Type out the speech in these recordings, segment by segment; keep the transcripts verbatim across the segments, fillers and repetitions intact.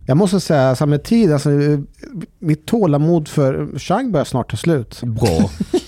Jag måste säga, samma tid, alltså, mitt tålamod för Chang börjar snart ta slut. Bra.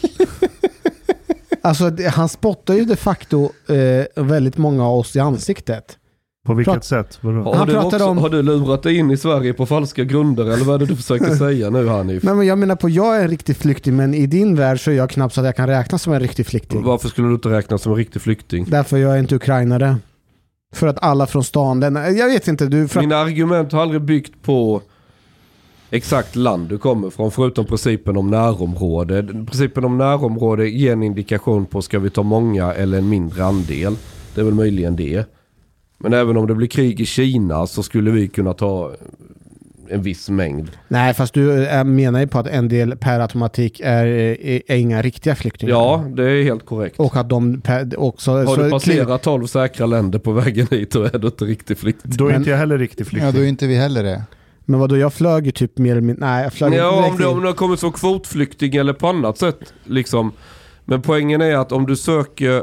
Alltså, han spottar ju de facto eh, väldigt många av oss i ansiktet. På vilket Prat- sätt? Vadå? Har, Han du pratar också, om- har du lurat dig in i Sverige på falska grunder eller vad är det du försöker säga nu, Hanif? Nej, men jag menar på, jag är en riktig flykting, men i din värld så är jag knappt så att jag kan räknas som en riktig flykting. Varför skulle du inte räknas som en riktig flykting? Därför jag är inte ukrainare. För att alla från stan, den, jag vet inte, du... För att, Mina argument har aldrig byggt på exakt land du kommer från, förutom principen om närområde. Principen om närområde ger en indikation på ska vi ta många eller en mindre andel. Det är väl möjligen det. Men även om det blir krig i Kina så skulle vi kunna ta en viss mängd. nej, fast du äh, menar ju på att en del per automatik är, är, är inga riktiga flyktingar. Ja, det är helt korrekt. Och att de per, också... Har så, du passerat tolv säkra länder på vägen hit och är du inte riktigt flykting? Då är Men- inte jag heller riktigt flykting. Ja, då är inte vi heller det. Men vadå, jag flög ju typ mer eller mindre... Nej, jag flög Ja, inte om du, om du har kommit som kvotflykting eller på annat sätt. Liksom. Men poängen är att om du söker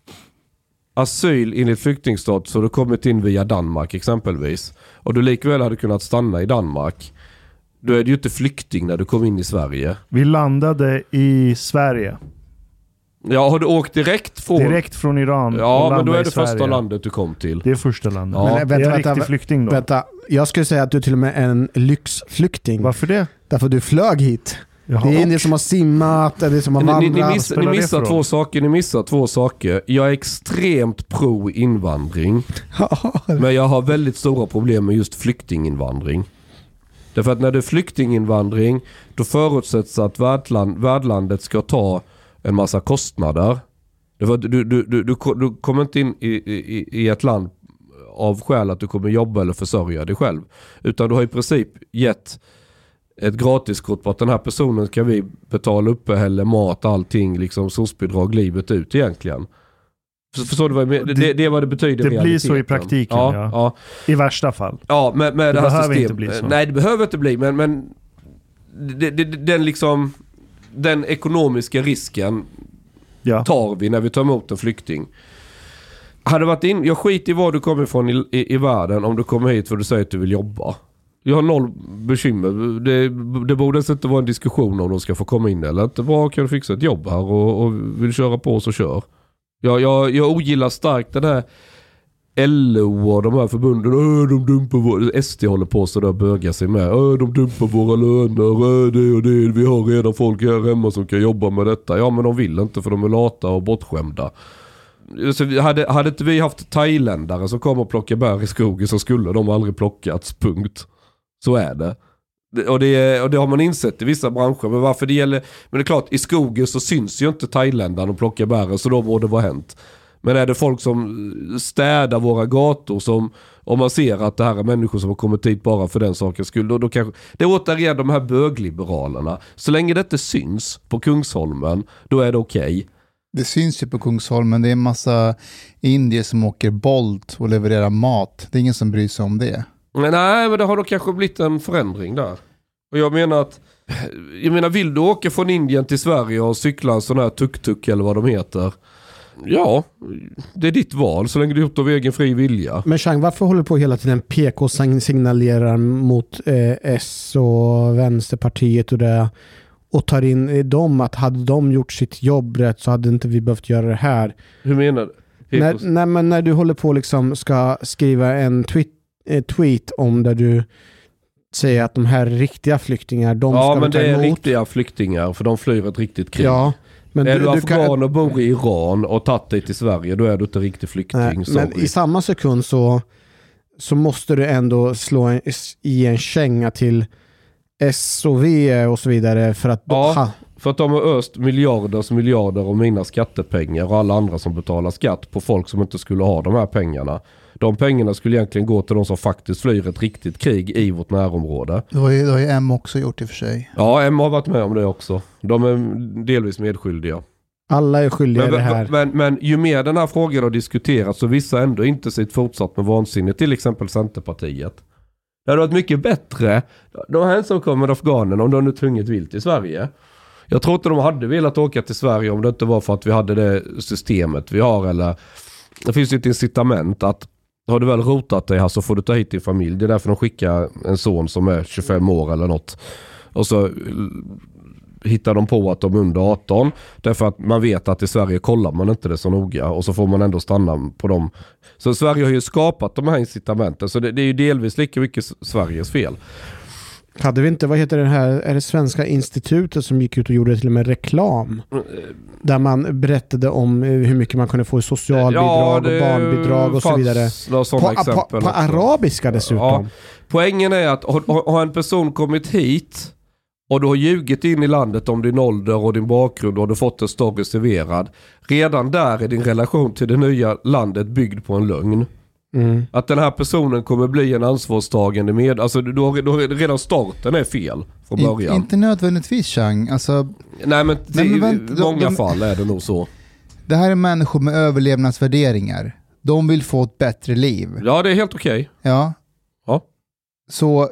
asyl enligt flyktingstat så har du kommit in via Danmark exempelvis. Och du likväl hade kunnat stanna i Danmark. Då är du ju inte flykting när du kom in i Sverige. Vi landade i Sverige. Ja, har du åkt direkt från... Direkt från Iran. och Ja, men då landade är i det första Sverige. landet du kom till. Det är första landet. Ja. Men, Det är vänta, en vänta, riktig flykting då. Vänta, jag skulle säga att du till och med är en lyxflykting. Varför det? Därför du flög hit. Jaha, Det är och- ni som har simmat, det är ni som har Ni, ni, vandrat. ni, miss, spelar ni det missar för två roll? saker. Ni missar två saker. Jag är extremt pro-invandring. Men jag har väldigt stora problem med just flyktinginvandring. Därför att när det är flyktinginvandring då förutsätts att värdland, värdlandet ska ta en massa kostnader. Därför att du, du, du, du, du kommer inte in i, i, i ett land av skäl att du kommer jobba eller försörja dig själv. Utan du har i princip gett ett gratiskort på att den här personen ska vi betala uppehälle, mat, allting, liksom socialbidrag livet ut egentligen. Så förstår du vad jag menar? Det, det, det är vad det betyder. Det blir realiteten. så i praktiken, ja. ja. ja. I värsta fall. Ja, med, med det, Det här behöver systemet. inte bli så. Nej, det behöver inte bli, men, men det, det, den liksom den ekonomiska risken Ja. tar vi när vi tar emot en flykting. Hade varit in, jag skiter i var du kommer ifrån i, i, i världen om du kommer hit för du säger att du vill jobba. Jag har noll bekymmer. Det, det borde inte vara en diskussion om de ska få komma in eller inte. Bra, kan du fixa ett jobb här och, och vill köra på så kör. Jag, jag, jag ogillar starkt den här L O och de här förbunden. Öh, de dumpar våra... S D håller på så där bögar sig med. Öh, de dumpar våra löner. Öh, det och det. Vi har redan folk här hemma som kan jobba med detta. Ja, men de vill inte för de är lata och bortskämda. Så hade, hade inte vi haft thailändare som kommer och plockar bär i skogen så skulle de aldrig plockats, punkt. Så är det. Och det, och det har man insett i vissa branscher. Men varför det gäller... Men det är klart, i skogen så syns ju inte thailändarna och plockar bär så då borde det vara hänt. Men är det folk som städar våra gator som, om man ser att det här är människor som har kommit hit bara för den sakens skull, då, då kanske, det är återigen de här bögliberalerna. Så länge det inte syns på Kungsholmen, då är det okej. Okay. Det syns ju på Kungsholmen. Det är en massa indier som åker Bolt och levererar mat. Det är ingen som bryr sig om det. Men nej, men det har då kanske blivit en förändring där. Och jag menar att, jag menar, vill du åka från Indien till Sverige och cykla en sån här tuk-tuk eller vad de heter? Ja, det är ditt val så länge du gjort av egen fri vilja. Men Chang, varför håller du på hela tiden P K signalerar mot eh, S och Vänsterpartiet och det och tar in dem att hade de gjort sitt jobb rätt så hade inte vi behövt göra det här. Hur menar du? När, när, men när du håller på liksom ska skriva en tweet, eh, tweet om där du säger att de här riktiga flyktingar, de ja, ska men ta det är emot. riktiga flyktingar för de flyr ett riktigt krig. Ja, men är du, du, du afghan kan, och bor i Iran och tagit dig till Sverige, då är du inte riktig flykting. nej, men sorry. i samma sekund så så måste du ändå slå en, i en känga till S och V och så vidare för att Ja. ha, För att de har öst miljarders miljarder och mina skattepengar och alla andra som betalar skatt på folk som inte skulle ha de här pengarna. De pengarna skulle egentligen gå till de som faktiskt flyr ett riktigt krig i vårt närområde. Det har ju, det har ju M också gjort i och för sig. Ja, Emma har varit med om det också. De är delvis medskyldiga. alla är skyldiga Men, i det här. men, men ju mer den här frågan har diskuterats så vissa ändå inte sitt fortsatt med vansinne, till exempel Centerpartiet. Det hade varit mycket bättre, de här som kommer med afghanerna, om de nu tvunget vill till Sverige. Jag tror inte de hade velat åka till Sverige om det inte var för att vi hade det systemet vi har, eller det finns ju ett incitament att har du väl rotat dig här så får du ta hit din familj. Det är därför de skickar en son som är tjugofem år eller något. Och så hittar de på att de är under arton. Därför att man vet att i Sverige kollar man inte det så noga. Och så får man ändå stanna på dem. Så Sverige har ju skapat de här incitamenten. Så det, det är ju delvis lika mycket Sveriges fel. Hade vi inte, vad heter det här, är det Svenska institutet som gick ut och gjorde till och med reklam? Där man berättade om hur mycket man kunde få i socialbidrag ja, och barnbidrag och så vidare. På, på, på arabiska dessutom. Ja. Poängen är att har, har en person kommit hit och du har ljugit in i landet om din ålder och din bakgrund och du har fått en story serverad. Redan där är din relation till det nya landet byggd på en lögn. Mm. Att den här personen kommer bli en ansvarstagande med. Alltså du har, du har redan starten är fel från början. In, inte nödvändigtvis, Chang. Alltså, nej men, nej, men i vänt, många de, fall är det nog så. Det här är människor med överlevnadsvärderingar. De vill få ett bättre liv. Ja, det är helt okej. Okay. Ja. Ja. Så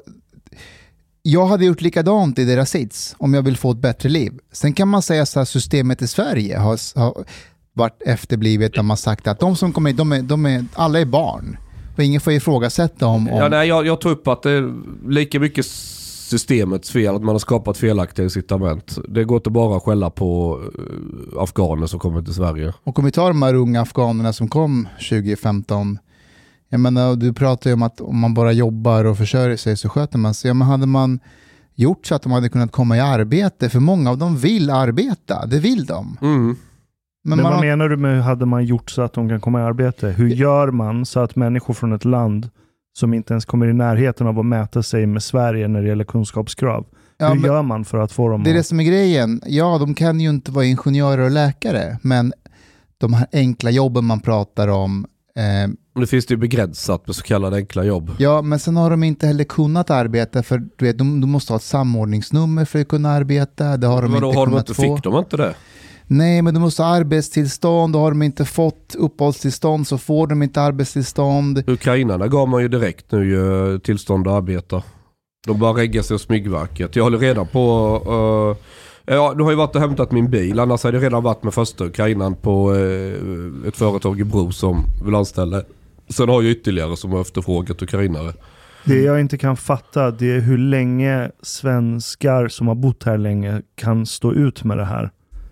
jag hade gjort likadant i deras sits om jag vill få ett bättre liv. Sen kan man säga så här, systemet i Sverige har, har varit efterblivet när man sagt att de som kommer hit, de är, de är, alla är barn. Och ingen får ifrågasätta om... om... Ja, nej, jag, jag tog upp att det är lika mycket systemets fel att man har skapat felaktiga incitament. Det går inte bara att skälla på uh, afghaner som kommer till Sverige. Och om vi tar de här unga afghanerna som kom tjugo femton. Jag menar, du pratar ju om att om man bara jobbar och försörjer sig så sköter man sig. Ja, men hade man gjort så att de hade kunnat komma i arbete, för många av dem vill arbeta, det vill de. Mm. Men, Men vad har... menar du med hade man gjort så att de kan komma i arbete? Hur gör man så att människor från ett land som inte ens kommer i närheten av att mäta sig med Sverige när det gäller kunskapskrav. Ja, hur gör man för att få dem det är att... det som är grejen. Ja, de kan ju inte vara ingenjörer och läkare, men de här enkla jobben man pratar om... Eh... Det finns det ju begränsat med så kallade enkla jobb. Ja, men sen har de inte heller kunnat arbeta, för du vet, de, de måste ha ett samordningsnummer för att kunna arbeta. Det har de men inte har kunnat de inte, få. Fick de inte det? Nej, men de måste ha arbetstillstånd, och har de inte fått uppehållstillstånd så får de inte arbetstillstånd. Ukrainarna gav man ju direkt nu ju tillstånd att arbeta. De bara reggar sig hos Smygverket. Jag håller redan på... Uh, ja, du har ju varit och hämtat min bil. Annars hade jag redan varit med första Ukrainan på uh, ett företag i Bro som vill anställa. Sen har jag ytterligare som har efterfrågat ukrainare. Det jag inte kan fatta, det är hur länge svenskar som har bott här länge kan stå ut med det här.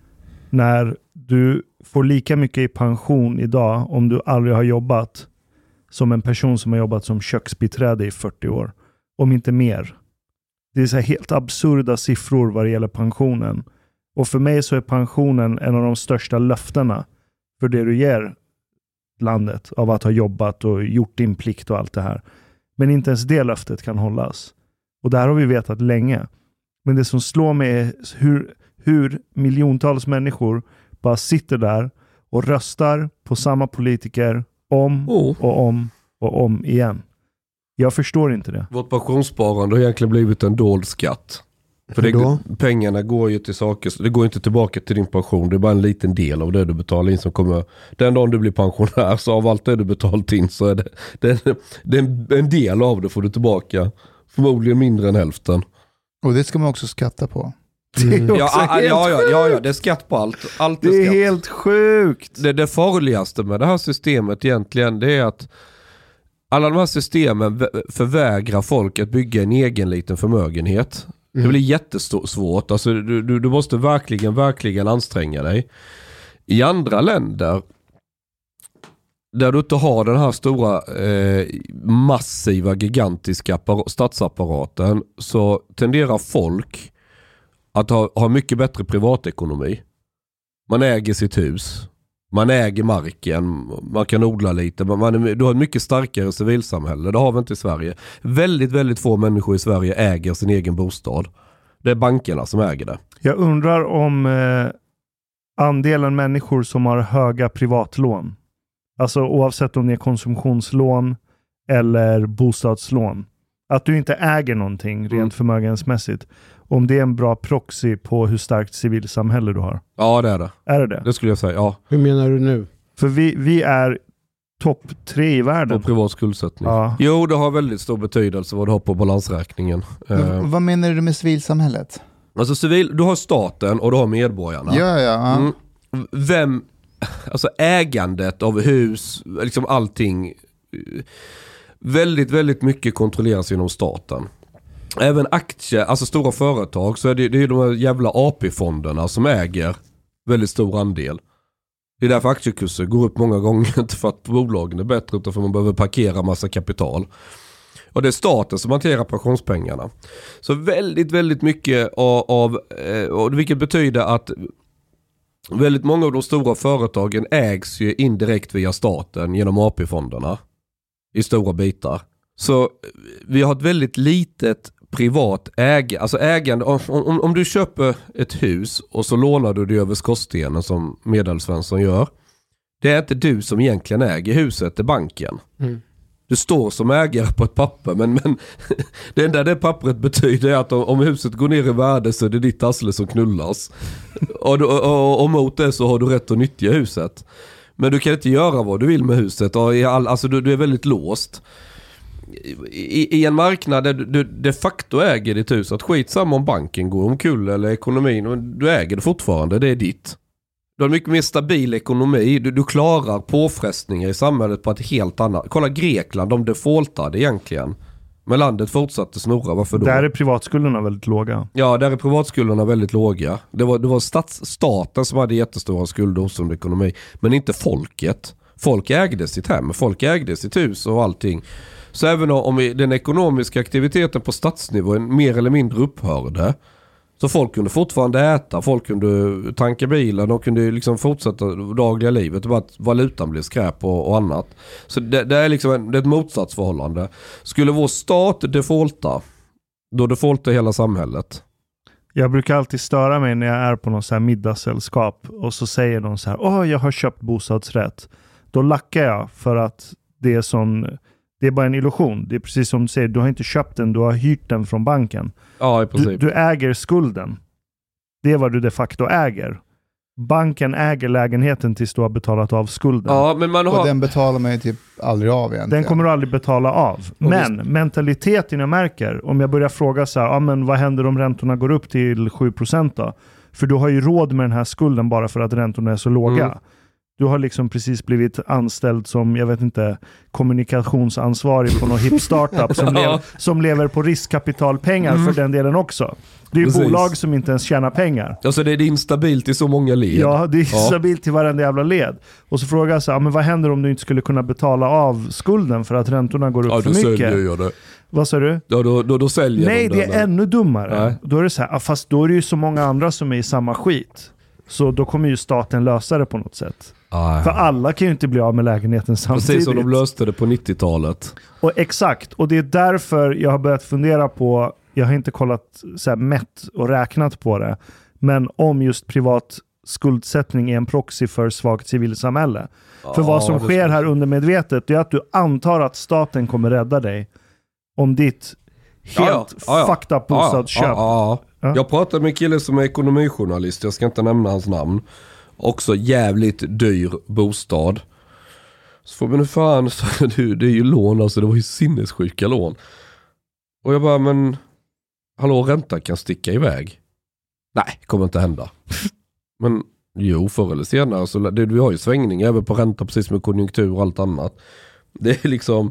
När du får lika mycket i pension idag om du aldrig har jobbat som en person som har jobbat som köksbiträde i fyrtio år. Om inte mer. Det är så här helt absurda siffror vad det gäller pensionen. Och för mig så är pensionen en av de största löftena för det du ger landet av att ha jobbat och gjort din plikt och allt det här. Men inte ens det löftet kan hållas. Och det här har vi vetat länge. Men det som slår mig är hur, hur miljontals människor bara sitter där och röstar på samma politiker om oh. och om och om igen. Jag förstår inte det. Vårt pensionssparande har egentligen blivit en dold skatt. För det, pengarna går ju till saker, det går inte tillbaka till din pension. Det är bara en liten del av det du betalar in som kommer. Den dagen du blir pensionär, så av allt det du betalat in så är det, det, är, det är en, en del av det får du tillbaka. Förmodligen mindre än hälften. Och det ska man också skatta på. Mm. Ja, ja, ja, ja, ja, det är skatt på allt. allt är det är skatt. helt sjukt. Det, det farligaste med det här systemet egentligen, det är att alla de här systemen förvägrar folk att bygga en egen liten förmögenhet. Mm. Det blir jättesvårt. Alltså, du, du, du måste verkligen, verkligen anstränga dig. I andra länder där du inte har den här stora eh, massiva, gigantiska statsapparaten, så tenderar folk att ha, ha mycket bättre privatekonomi. Man äger sitt hus. Man äger marken, man kan odla lite, man, man, du har ett mycket starkare civilsamhälle, det har vi inte i Sverige. Väldigt, väldigt få människor i Sverige äger sin egen bostad. Det är bankerna som äger det. Jag undrar om eh, andelen människor som har höga privatlån, alltså oavsett om det är konsumtionslån eller bostadslån, att du inte äger någonting rent mm. förmögensmässigt. Om det är en bra proxy på hur starkt civilsamhälle du har. Ja, det är det. Är det det? Det skulle jag säga, ja. Hur menar du nu? För vi, vi är topp tre i världen. På privat skuldsättning. Ja. Jo, det har väldigt stor betydelse vad du har på balansräkningen. Men, uh, vad menar du med civilsamhället? Alltså civil, du har staten och du har medborgarna. Ja, ja. Mm, vem, alltså ägandet av hus, liksom allting väldigt, väldigt mycket kontrolleras inom staten. Även aktier, alltså stora företag, så är det, det är de här jävla A P-fonderna som äger väldigt stor andel. Det är därför aktiekurser går upp många gånger, inte för att bolagen är bättre utan för att man behöver parkera massa kapital. Och det är staten som hanterar pensionspengarna. Så väldigt, väldigt mycket av, av och vilket betyder att väldigt många av de stora företagen ägs ju indirekt via staten genom A P-fonderna i stora bitar. Så vi har ett väldigt litet privat ägande, alltså ägande, om, om, om du köper ett hus och så lånar du det över skorstenen som Medelsvensson gör. Det är inte du som egentligen äger huset, det är banken. Mm. Du står som ägare på ett papper, men, men det enda det pappret betyder är att om, om huset går ner i värde så är det ditt arsle som knullas. och, och, och, och mot det så har du rätt att nyttja huset. Men du kan inte göra vad du vill med huset. Och i all, alltså du, du är väldigt låst. I, i en marknad där du, du de facto äger ditt hus, att skitsamma om banken går omkull eller ekonomin, du äger det fortfarande, det är ditt. Du har mycket mer stabil ekonomi, du, du klarar påfrestningar i samhället på ett helt annat. Kolla Grekland, de defaultade egentligen. Men landet fortsatte snurra, varför då? Där är privatskulderna väldigt låga. Ja, där är privatskulderna väldigt låga. Det var, det var stats, staten som hade jättestora skulder hos under ekonomi, men inte folket. Folk ägde sitt hem, folk ägde sitt hus och allting. Så även om den ekonomiska aktiviteten på statsnivå mer eller mindre upphörde, så folk kunde fortfarande äta, folk kunde tanka bilar, de kunde liksom fortsätta dagliga livet, bara att valutan blev skräp och, och annat. Så det, det är liksom en, det är ett motsatsförhållande. Skulle vår stat defaulta, då defaultar hela samhället. Jag brukar alltid störa mig när jag är på någon så här middagssällskap och så säger någon så här: åh, jag har köpt bostadsrätt. Då lackar jag för att det är sån... Det är bara en illusion. Det är precis som du säger, du har inte köpt den, du har hyrt den från banken. Ja, i princip. Du, du äger skulden. Det är vad du de facto äger. Banken äger lägenheten tills du har betalat av skulden. Ja, men man har... Och den betalar man ju typ aldrig av egentligen. Den kommer du aldrig betala av. Men visst... mentaliteten jag märker, om jag börjar fråga så här, ah, men vad händer om räntorna går upp till sju procent då? För du har ju råd med den här skulden bara för att räntorna är så låga. Mm. Du har liksom precis blivit anställd som, jag vet inte, kommunikationsansvarig på någon hip startup som, lever, som lever på riskkapitalpengar mm. för den delen också. Det är ju bolag som inte ens tjänar pengar. Alltså det är instabilt i så många led. Ja, det är ja. stabilt i varenda jävla led. Och så frågar jag så här, men vad händer om du inte skulle kunna betala av skulden för att räntorna går upp ja, för mycket? Ja, då säljer jag det. Vad sa du? Ja, då, då, då säljer Nej, de det är där. ännu dummare. Nej. Då är det så här, fast då är det ju så många andra som är i samma skit. Så då kommer ju staten lösa det på något sätt. Ah, ja. För alla kan ju inte bli av med lägenheten samtidigt. Precis som de löste det på nittiotalet. Och exakt. Och det är därför jag har börjat fundera på, jag har inte kollat så här mätt och räknat på det, men om just privat skuldsättning är en proxy för svagt civilsamhälle. Ah, för vad som sker här undermedvetet är att du antar att staten kommer rädda dig om ditt helt ja, ja. Ja, fucked up bostadsköp. Ja, ja, ja. Ja. Jag pratade med en kille som är ekonomijournalist, jag ska inte nämna hans namn. Också jävligt dyr bostad. Så får vi nu fan, så det, det är ju lån, alltså det var ju sinnessjuka lån. Och jag bara, men hallå, ränta kan sticka iväg. Nej, kommer inte hända. Men jo, förr eller senare så det, vi har ju svängningar även på ränta, precis med konjunktur och allt annat. Det är liksom,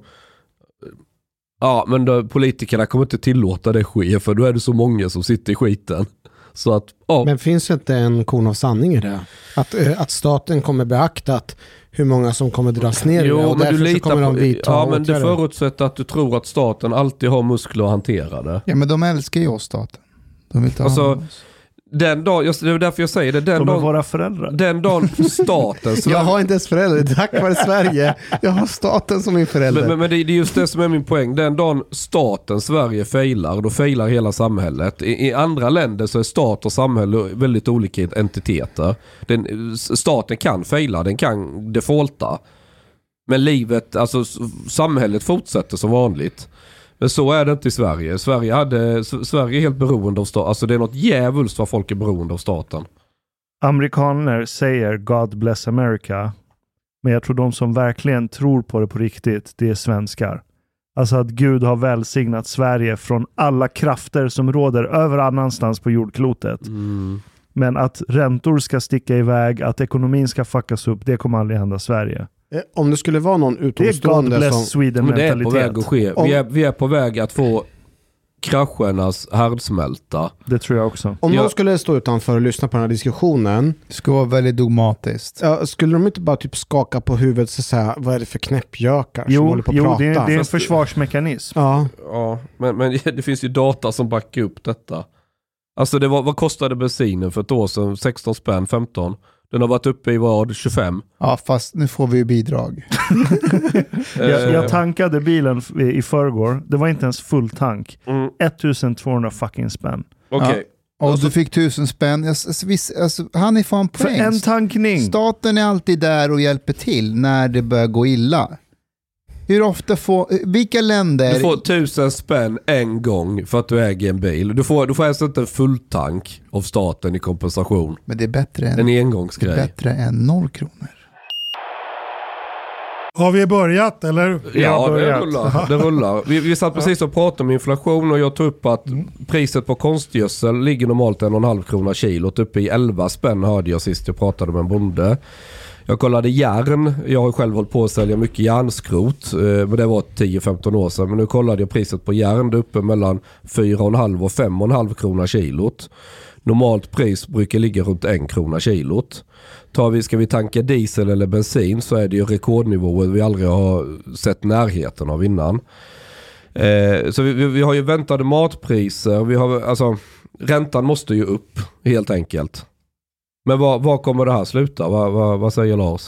ja, men då, politikerna kommer inte tillåta det ske, för då är det så många som sitter i skiten. Så att, ja. Men finns det inte en korn av sanning i det? Att, att staten kommer beakta att hur många som kommer dras ner jo, och men därför du litar så kommer på, de vidta ja, men åtgärder. Det förutsätter att du tror att staten alltid har muskler att hantera det. Ja, men de älskar ju oss, staten. De vill ta alltså, oss. Den dag, det är därför jag säger det. Den de är dag, våra föräldrar. Den dagen staten... jag har inte ens föräldrar, tack vare Sverige. Jag har staten som min förälder. Men, men, men det är just det som är min poäng. Den dagen staten, Sverige, failar, då failar hela samhället. I, i andra länder så är stat och samhälle väldigt olika entiteter. Den, staten kan faila, den kan defaulta. Men livet, alltså samhället fortsätter som vanligt. Men så är det inte i Sverige. Sverige, hade, Sverige är helt beroende av staten. Alltså det är något djävulskt vad folk är beroende av staten. Amerikaner säger God bless America. Men jag tror de som verkligen tror på det på riktigt, det är svenskar. Alltså att Gud har välsignat Sverige från alla krafter som råder över annanstans på jordklotet. Mm. Men att räntor ska sticka iväg, att ekonomin ska fuckas upp, det kommer aldrig hända Sverige. Om det skulle vara någon Det är God utomstående bless som... Sweden Men det är på mentalitet. väg att ske. Om- Vi är, vi är på väg att få kraschernas härdsmälta. Det tror jag också. Om Ja. någon skulle stå utanför och lyssna på den här diskussionen, Det ska vara väldigt dogmatiskt. ja, skulle de inte bara typ skaka på huvudet och säga vad är det för knäppjökar som Jo, håller på att jo prata? det, är, det är en Fast- försvarsmekanism. Ja, Ja, men, men det finns ju data som backar upp detta. Alltså det var, vad kostade bensinen för ett år sedan? sexton spänn, femton. Den har varit uppe i vad? tjugofem? Ja, fast nu får vi ju bidrag. Jag, jag tankade bilen f- i förrgår. Det var inte ens full tank. Mm, twelve hundra fucking spänn. Okej. Och Alltså- du fick tusen spänn. Jag, alltså, visst, alltså, han är fan För poäng. en tankning! Staten är alltid där och hjälper till när det börjar gå illa. Hur ofta får... Vilka länder... Du får tusen spänn en gång för att du äger en bil. Du får, du får alltså inte en full tank av staten i kompensation. Men det är bättre än, En det är engångsgrej. bättre än noll kronor. Har vi börjat eller? Vi har Ja, det börjat. rullar. Det rullar. Vi, vi satt precis och pratade om inflation och jag tog upp att priset på konstgödsel ligger normalt en och en halv krona kilot. Uppe i elva spänn hörde jag sist jag pratade med en bonde. Jag kollade järn. Jag har själv hållit på att sälja mycket järnskrot. eh, Men det var tio femton år sedan. Men nu kollade jag priset på järn. Det är uppe mellan fyra och en halv och fem och en halv krona kilot. Normalt pris brukar ligga runt en krona kilot. Tar vi, ska vi tanka diesel eller bensin så är det ju rekordnivåer vi aldrig har sett närheten av innan. Eh, så vi, vi, vi har ju väntade matpriser. Vi har, alltså, räntan måste ju upp helt enkelt. Men vad, vad kommer det här sluta? Vad, vad, vad säger Lars?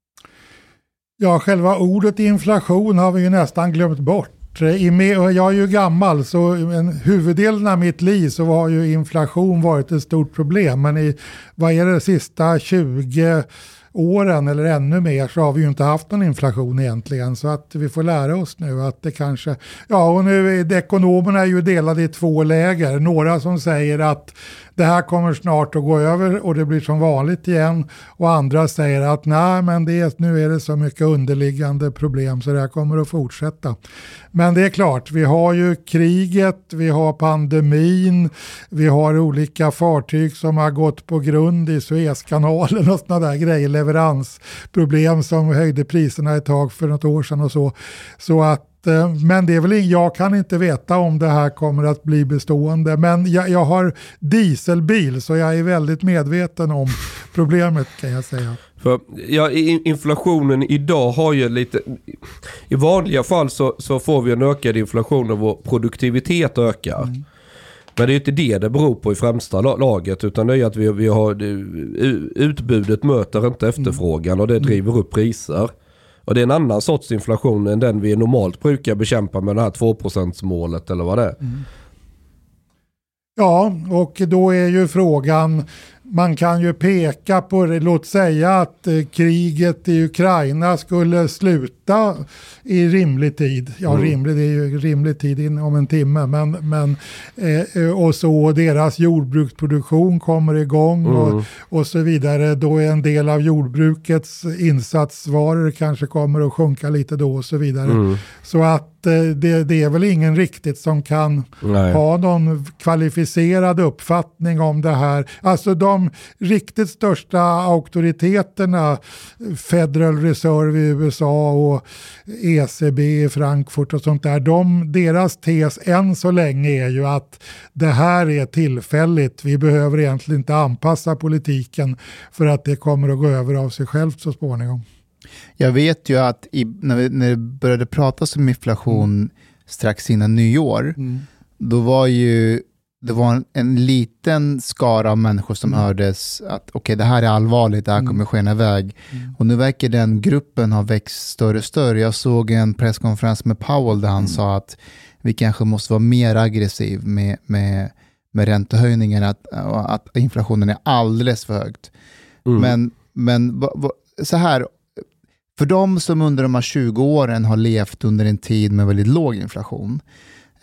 Ja, själva ordet inflation har vi ju nästan glömt bort. I med, jag är ju gammal så en huvuddelen av mitt liv så har ju inflation varit ett stort problem. Men i vad är det sista tjugo åren eller ännu mer så har vi ju inte haft någon inflation egentligen. Så att vi får lära oss nu att det kanske... Ja, och nu är ekonomerna är ju delade i två läger. Några som säger att det här kommer snart att gå över och det blir som vanligt igen. Och andra säger att nej, men det är, nu är det så mycket underliggande problem så det här kommer att fortsätta. Men det är klart, vi har ju kriget, vi har pandemin, vi har olika fartyg som har gått på grund i Suezkanalen och sådana där grejer, leveransproblem som höjde priserna ett tag för något år sedan och så. Så att men det är väl, jag kan inte veta om det här kommer att bli bestående. Men jag, jag har dieselbil så jag är väldigt medveten om problemet kan jag säga. För, ja, inflationen idag har ju lite... I vanliga fall så, så får vi en ökad inflation och vår produktivitet ökar. Mm. Men det är inte det det beror på i främsta laget utan det är att vi, vi har, utbudet möter inte efterfrågan och det driver upp priser. Och det är en annan sorts inflation än den vi normalt brukar bekämpa med det här två procent-målet eller vad det är. Mm. Ja, och då är ju frågan, man kan ju peka på det, låt säga att eh, kriget i Ukraina skulle sluta i rimlig tid. Ja, mm. rimlig, det är ju rimlig tid in, om en timme, men, men eh, och så deras jordbruksproduktion kommer igång mm. och, och så vidare. Då är en del av jordbrukets insatsvaror kanske kommer att sjunka lite då och så vidare. Mm. Så att Det, det är väl ingen riktigt som kan Nej. ha någon kvalificerad uppfattning om det här. Alltså de riktigt största auktoriteterna, Federal Reserve i U S A och E C B i Frankfurt och sånt där, de, deras tes än så länge är ju att det här är tillfälligt. Vi behöver egentligen inte anpassa politiken för att det kommer att gå över av sig självt så småningom. Jag vet ju att i, när, vi, när det började pratas om inflation mm. strax innan nyår, mm. då var ju det var en, en liten skara av människor som mm. hördes att okej, okay, det här är allvarligt, det här mm. kommer skena iväg. Mm. Och nu verkar den gruppen ha växt större och större. Jag såg en presskonferens med Powell där han mm. sa att vi kanske måste vara mer aggressiv med, med, med räntehöjningen, att, att inflationen är alldeles för högt. Mm. Men, men va, va, så här, för de som under de här tjugo åren har levt under en tid med väldigt låg inflation,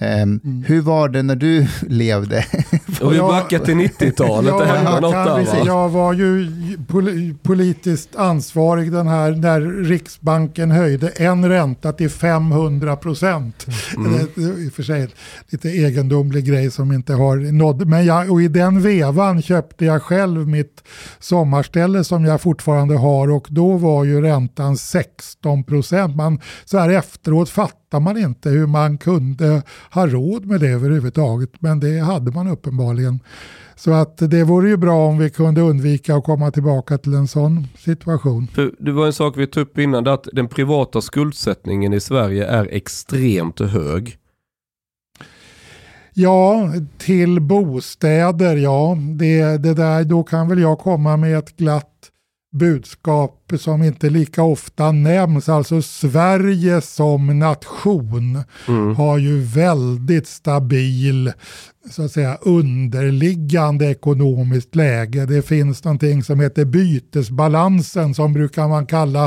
Um, mm. Hur var det när du levde? Och vi backar till nittiotalet. Jag, det hände jag, något kan, där, va? jag var ju pol- politiskt ansvarig den här, när Riksbanken höjde en ränta till femhundra procent. Mm. Det är i och för sig lite egendomlig grej som inte har nådd. Men jag, och i den vevan köpte jag själv mitt sommarställe som jag fortfarande har, och då var ju räntan sexton procent. Man, så här efteråt fattar man inte hur man kunde ha råd med det överhuvudtaget, men det hade man uppenbarligen. Så att det vore ju bra om vi kunde undvika att komma tillbaka till en sån situation. För det var en sak vi tog upp innan, att den privata skuldsättningen i Sverige är extremt hög. Ja, till bostäder, ja. Det, det där, då kan väl jag komma med ett glatt budskap som inte lika ofta nämns. Alltså Sverige som nation mm. har ju väldigt stabil, så att säga, underliggande ekonomiskt läge. Det finns någonting som heter bytesbalansen, som brukar man kalla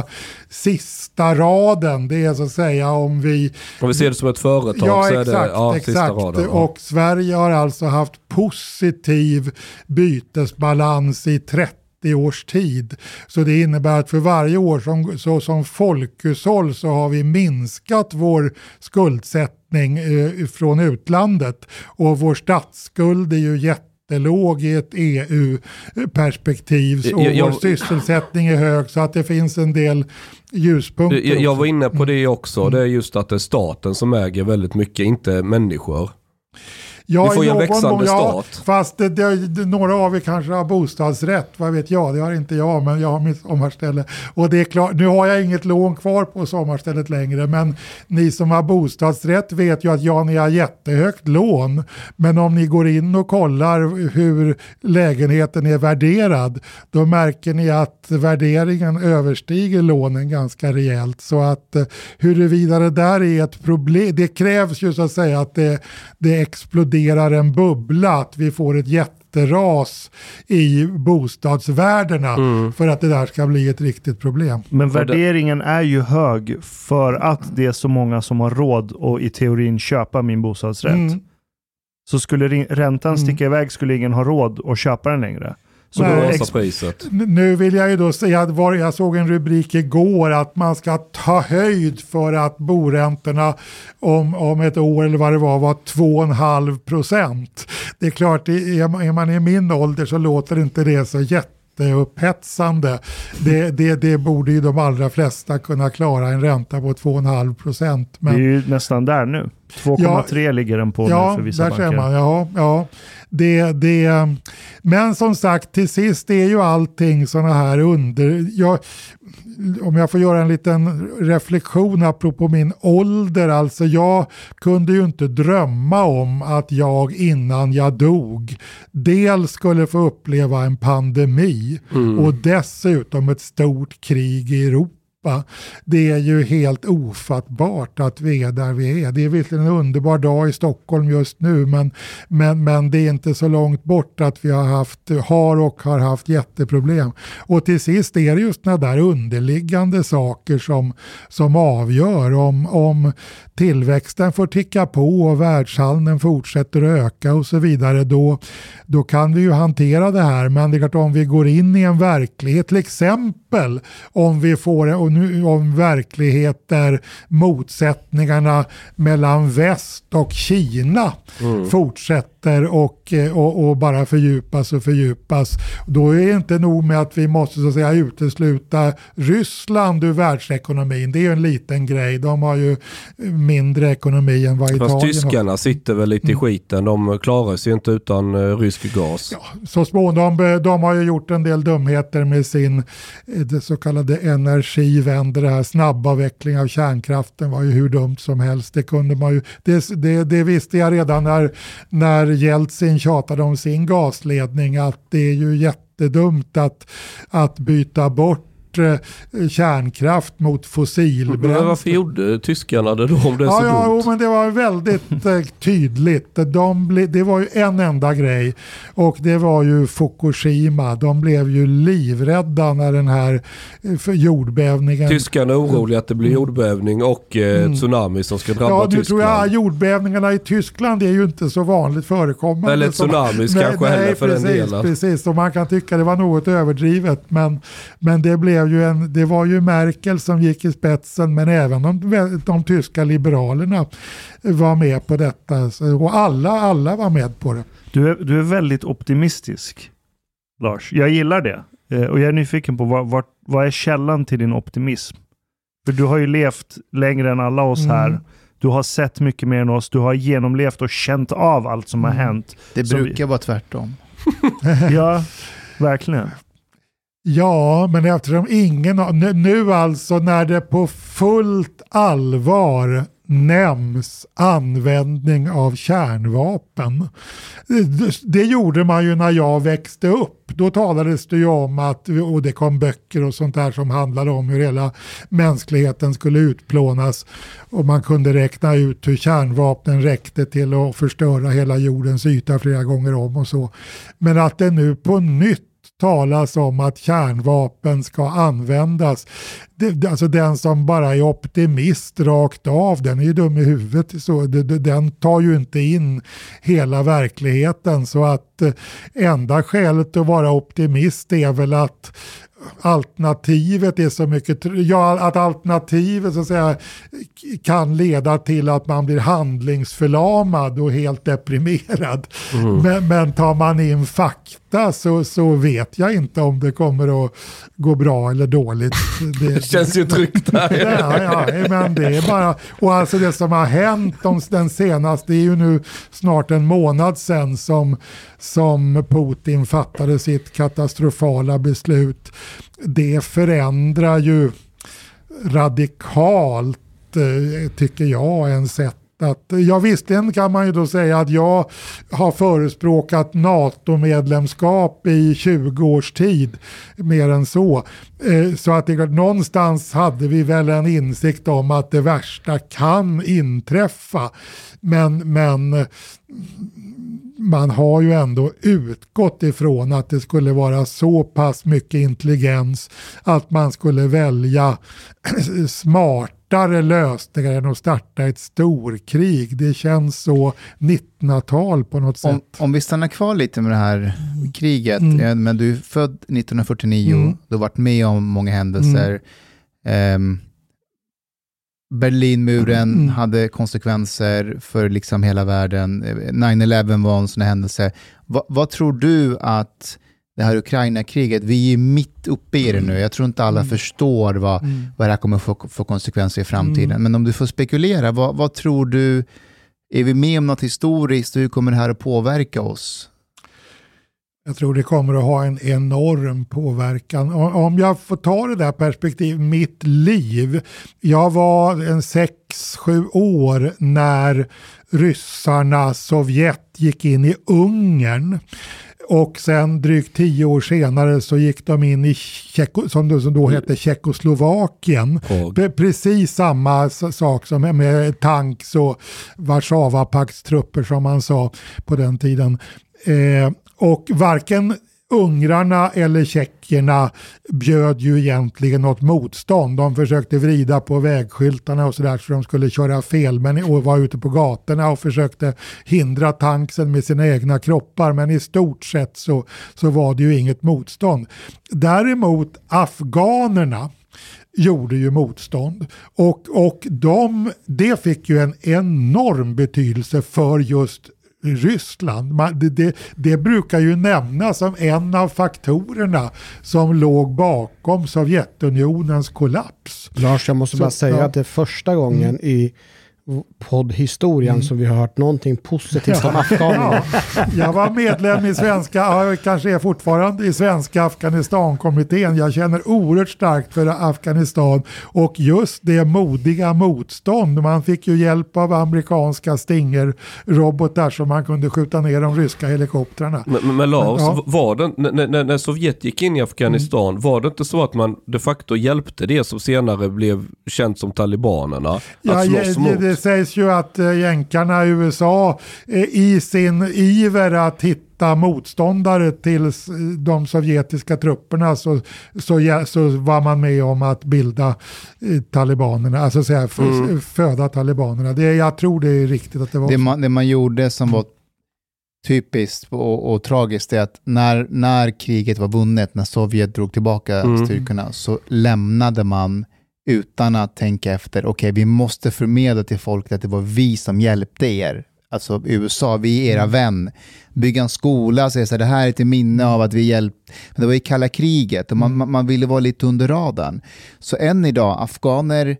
sista raden. Det är så att säga om vi... Om vi ser det som ett företag, ja, så exakt, är det ja, exakt. sista raden. Ja. Och Sverige har alltså haft positiv bytesbalans i trettio års tid. Så det innebär att för varje år som, så som folkhushåll så har vi minskat vår skuldsättning eh, från utlandet. Och vår statsskuld är ju jättelåg i ett E U-perspektiv. Och jag, jag, vår sysselsättning är hög, så att det finns en del ljuspunkter. Jag, jag var inne på det också. Mm. Det är just att det är staten som äger väldigt mycket, inte människor. Ja, vi får ju en växande gång, ja, stat. Fast det, det, några av er kanske har bostadsrätt, vad vet jag, det har inte jag, men jag har mitt sommarställe. Och det är klart, nu har jag inget lån kvar på sommarstället längre, men ni som har bostadsrätt vet ju att ja, ni har jättehögt lån, men om ni går in och kollar hur lägenheten är värderad, då märker ni att värderingen överstiger lånen ganska rejält. Så att huruvida det där är ett problem, det krävs ju så att säga att det, det exploderar en bubbla, att vi får ett jätteras i bostadsvärdena mm. för att det där ska bli ett riktigt problem. Men värderingen är ju hög för att det är så många som har råd och i teorin köpa min bostadsrätt. Mm. Så skulle räntan sticka mm. iväg skulle ingen ha råd att köpa den längre. Så Nej, då priset. Nu vill jag ju då säga att var, jag såg en rubrik igår att man ska ta höjd för att boräntorna om, om ett år eller vad det var var två komma fem procent. Det är klart, är man i min ålder så låter inte det så jätteupphetsande. Det, det, det borde ju de allra flesta kunna klara, en ränta på två komma fem procent. Men... Det är ju nästan där nu. två komma tre ja, ligger den på ja, nu för vissa där banker. Ser man, ja, ja. Det, det, men som sagt, till sist är ju allting såna här under... Jag, om jag får göra en liten reflektion apropå min ålder, alltså jag kunde ju inte drömma om att jag innan jag dog dels skulle få uppleva en pandemi mm. och dessutom ett stort krig i Europa. Det är ju helt ofattbart att vi är där vi är. Det är visserligen en underbar dag i Stockholm just nu, men, men, men det är inte så långt bort att vi har haft, har och har haft jätteproblem. Och till sist är det just sådana där underliggande saker som, som avgör om, om tillväxten får ticka på och världshandeln fortsätter att öka och så vidare. Då, då kan vi ju hantera det här, men det är klart, om vi går in i en verklighet, till exempel om vi får och nu, om verklighet där motsättningarna mellan väst och Kina mm. fortsätter och, och, och bara fördjupas och fördjupas, då är det inte nog med att vi måste så att säga utesluta Ryssland ur världsekonomin. Det är ju en liten grej, de har ju mindre ekonomi än vad Fast Italien tyskarna har. Sitter väl lite i skiten, de klarar sig inte utan uh, rysk gas. Ja, så småningom, de, de har ju gjort en del dumheter med sin det så kallade energivände, det här snabbavveckling av kärnkraften var ju hur dumt som helst. Det kunde man ju, det, det, det visste jag redan när, när Jeltsin tjatade om sin gasledning, att det är ju jättedumt att, att byta bort eh, kärnkraft mot fossilbränsle. Men varför gjorde tyskarna det då om det är ja, så ja, dumt? Ja, men det var väldigt eh, tydligt. De ble, det var ju en enda grej och det var ju Fukushima. De blev ju livrädda när den här eh, jordbävningen... Tyskarna är oroliga att det blir jordbävning och eh, mm. tsunami som ska drabba ja, nu Tyskland. tror jag jordbävningarna i Tyskland är ju inte så vanligt förekommande. Eller tsunamis som, kanske nej, heller nej, för precis, den delen. Precis, och man kan tycka det var något överdrivet. Men, men det, blev ju en, det var ju Merkel som gick i spetsen, men även de, de tyska liberalerna var med på detta. Och alla, alla var med på det. Du är, du är väldigt optimistisk, Lars. Jag gillar det. Och jag är nyfiken på vad, vad, vad är källan till din optimism? För du har ju levt längre än alla oss här. Mm. Du har sett mycket mer än oss. Du har genomlevt och känt av allt som mm. har hänt. Det som brukar vi... vara tvärtom. Ja, verkligen. Ja, men eftersom ingen... Nu, nu alltså när det på fullt allvar nämns användning av kärnvapen. Det, det gjorde man ju när jag växte upp. Då talades det ju om att, och det kom böcker och sånt där som handlade om hur hela mänskligheten skulle utplånas och man kunde räkna ut hur kärnvapnen räckte till att förstöra hela jordens yta flera gånger om och så. Men att det nu på nytt talas om att kärnvapen ska användas. Det, alltså den som bara är optimist rakt av, den är ju dum i huvudet. Så det, den tar ju inte in hela verkligheten. Så att eh, enda skälet att vara optimist är väl att alternativet är så mycket, ja, att alternativet så att säga kan leda till att man blir handlingsförlamad och helt deprimerad. Mm. Men, men tar man in fakta så, så vet jag inte om det kommer att gå bra eller dåligt. Det, det känns ju tryggt där. Ja, ja, men det är bara, och alltså det som har hänt om den senaste, det är ju nu snart en månad sedan som, som Putin fattade sitt katastrofala beslut. Det förändrar ju radikalt, tycker jag, en sätt att, ja, visserligen kan man ju då säga att jag har förespråkat NATO-medlemskap i tjugo års tid, mer än så. Så att det, någonstans hade vi väl en insikt om att det värsta kan inträffa. Men, men man har ju ändå utgått ifrån att det skulle vara så pass mycket intelligens att man skulle välja smartare lösningar än att starta ett storkrig. Det känns så nittonhundratal på något sätt. Om, om vi stannar kvar lite med det här kriget, mm. men du är född nittonhundrafyrtionio, mm. du har varit med om många händelser. Mm. Um, Berlinmuren mm. hade konsekvenser för liksom hela världen. nio elva var en sån händelse. Va, vad tror du att det här Ukraina-kriget, vi är mitt uppe i det nu. Jag tror inte alla mm. förstår vad, mm. vad det här kommer få, få konsekvenser i framtiden. Mm. Men om du får spekulera, vad, vad tror du, är vi med om något historiskt och hur kommer det här att påverka oss? Jag tror det kommer att ha en enorm påverkan. Om jag får ta det där perspektivet, mitt liv. Jag var en sex, sju år när ryssarna, Sovjet, gick in i Ungern. Och sen drygt tio år senare så gick de in i Tjecko, som, då, som då hette Tjeckoslovakien. Oh. Precis samma sak som med tanks och Warszawapaktstrupper som man sa på den tiden. Eh, och varken ungrarna eller tjeckerna bjöd ju egentligen något motstånd. De försökte vrida på vägskyltarna och sådär så de skulle köra fel, men och var ute på gatorna och försökte hindra tanksen med sina egna kroppar, men i stort sett så, så var det ju inget motstånd. Däremot afghanerna gjorde ju motstånd och, och de, det fick ju en enorm betydelse för just Ryssland. Man, det, det, det brukar ju nämnas som en av faktorerna som låg bakom Sovjetunionens kollaps. Lars, jag måste Så, bara säga ja. att det är första gången mm. i poddhistorien mm. som vi har hört någonting positivt om afghanerna. Ja, jag var medlem i svenska, jag kanske är fortfarande i svenska Afghanistan-kommittén. Jag känner oerhört starkt för Afghanistan och just det modiga motstånd. Man fick ju hjälp av amerikanska Stinger-robotar som man kunde skjuta ner de ryska helikoptrarna. Men, men Lars, ja. var det, när, när, när Sovjet gick in i Afghanistan, mm. var det inte så att man de facto hjälpte det som senare blev känt som talibanerna att ja, slåss mot? Det sägs ju att äh, jänkarna i U S A äh, i sin iver att hitta motståndare till de sovjetiska trupperna så, så, ja, så var man med om att bilda äh, talibanerna, alltså säga, f- mm. föda talibanerna. Det, jag tror det är riktigt att det var det man, det man gjorde som var typiskt och, och tragiskt är att när, när kriget var vunnet, när Sovjet drog tillbaka mm. styrkorna, så lämnade man utan att tänka efter, okej, okay, vi måste förmedla till folk att det var vi som hjälpte er. Alltså U S A, vi är era vän. Bygga en skola, säga så här, det här är till minne av att vi hjälpte. Men det var ju kalla kriget och man, man ville vara lite under radarn. Så än idag, afghaner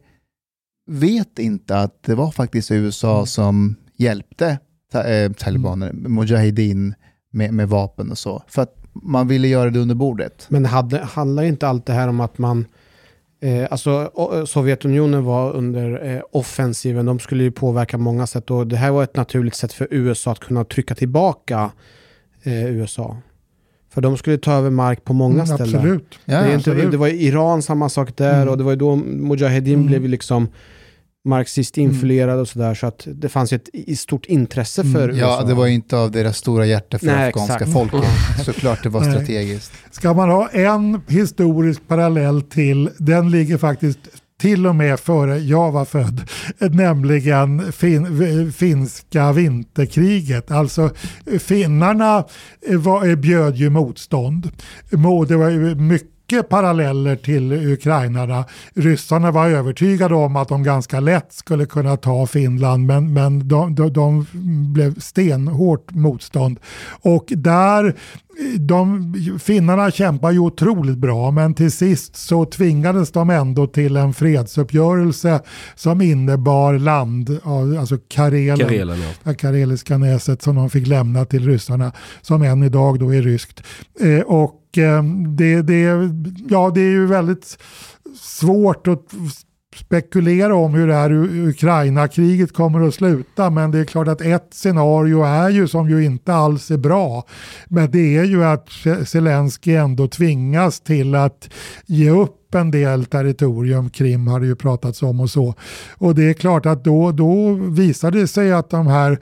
vet inte att det var faktiskt U S A som hjälpte ta, äh, talibaner, mujahedin med, med vapen och så. För att man ville göra det under bordet. Men hade, handlar inte allt det här om att man Eh, alltså Sovjetunionen var under eh, offensiven, de skulle ju påverka många sätt och det här var ett naturligt sätt för U S A att kunna trycka tillbaka eh, U S A. För de skulle ta över mark på många mm, ställen. Absolut. Ja, det, är inte, absolut. Det var i Iran samma sak där mm. och det var ju då Mujahedin mm. blev ju liksom marxist influerad och sådär, så att det fanns ett i stort intresse för mm. U S A. Ja, det var ju inte av deras stora hjärta för Nej, afghanska exakt. folket. Såklart det var Nej. strategiskt. Ska man ha en historisk parallell till, den ligger faktiskt till och med före jag var född, nämligen fin, finska vinterkriget. Alltså finnarna var, bjöd ju motstånd. Det var ju mycket paralleller till ukrainarna. Ryssarna var övertygade om att de ganska lätt skulle kunna ta Finland, men, men de, de, de blev stenhårt motstånd. Och där de, finnarna kämpar ju otroligt bra, men till sist så tvingades de ändå till en fredsuppgörelse som innebar land, alltså Karelen, Karelen ja. Kareliska näset som de fick lämna till ryssarna, som än idag då är ryskt. Eh, och Det, det, ja, det är ju väldigt svårt att spekulera om hur det här Ukraina-kriget kommer att sluta, men det är klart att ett scenario är ju, som ju inte alls är bra, men det är ju att Zelensky ändå tvingas till att ge upp en del territorium. Krim har det ju pratats om och så. Och det är klart att då, då visar det sig att de här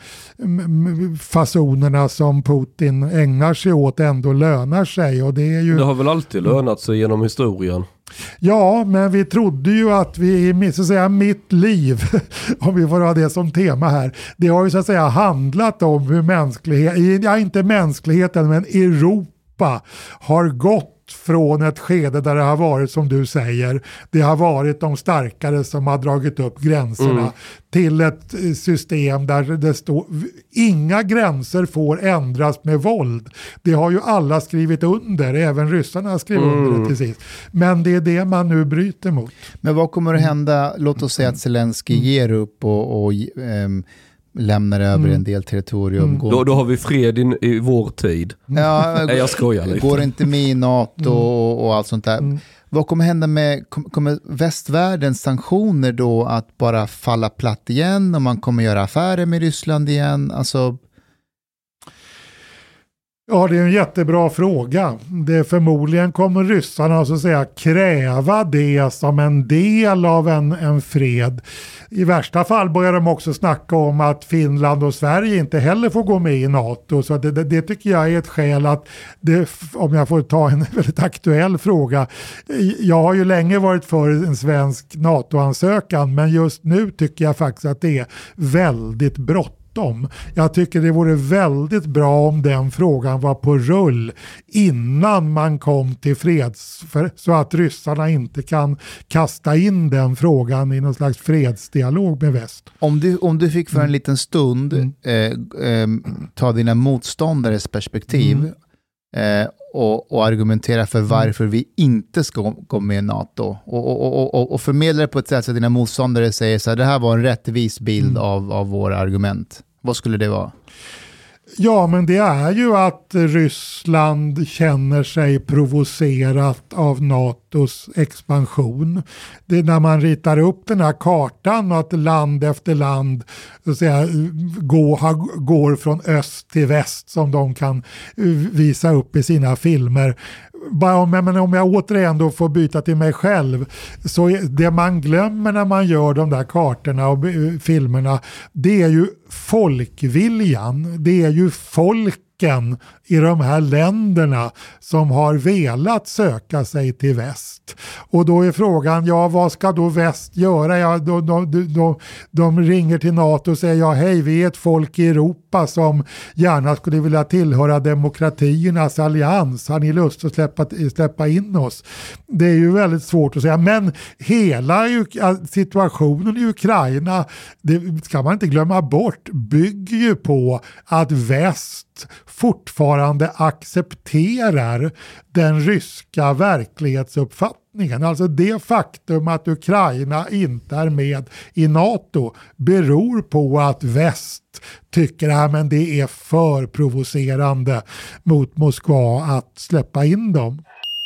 fasonerna som Putin ägnar sig åt ändå lönar sig. Och det är ju... Det har väl alltid lönat sig genom historien? Ja, men vi trodde ju att vi, så att säga, mitt liv, om vi får ha det som tema här, det har ju så att säga handlat om hur mänskligheten, ja inte mänskligheten, men Europa har gått från ett skede där det har varit, som du säger, det har varit de starkare som har dragit upp gränserna mm. till ett system där det står inga gränser får ändras med våld. Det har ju alla skrivit under, även ryssarna har skrivit mm. under det till sist. Men det är det man nu bryter mot. Men vad kommer att hända? Låt oss säga att Zelensky mm. ger upp och, och um, lämnar över mm. en del territorium. Mm. Går... Då, då har vi fred i, i vår tid. Ja, Nej, jag skojar lite. Går inte med i NATO mm. och, och allt sånt där. Mm. Vad kommer hända med, kommer västvärldens sanktioner då att bara falla platt igen och man kommer göra affärer med Ryssland igen? Alltså... Ja, det är en jättebra fråga. Det förmodligen kommer ryssarna så att säga kräva det som en del av en, en fred. I värsta fall börjar de också snacka om att Finland och Sverige inte heller får gå med i NATO. Så det, det, det tycker jag är ett skäl att, det, om jag får ta en väldigt aktuell fråga. Jag har ju länge varit för en svensk NATO-ansökan, men just nu tycker jag faktiskt att det är väldigt bråttom. Jag tycker det vore väldigt bra om den frågan var på rull innan man kom till freds, för, så att ryssarna inte kan kasta in den frågan i någon slags fredsdialog med väst. Om du, om du fick för en mm. liten stund mm. eh, eh, ta dina motståndares perspektiv, mm. eh, och, och argumentera för varför vi inte ska gå med i NATO. Och, och, och, och förmedla det på ett sätt så att dina motståndare säger så här, det här var en rättvis bild mm. av, av våra argument. Vad skulle det vara? Ja, men det är ju att Ryssland känner sig provocerat av NATOs expansion. Det är när man ritar upp den här kartan och att land efter land så att säga, går, går från öst till väst som de kan visa upp i sina filmer. Bara, men om jag återigen då får byta till mig själv, så det man glömmer när man gör de där kartorna och filmerna, det är ju folkviljan. Det är ju folken i de här länderna som har velat söka sig till väst. Och då är frågan, ja, vad ska då väst göra? Ja, då, då, då, de ringer till NATO och säger, ja hej, vi är ett folk i Europa som gärna skulle vilja tillhöra demokratiernas allians. Har ni lust att släppa, släppa in oss? Det är ju väldigt svårt att säga. Men hela situationen i Ukraina, det ska man inte glömma bort, bygger ju på att väst fortfarande accepterar den ryska verklighetsuppfattningen. Alltså det faktum att Ukraina inte är med i NATO beror på att väst tycker att men det är för provocerande mot Moskva att släppa in dem.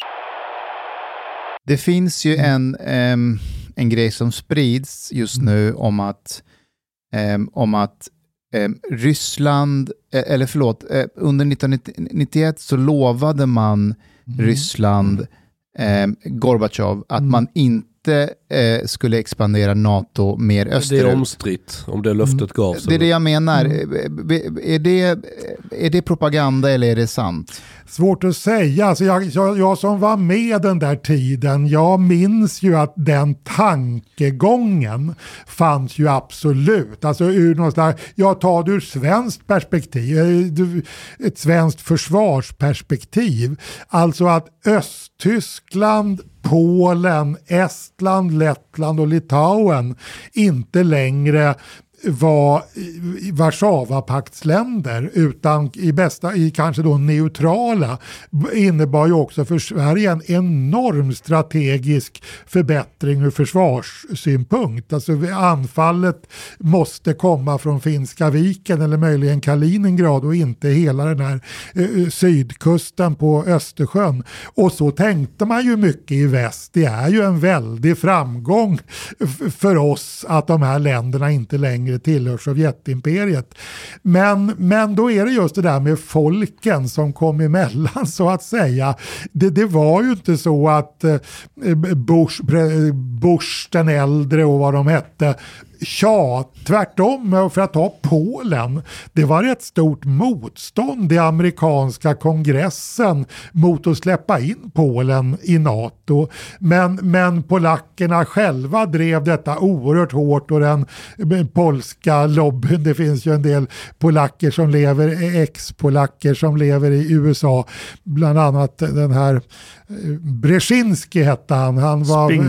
Det finns ju en, um, en grej som sprids just nu om att, um, om att um, Ryssland, eller förlåt, uh, under nittonhundranittioett så lovade man mm. Ryssland, um, Gorbachev, att mm. man inte eh, skulle expandera NATO mer österut. Det är omstritt om det löftet gavs. Det är det jag menar. Mm. Är, det, är det propaganda eller är det sant? Svårt att säga. Alltså jag, jag, jag som var med den där tiden, jag minns ju att den tankegången fanns ju absolut. Alltså ur någonstans, jag tar det ur svenskt perspektiv, ett svenskt försvarsperspektiv. Alltså att Östtyskland, Polen, Estland, Lettland och Litauen inte längre var Warszawapaktsländer utan i bästa i kanske då neutrala, innebar ju också för Sverige en enorm strategisk förbättring ur försvarssynpunkt. Alltså anfallet måste komma från Finska viken eller möjligen Kaliningrad och inte hela den här eh, sydkusten på Östersjön. Och så tänkte man ju mycket i väst. Det är ju en väldig framgång f- för oss att de här länderna inte längre tillhör Sovjetimperiet. Men, men då är det just det där med folken som kom emellan så att säga. Det, det var ju inte så att eh, Bush, Bush den äldre och vad de hette, ja, tvärtom, för att ta Polen. Det var ett stort motstånd i amerikanska kongressen mot att släppa in Polen i NATO. Men, men polackerna själva drev detta oerhört hårt och den polska lobbyn, det finns ju en del polacker som lever, ex-polacker som lever i U S A. Bland annat den här Brzezinski hette han. Han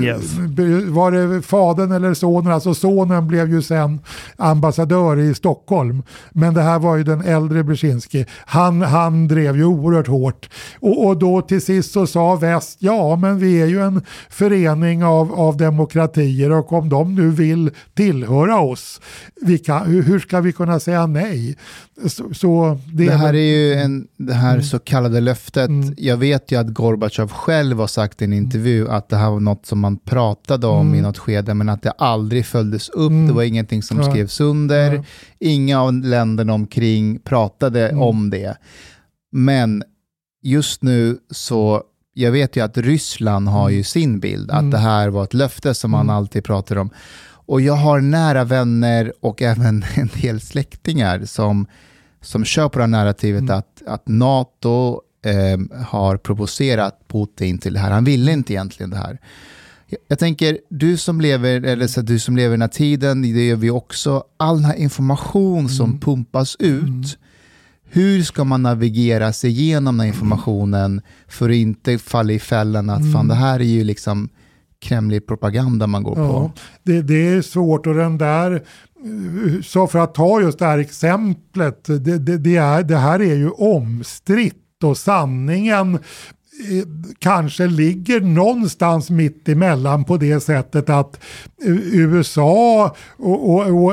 var, var det fadern eller sonen? Alltså sonen blev ju sen ambassadör i Stockholm. Men det här var ju den äldre Brzezinski. Han, han drev ju oerhört hårt. Och, och då till sist så sa väst, ja men vi är ju en förening av, av demokratier och om de nu vill tillhöra oss, vi kan, hur, hur ska vi kunna säga nej? Så, så det, det här är ju en, det här mm. så kallade löftet. Mm. Jag vet ju att Gorbachev själv har sagt i en intervju mm. att det här var något som man pratade om mm. i något skede, men att det aldrig följdes upp. Mm. Det var ingenting som ja. skrevs under. Ja. Inga av länderna omkring pratade mm. om det. Men just nu så, jag vet ju att Ryssland har ju sin bild. Mm. Att det här var ett löfte som man mm. alltid pratar om. Och jag har nära vänner och även en del släktingar som, som kör på det här narrativet mm. att, att NATO eh, har provocerat Putin till det här. Han ville inte egentligen det här. Jag, jag tänker, du som lever, eller så du som lever i den här tiden, det gör vi också. All den här information mm. som pumpas ut, mm. hur ska man navigera sig igenom den här informationen för att inte falla i fällan att mm. fan, det här är ju liksom Kremlig propaganda man går ja, på. Det, det är svårt och den där, så för att ta just det här exemplet, det, det, det, är, det här är ju omstritt och sanningen kanske ligger någonstans mitt emellan på det sättet att U S A och, och, och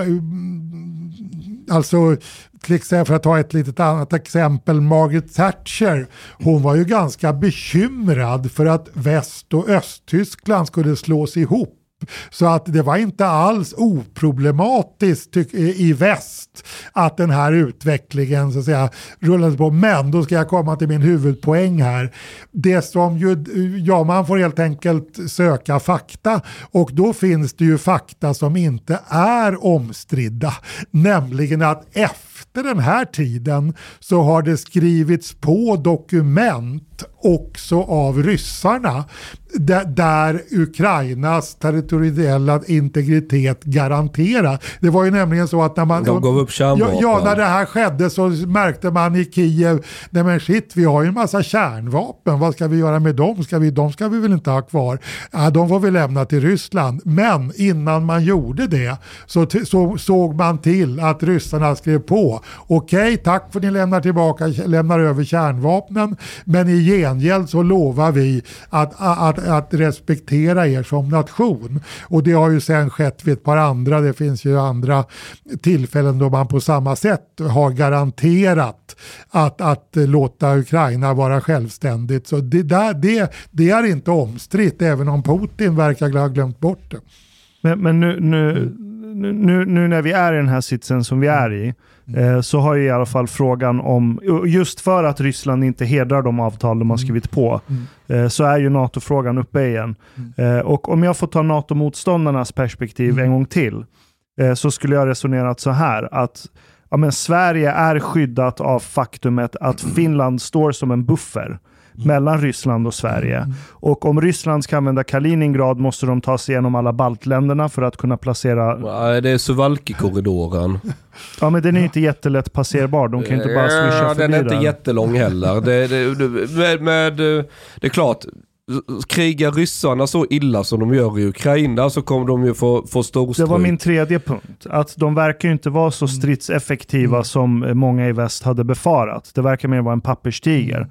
alltså till exempel, för att ta ett litet annat exempel, Margaret Thatcher, hon var ju ganska bekymrad för att Väst- och Östtyskland skulle slås ihop. Så att det var inte alls oproblematiskt i väst att den här utvecklingen så att säga rullade på. Men då ska jag komma till min huvudpoäng här. Det som ju, ja, man får helt enkelt söka fakta, och då finns det ju fakta som inte är omstridda. Nämligen att efter den här tiden så har det skrivits på dokument också av ryssarna där, där Ukrainas territoriella integritet garanteras. Det var ju nämligen så att när man... De gav upp kärnvapen. Ja, ja, när det här skedde så märkte man i Kiev, nej men shit, vi har ju en massa kärnvapen. Vad ska vi göra med dem? Ska vi, de ska vi väl inte ha kvar? Ja, de får vi lämna till Ryssland. Men innan man gjorde det så, så såg man till att ryssarna skrev på. Okej, tack för att ni lämnar tillbaka, lämnar över kärnvapnen, men i gengäld så lovar vi att, att, att respektera er som nation. Och det har ju sen skett vid ett par andra, det finns ju andra tillfällen då man på samma sätt har garanterat att, att låta Ukraina vara självständigt. Så det, där, det, det är inte omstritt, även om Putin verkar ha glömt bort det. Men, men nu, nu, nu, nu när vi är i den här sitsen som vi är i, eh, så har ju i alla fall frågan om, just för att Ryssland inte hedrar de avtal de har skrivit på, eh, så är ju NATO-frågan uppe igen. Eh, och om jag får ta NATO-motståndarnas perspektiv en gång till, eh, så skulle jag resonerat så här, att ja, men Sverige är skyddat av faktumet att Finland står som en buffer mellan Ryssland och Sverige. Och om Ryssland ska använda Kaliningrad måste de ta sig igenom alla baltländerna för att kunna placera... Nej, det är Suwalki-korridoren. Ja, men den är inte jättelätt passerbar. De kan inte bara swisha ja, förbi den är inte den. jättelång heller. Det, det, det, med, med, det är klart, krigar ryssarna så illa som de gör i Ukraina så kommer de ju få, få storstryk. Det var min tredje punkt. Att de verkar ju inte vara så stridseffektiva som många i väst hade befarat. Det verkar mer vara en papperstiger.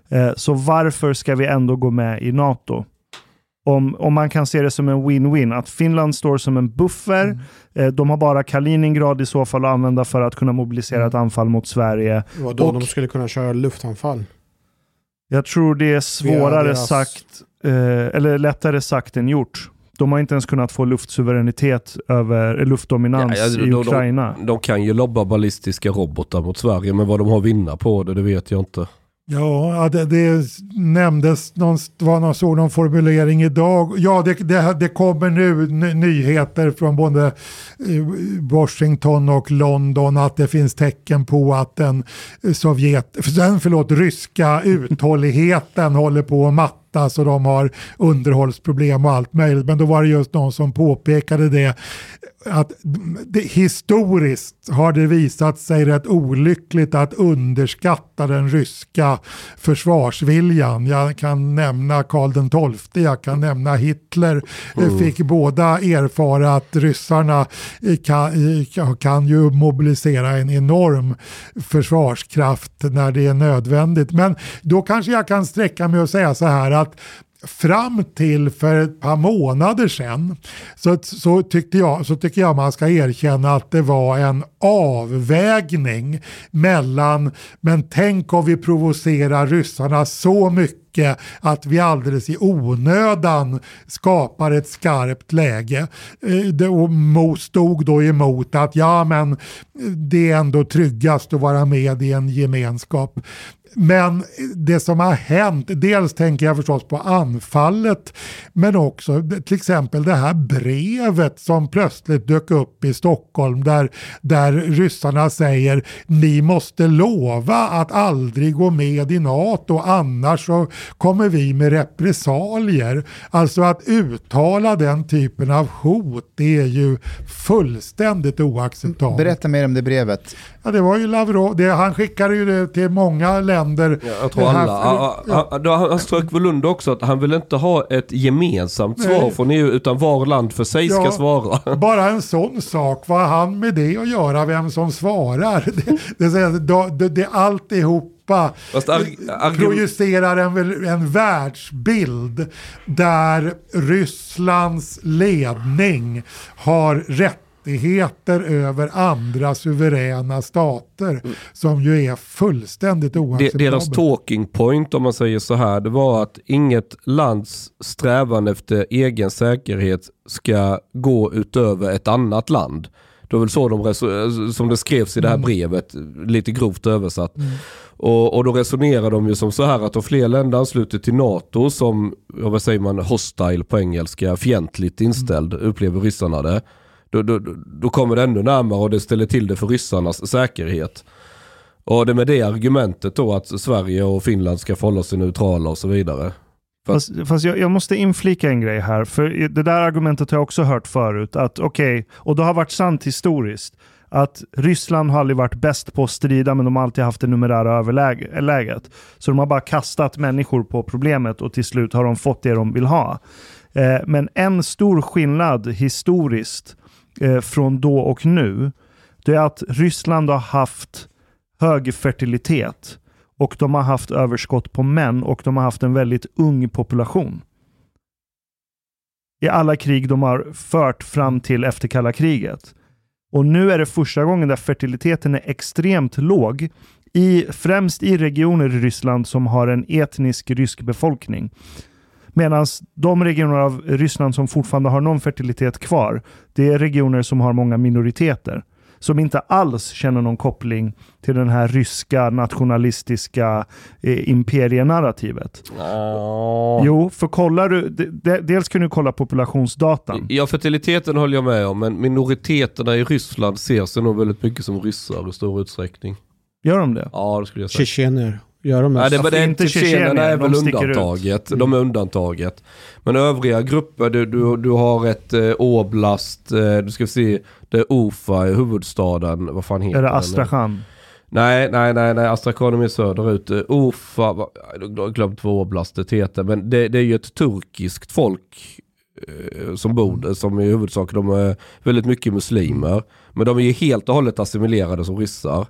Så varför ska vi ändå gå med i NATO? Om, om man kan se det som en win-win. Att Finland står som en buffer. Mm. De har bara Kaliningrad i så fall att använda för att kunna mobilisera ett anfall mot Sverige. Vadå, och de skulle kunna köra luftanfall? Jag tror det är svårare deras... sagt, eh, eller lättare sagt än gjort. De har inte ens kunnat få luftsuveränitet över luftdominans ja, ja, i Ukraina. De, de kan ju lobba ballistiska robotar mot Sverige, men vad de har vinna på det, det vet jag inte. Ja, det, det nämndes någon, var någon såg någon formulering idag. Ja, det, det, det kommer nu nyheter från både Washington och London att det finns tecken på att den Sovjet, förlåt, ryska uthålligheten håller på att matta, så de har underhållsproblem och allt möjligt. Men då var det just någon som påpekade det, att det, historiskt har det visat sig rätt olyckligt att underskatta den ryska försvarsviljan. Jag kan nämna Karl den tolfte, jag kan nämna Hitler. Mm. Fick båda erfara att ryssarna kan, kan ju mobilisera en enorm försvarskraft när det är nödvändigt. Men då kanske jag kan sträcka mig och säga så här att fram till för ett par månader sedan så, så, tyckte jag, så tycker jag man ska erkänna att det var en avvägning mellan, men tänk om vi provocerar ryssarna så mycket att vi alldeles i onödan skapar ett skarpt läge. Det stod då emot att ja, men det är ändå tryggast att vara med i en gemenskap. Men det som har hänt, dels tänker jag förstås på anfallet, men också till exempel det här brevet som plötsligt dök upp i Stockholm där, där ryssarna säger ni måste lova att aldrig gå med i NATO, annars så kommer vi med repressalier. Alltså att uttala den typen av hot, det är ju fullständigt oacceptabelt. Berätta mer om det brevet. Ja, det var ju Lavrov, det, han skickade ju det till många länder. Ja, jag tror alla. Ja. Han, han, han strök väl under också att han vill inte ha ett gemensamt svar Nej. från E U, utan var land för sig ska ja, svara. Bara en sån sak, vad han med det att göra, vem som svarar. Det, det, det, det, det alltihop Europa Fast arg- arg- projicerar en, en världsbild där Rysslands ledning har rättigheter över andra suveräna stater mm. som ju är fullständigt oacceptabla. Deras talking point, om man säger så här, det var att inget lands strävan efter egen säkerhet ska gå utöver ett annat land. Det var väl så de reso- som det skrevs i det här brevet, lite grovt översatt. Mm. Och, och då resonerar de ju som så här att om fler länder ansluter till NATO som, vad säger man, hostile på engelska, fientligt inställd, mm. upplever ryssarna det. Då, då, då kommer det ännu närmare och det ställer till det för ryssarnas säkerhet. Och det är med det argumentet då att Sverige och Finland ska förhålla sig neutrala och så vidare. Fast, fast jag, jag måste inflika en grej här, för det där argumentet har jag också hört förut, att okej, okay, och det har varit sant historiskt, att Ryssland har aldrig varit bäst på att strida, men de har alltid haft det numerära överläget. Så de har bara kastat människor på problemet och till slut har de fått det de vill ha. Eh, men en stor skillnad historiskt eh, från då och nu, det är att Ryssland har haft hög fertilitet. Och de har haft överskott på män och de har haft en väldigt ung population. I alla krig de har fört fram till efter kalla kriget. Och nu är det första gången där fertiliteten är extremt låg. I, främst i regioner i Ryssland som har en etnisk rysk befolkning. Medan de regioner av Ryssland som fortfarande har någon fertilitet kvar, det är regioner som har många minoriteter. Som inte alls känner någon koppling till den här ryska nationalistiska eh, imperienarrativet. Oh. Jo, för kollar du, de, de, dels kan du kolla populationsdatan. Ja, fertiliteten håller jag med om, men minoriteterna i Ryssland ser sig nog väldigt mycket som ryssar i stor utsträckning. Gör de det? Ja, det skulle jag säga. Tjetjener. Gör de Nej, det, det, det inte tjetjenerna är väl de undantaget. Mm. De är undantaget. Men övriga grupper, du, du, du har ett eh, oblast, eh, du ska se, det är Ufa i huvudstaden. Vad fan heter det? Är det Astrakhan? Nej, nej, nej, nej. Astrakhan är söderut. Ufa, jag har glömt vad oblastet heter. Men det, det är ju ett turkiskt folk eh, som bor, som i huvudsak, de är väldigt mycket muslimer. Men de är ju helt och hållet assimilerade som ryssar.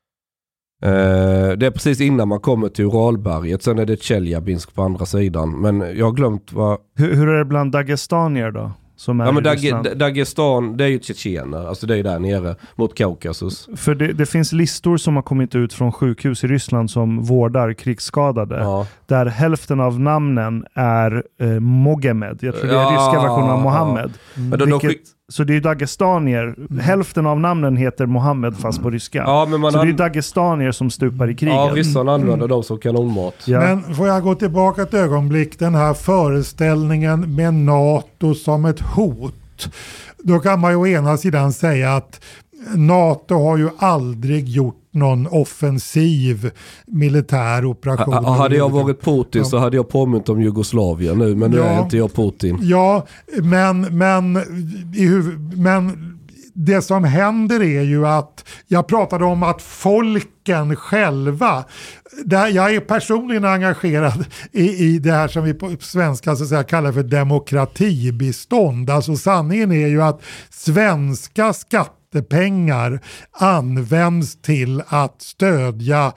Uh, det är precis innan man kommer till Uralberget. Sen är det Tjeljabinsk på andra sidan. Men jag har glömt vad... Hur, hur är det bland Dagestanier då? Som är ja, men Dag- Dagestan, det är ju tjetjener. Alltså det är där nere mot Kaukasus. För det, det finns listor som har kommit ut från sjukhus i Ryssland som vårdar krigsskadade. Ja. Där hälften av namnen är eh, Mohamed. Jag tror det är ja, ryska versionen av Mohammed. Ja. Mm. Men då, Vilket, skick... Så det är Dagestanier. Mm. Hälften av namnen heter Mohammed fast på ryska. Ja, men man så an... det är Dagestanier som stupar i kriget. Ja, ryssarna använder mm. dem som kanonmat. Ja. Men får jag gå tillbaka ett ögonblick. Den här föreställningen med NATO som ett hot. Då kan man ju å ena sidan säga att NATO har ju aldrig gjort någon offensiv militär operation. Ha, hade jag varit Putin ja. så hade jag påmint om Jugoslavien nu, men nu ja, är inte jag Putin. Ja, men, men, i huvud, men det som händer är ju att jag pratade om att folken själva, där jag är personligen engagerad i, i det här som vi på svenska så att säga, kallar för demokratibistånd. Alltså sanningen är ju att svenska skattepengar används till att stödja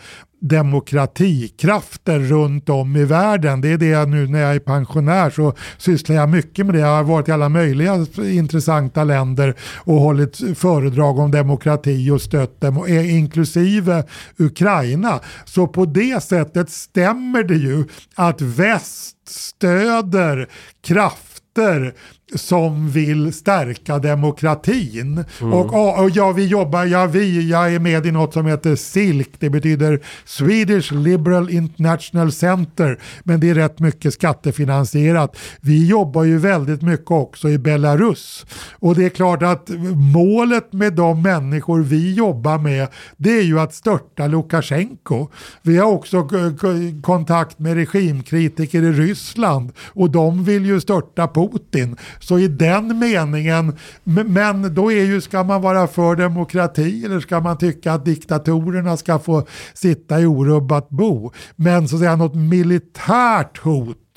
demokratikrafter runt om i världen. Det är det jag nu när jag är pensionär så sysslar jag mycket med det. Jag har varit i alla möjliga intressanta länder och hållit föredrag om demokrati och stött dem, inklusive Ukraina. Så på det sättet stämmer det ju att väst stöder krafter som vill stärka demokratin. Mm. Och, och ja, vi jobbar, ja, vi, jag är med i något som heter S I L C. Det betyder Swedish Liberal International Center. Men det är rätt mycket skattefinansierat. Vi jobbar ju väldigt mycket också i Belarus. Och det är klart att målet med de människor vi jobbar med, det är ju att störta Lukasjenko. Vi har också k- k- kontakt med regimkritiker i Ryssland. Och de vill ju störta Putin. Så i den meningen, men då är ju, ska man vara för demokrati eller ska man tycka att diktatorerna ska få sitta i orubbat bo? Men så att säga något militärt hot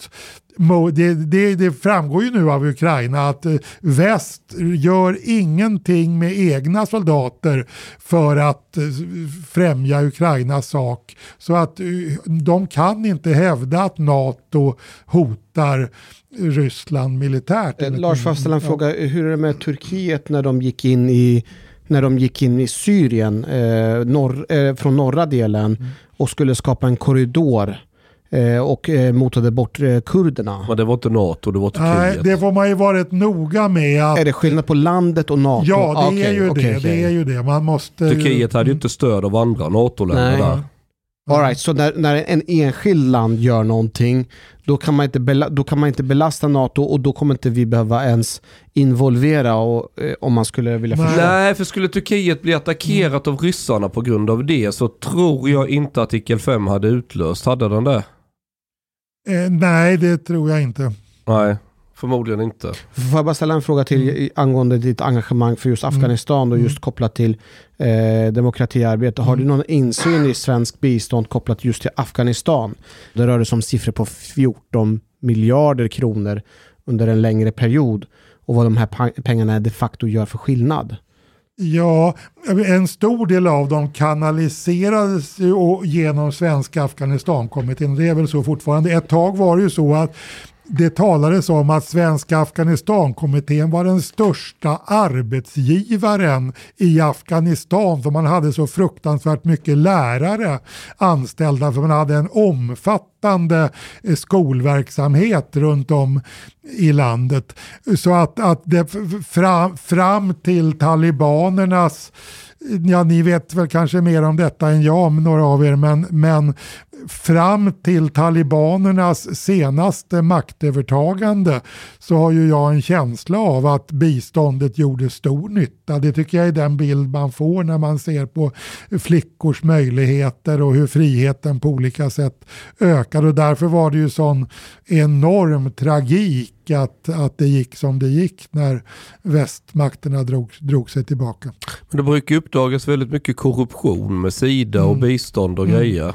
Det, det, det framgår ju nu av Ukraina att väst gör ingenting med egna soldater för att främja Ukrainas sak. Så att de kan inte hävda att NATO hotar Ryssland militärt. Eh, Lars, får jag ställa en fråga. Hur är det med Turkiet när de gick in i, när de gick in i Syrien eh, norr, eh, från norra delen mm. och skulle skapa en korridor och motade bort kurderna? Men det var inte NATO, det var Turkiet. Nej, det får man ju varit noga med. Att... Är det skillnad på landet och NATO? Ja, det, ah, okay, är, ju okay, det. Okay. det är ju det. Man måste... Turkiet hade ju inte stöd av andra NATO-länder där. All right, så när, när en enskild land gör någonting, då kan, man inte bela, då kan man inte belasta NATO och då kommer inte vi behöva ens involvera och, eh, om man skulle vilja förstå. Nej, för skulle Turkiet bli attackerat mm. av ryssarna på grund av det, så tror jag inte artikel fem hade utlöst. Hade den det? Eh, nej, det tror jag inte. Nej, förmodligen inte. Får jag bara ställa en fråga till mm. angående ditt engagemang för just Afghanistan mm. och just kopplat till eh, demokratiarbete. Har mm. du någon insyn i svensk bistånd kopplat just till Afghanistan? Det rör sig om siffror på fjorton miljarder kronor under en längre period och vad de här pengarna de facto gör för skillnad. Ja, en stor del av dem kanaliserades genom Svenska Afghanistan-kommittén. Det är väl så fortfarande. Ett tag var det ju så att det talades om att Svenska Afghanistan-kommittén var den största arbetsgivaren i Afghanistan, för man hade så fruktansvärt mycket lärare anställda, för man hade en omfattande skolverksamhet runt om i landet. Så att, att det fram, fram till talibanernas, ja, ni vet väl kanske mer om detta än jag, några av er, men, men fram till talibanernas senaste maktövertagande så har ju jag en känsla av att biståndet gjorde stor nytta. Det tycker jag är den bild man får när man ser på flickors möjligheter och hur friheten på olika sätt ökar. Och därför var det ju sån enorm tragik att, att det gick som det gick när västmakterna drog, drog sig tillbaka. Men det brukar uppdagas väldigt mycket korruption med Sida mm. och bistånd och mm. grejer.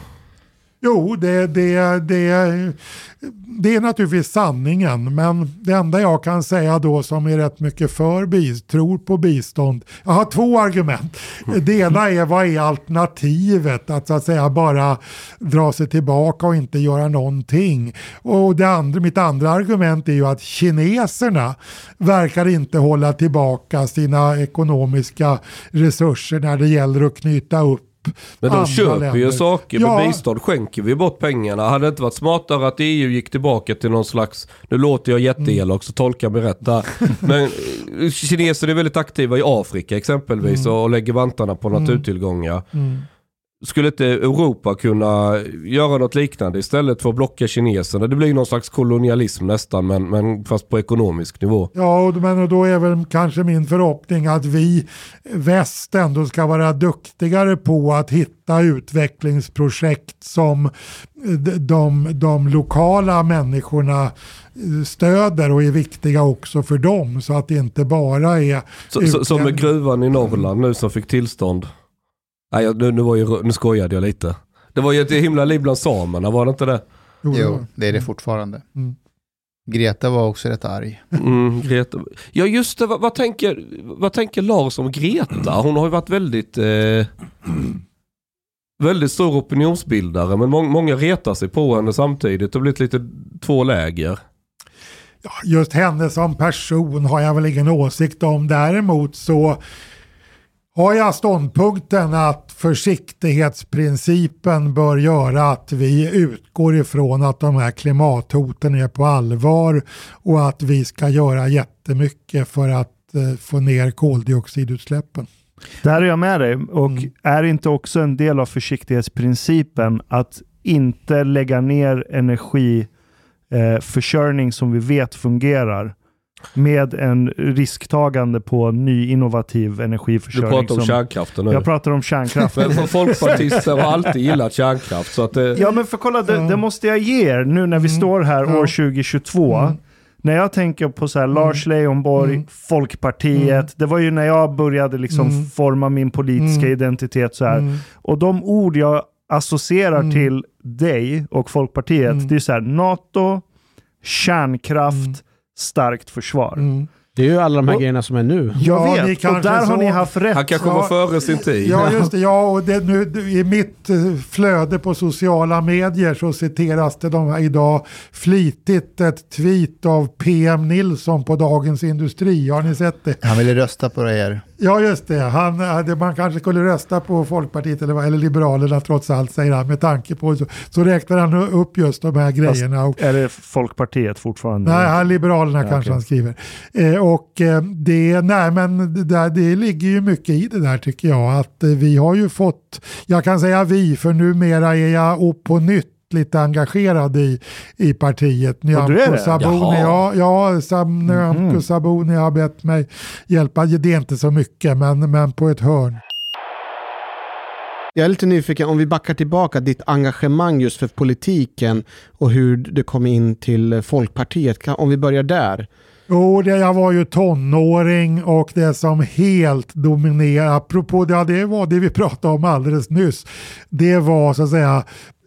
Jo, det, det, det, det är naturligtvis sanningen, men det enda jag kan säga då som är rätt mycket för bistånd, tror på bistånd. Jag har två argument. Det ena är, vad är alternativet? Att så att säga bara dra sig tillbaka och inte göra någonting. Och det andra, mitt andra argument är ju att kineserna verkar inte hålla tillbaka sina ekonomiska resurser när det gäller att knyta upp. Men de köper länder. ju saker med ja. bistånd, skänker vi bort pengarna. Hade det inte varit smartare att E U gick tillbaka till någon slags, nu låter jag jätteelak så tolkar mig rätt där. Men kineser är väldigt aktiva i Afrika exempelvis mm. och lägger vantarna på mm. naturtillgångar. Mm. Skulle inte Europa kunna göra något liknande istället för att blocka kineserna? Det blir ju någon slags kolonialism nästan, men, men fast på ekonomisk nivå. Ja, och, men då är väl kanske min förhoppning att vi väst ändå ska vara duktigare på att hitta utvecklingsprojekt som de, de lokala människorna stöder och är viktiga också för dem, så att det inte bara är... Så, så, som med gruvan i Norrland nu som fick tillstånd. Nej, nu, nu, var ju, nu skojade jag lite. Det var ju ett himla liv bland samerna, var det inte det? Jo, det är det fortfarande. Mm. Greta var också rätt arg. Mm, Greta. Ja, just det. Vad, vad, tänker, vad tänker Lars om Greta? Hon har ju varit väldigt eh, väldigt stor opinionsbildare, men må, många retar sig på henne samtidigt. Det har blivit lite två läger. Ja, just henne som person har jag väl ingen åsikt om. Däremot så har jag ståndpunkten att försiktighetsprincipen bör göra att vi utgår ifrån att de här klimathoten är på allvar och att vi ska göra jättemycket för att eh, få ner koldioxidutsläppen. Där är jag med dig, och mm. är inte också en del av försiktighetsprincipen att inte lägga ner energiförsörjning eh, som vi vet fungerar med en risktagande på ny innovativ energiförsörjning. Du pratar om som, kärnkraften nu. Jag pratar om kärnkraft. Men folkpartister har alltid gillat kärnkraft. Så att det... Ja, men för kolla, det, det måste jag ge er nu när vi mm. står här mm. år tjugo tjugotvå. Mm. När jag tänker på så här, Lars Leijonborg, mm. Folkpartiet, mm. det var ju när jag började liksom mm. forma min politiska mm. identitet så här. Mm. Och de ord jag associerar mm. till dig och Folkpartiet, mm. det är så här, NATO, kärnkraft, Mm. starkt försvar. Mm. Det är ju alla de här Och- grejerna som är nu. Jag Ja, ni vet, och kanske där har så- ni haft rätt. Han kanske Ja. var före sin tid. Ja, just det. Ja, och det, nu, i mitt eh, flöde på sociala medier så citeras det de här idag flitigt ett tweet av P M Nilsson på Dagens Industri. Har ni sett det? Han ville rösta på er. Ja, just det. Han, det man kanske skulle rösta på Folkpartiet eller, eller Liberalerna trots allt, säger han, med tanke på så, så räknar han upp just de här grejerna. Och, Är det Folkpartiet fortfarande? nej, han, Liberalerna Ja, kanske okej. han skriver. Eh, och eh, det, nej, men det, där, det ligger ju mycket i det där tycker jag. Att eh, vi har ju fått, jag kan säga vi, för numera är jag upp på nytt lite engagerad i, i partiet. du är Nyamko det? Sabuni, ja, Jaha. ja Sam, Nyamko Mhm. Sabuni har bett mig hjälpa. Det är inte så mycket, men, men på ett hörn. Jag är lite nyfiken, om vi backar tillbaka ditt engagemang just för politiken och hur det kom in till Folkpartiet. Kan, om vi börjar där. Jo, det, jag var ju tonåring och det som helt dominerade, apropå det, det var det vi pratade om alldeles nyss, det var så att säga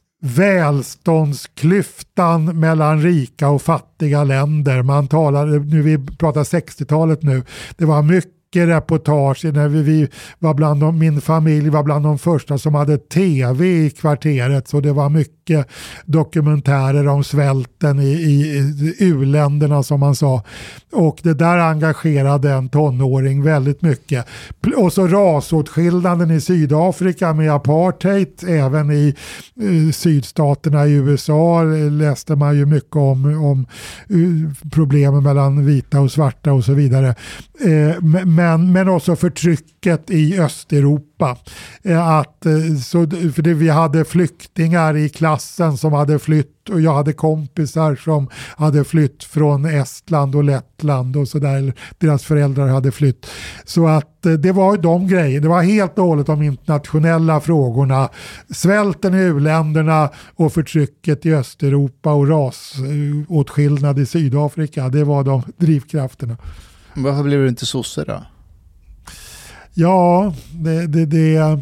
välståndsklyftan mellan rika och fattiga länder. Man talade, nu vi pratar sextiotalet nu, det var mycket reportage när vi, vi var bland de, min familj var bland de första som hade tv i kvarteret, så det var mycket dokumentärer om svälten i, i, i u-länderna som man sa, och det där engagerade en tonåring väldigt mycket. Och så rasåtskillnaden i Sydafrika med apartheid, även i uh, sydstaterna i U S A läste man ju mycket om, om uh, problemen mellan vita och svarta och så vidare. Uh, men, men också förtrycket i Östeuropa. Uh, att, uh, så, för det, vi hade flyktingar i klassen som hade flytt, och jag hade kompisar som hade flytt från Estland och Lettland och sådär. Deras föräldrar hade flytt. Så att eh, det var ju de grejer. Det var helt och hållet de internationella frågorna. Svälten i u-länderna och förtrycket i Östeuropa och rasåtskillnad i Sydafrika. Det var de drivkrafterna. Varför blev du inte sosse då? Ja, det... det, det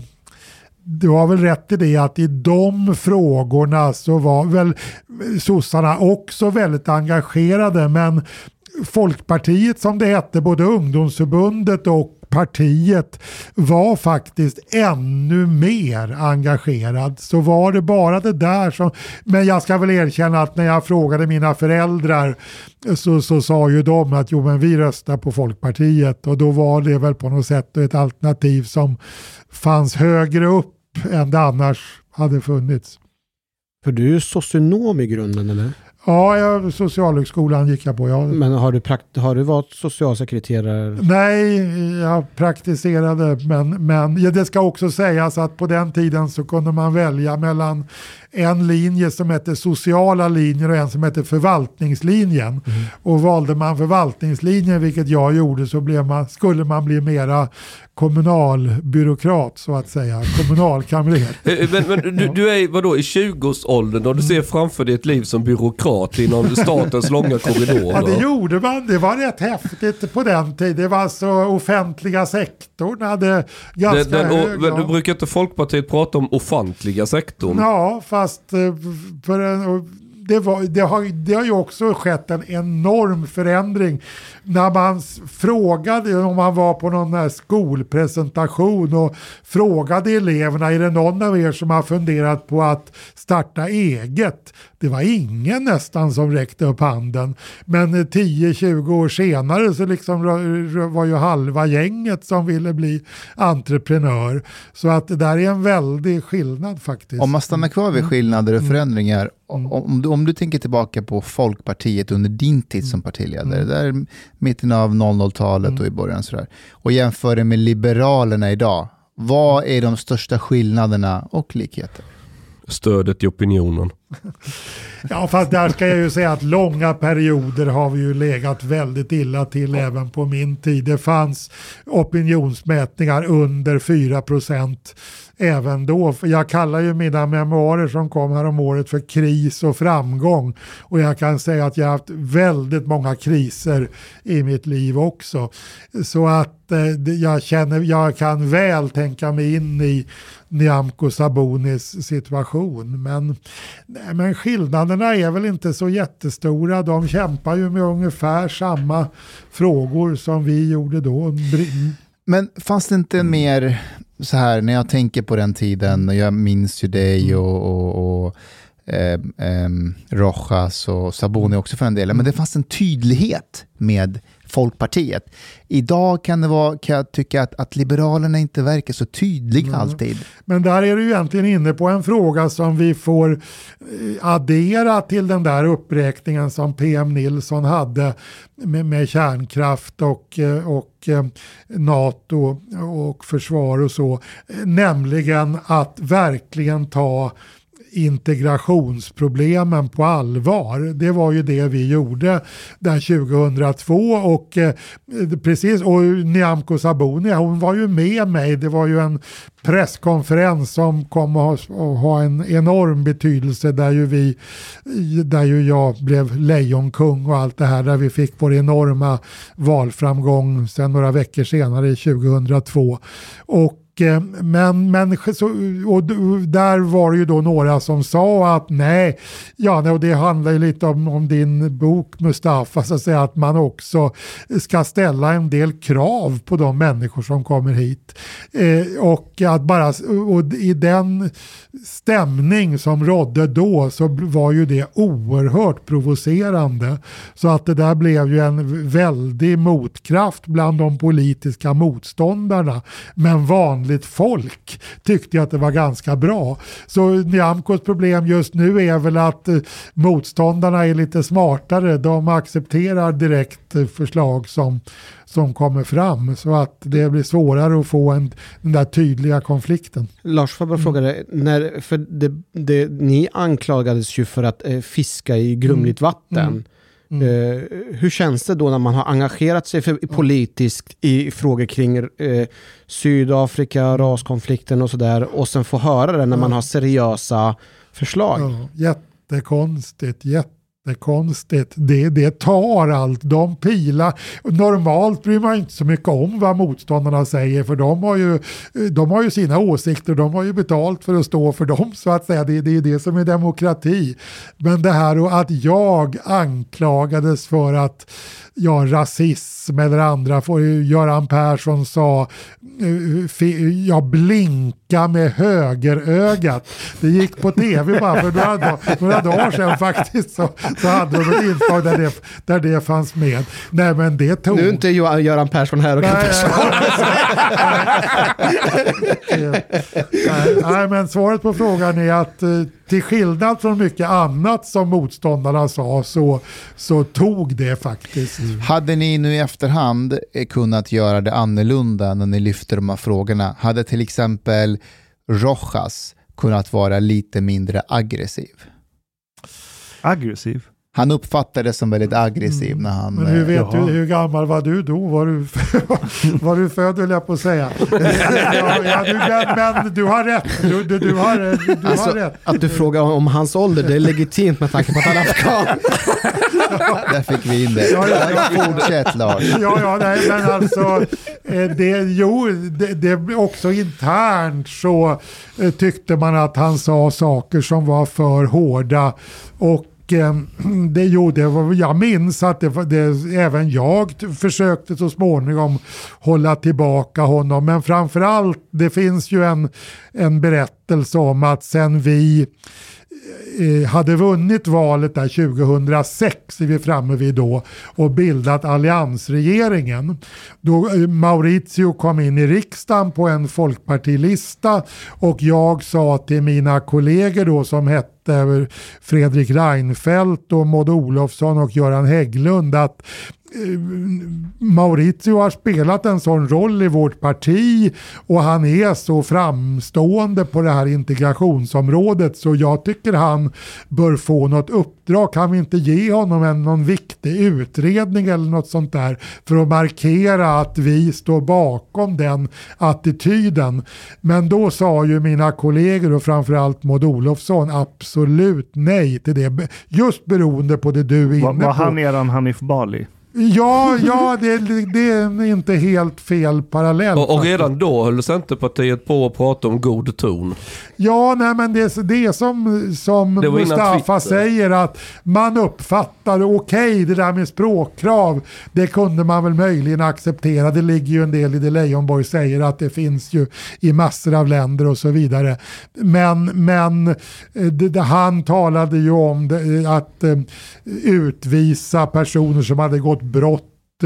Du har väl rätt i det att i de frågorna så var väl sossarna också väldigt engagerade, men Folkpartiet som det hette, både ungdomsförbundet och partiet, var faktiskt ännu mer engagerad. Så var det bara det där som, men jag ska väl erkänna att när jag frågade mina föräldrar så, så sa ju de att jo, men vi röstar på Folkpartiet, och då var det väl på något sätt ett alternativ som fanns högre upp än det annars hade funnits. För du är ju socionom i grunden, eller? Ja, jag, socialhögskolan gick jag på. Ja. Men har du, prakt- har du varit socialsekreterare? Nej, jag praktiserade, men, men ja, det ska också sägas att på den tiden så kunde man välja mellan en linje som hette sociala linjer och en som hette förvaltningslinjen. Mm. Och valde man förvaltningslinjen, vilket jag gjorde, så blev man, skulle man bli mera kommunalbyråkrat så att säga, kommunalkamrer. Men, men du, du är vadå, i tjugoårsåldern och du ser framför dig ett liv som byråkrat inom statens långa korridorer. Ja, det gjorde man. Det var rätt häftigt på den tiden. Det var så offentliga sektorn hade ganska den, den, hög. och, du brukar inte Folkpartiet prata om offentliga sektorn? Ja, fast eh, för en, det, var, det, har, det har ju också skett en enorm förändring. När man frågade, om man var på någon här skolpresentation och frågade eleverna, är det någon av er som har funderat på att starta eget? Det var ingen nästan som räckte upp handen. Men tio tjugo år senare så liksom var ju halva gänget som ville bli entreprenör. Så att det där är en väldig skillnad faktiskt. Om man stannar kvar vid skillnader och förändringar, Mm. om, du, om du tänker tillbaka på Folkpartiet under din tid som partiledare, Mm. där mitten av noll noll-talet Mm. och i början sådär, och jämför det med Liberalerna idag, vad är de största skillnaderna och likheter? Stödet i opinionen. Ja, fast där ska jag ju säga att långa perioder har vi ju legat väldigt illa till även på min tid. Det fanns opinionsmätningar under fyra procent även då. Jag kallar ju mina memoarer som kom här om året för kris och framgång. Och jag kan säga att jag har haft väldigt många kriser i mitt liv också. Så att eh, jag, känner, jag kan väl tänka mig in i Nyamko Sabunis situation. Men, nej, men skillnaderna är väl inte så jättestora. De kämpar ju med ungefär samma frågor som vi gjorde då. Men fanns det inte mm. mer så här, när jag tänker på den tiden, och jag minns ju dig och, och, och eh, eh, Rojas och Sabuni också för en del, men det fanns en tydlighet med Folkpartiet. Idag kan det vara, kan jag tycka att, att Liberalerna inte verkar så tydliga mm. alltid. Men där är du egentligen inne på en fråga som vi får addera till den där uppräkningen som P M Nilsson hade med, med kärnkraft och, och NATO och försvar och så. Nämligen att verkligen ta integrationsproblemen på allvar. Det var ju det vi gjorde där tjugohundratvå och eh, precis, och Nyamko Sabuni, hon var ju med mig. Det var ju en presskonferens som kom att ha, att ha en enorm betydelse där ju vi, där ju jag blev lejonkung och allt det här, där vi fick vår enorma valframgång sen några veckor senare i tjugohundratvå. Och Men, men så, och där var det ju då några som sa att nej, ja, och det handlar ju lite om, om din bok Mustafa, så att säga, att man också ska ställa en del krav på de människor som kommer hit. Eh, och att bara, och i den stämning som rådde då så var ju det oerhört provocerande. Så att det där blev ju en väldig motkraft bland de politiska motståndarna. Men vanligt folk tyckte att det var ganska bra. Så Nyamkos problem just nu är väl att eh, motståndarna är lite smartare. De accepterar direkt eh, förslag som, som kommer fram, så att det blir svårare att få en, den där tydliga konflikten. Lars, får jag bara fråga dig, när, för det, det, ni anklagades ju för att eh, fiska i grumligt vatten. Mm. Mm. Uh, hur känns det då när man har engagerat sig för, politiskt i frågor kring uh, Sydafrika, raskonflikten och sådär, och sen få höra det när man har seriösa förslag? Ja, jättekonstigt, jättekonstigt. Det, det tar allt. De pilar. Normalt bryr man inte så mycket om vad motståndarna säger, för de har ju, de har ju sina åsikter, de har ju betalt för att stå för dem, så att säga. Det, det är det som är demokrati. Men det här och att jag anklagades för att ja, rasism eller andra, för Göran Persson sa jag blinka med högerögat. Det gick på tv bara för några, dag, några dagar sedan faktiskt, så, så hade de ett inslag där det, där det fanns med. Nej, men det tog... Nu är inte Göran Persson här och kan försvara. nej, nej, men svaret på frågan är att till skillnad från mycket annat som motståndarna sa, så, så tog det faktiskt. Mm. Hade ni nu i efterhand kunnat göra det annorlunda när ni lyfter de här frågorna? Hade till exempel Rojas kunnat vara lite mindre aggressiv? Aggressiv? Han uppfattade det som väldigt aggressiv mm. när han... Men hur vet jaha. du, hur gammal var du då? Var du, var du född, vill jag på att säga. ja, ja, du, men, men du har rätt. Du, du, du, har, du alltså, har rätt. Att du frågar om hans ålder, det är legitimt med tanke på att han är afghan. ja. Där fick vi in det. Ja, ja, ja. Fortsätt, Lars. Ja, ja, nej, men alltså... Det, jo, det, det också internt så tyckte man att han sa saker som var för hårda, och det gjorde, jag minns att det, det, även jag försökte så småningom hålla tillbaka honom, men framförallt det finns ju en, en berättelse om att sen vi eh, hade vunnit valet där tjugohundrasex, är vi framme vid då, och bildat alliansregeringen. Då eh, Mauricio kom in i riksdagen på en folkpartilista, och jag sa till mina kollegor då som hette Fredrik Reinfeldt och Maud Olofsson och Göran Hägglund att Mauricio har spelat en sån roll i vårt parti och han är så framstående på det här integrationsområdet, så jag tycker han bör få något uppdrag. Kan vi inte ge honom en någon viktig utredning eller något sånt där för att markera att vi står bakom den attityden? Men då sa ju mina kollegor och framförallt Maud Olofsson absolut nej till det, just beroende på det du är inne var, var på. Var han eran Hanif Bali? Ja, ja det, det är inte helt fel parallell. Och, och redan då höll Centerpartiet på att prata om god ton. Ja, nej, men det, det är som, som det Mustafa säger, att man uppfattar okej, okay, det där med språkkrav, det kunde man väl möjligen acceptera. Det ligger ju en del i det Leijonborg säger, att det finns ju i massor av länder och så vidare. Men, men det, det, han talade ju om det, att uh, utvisa personer som hade gått brott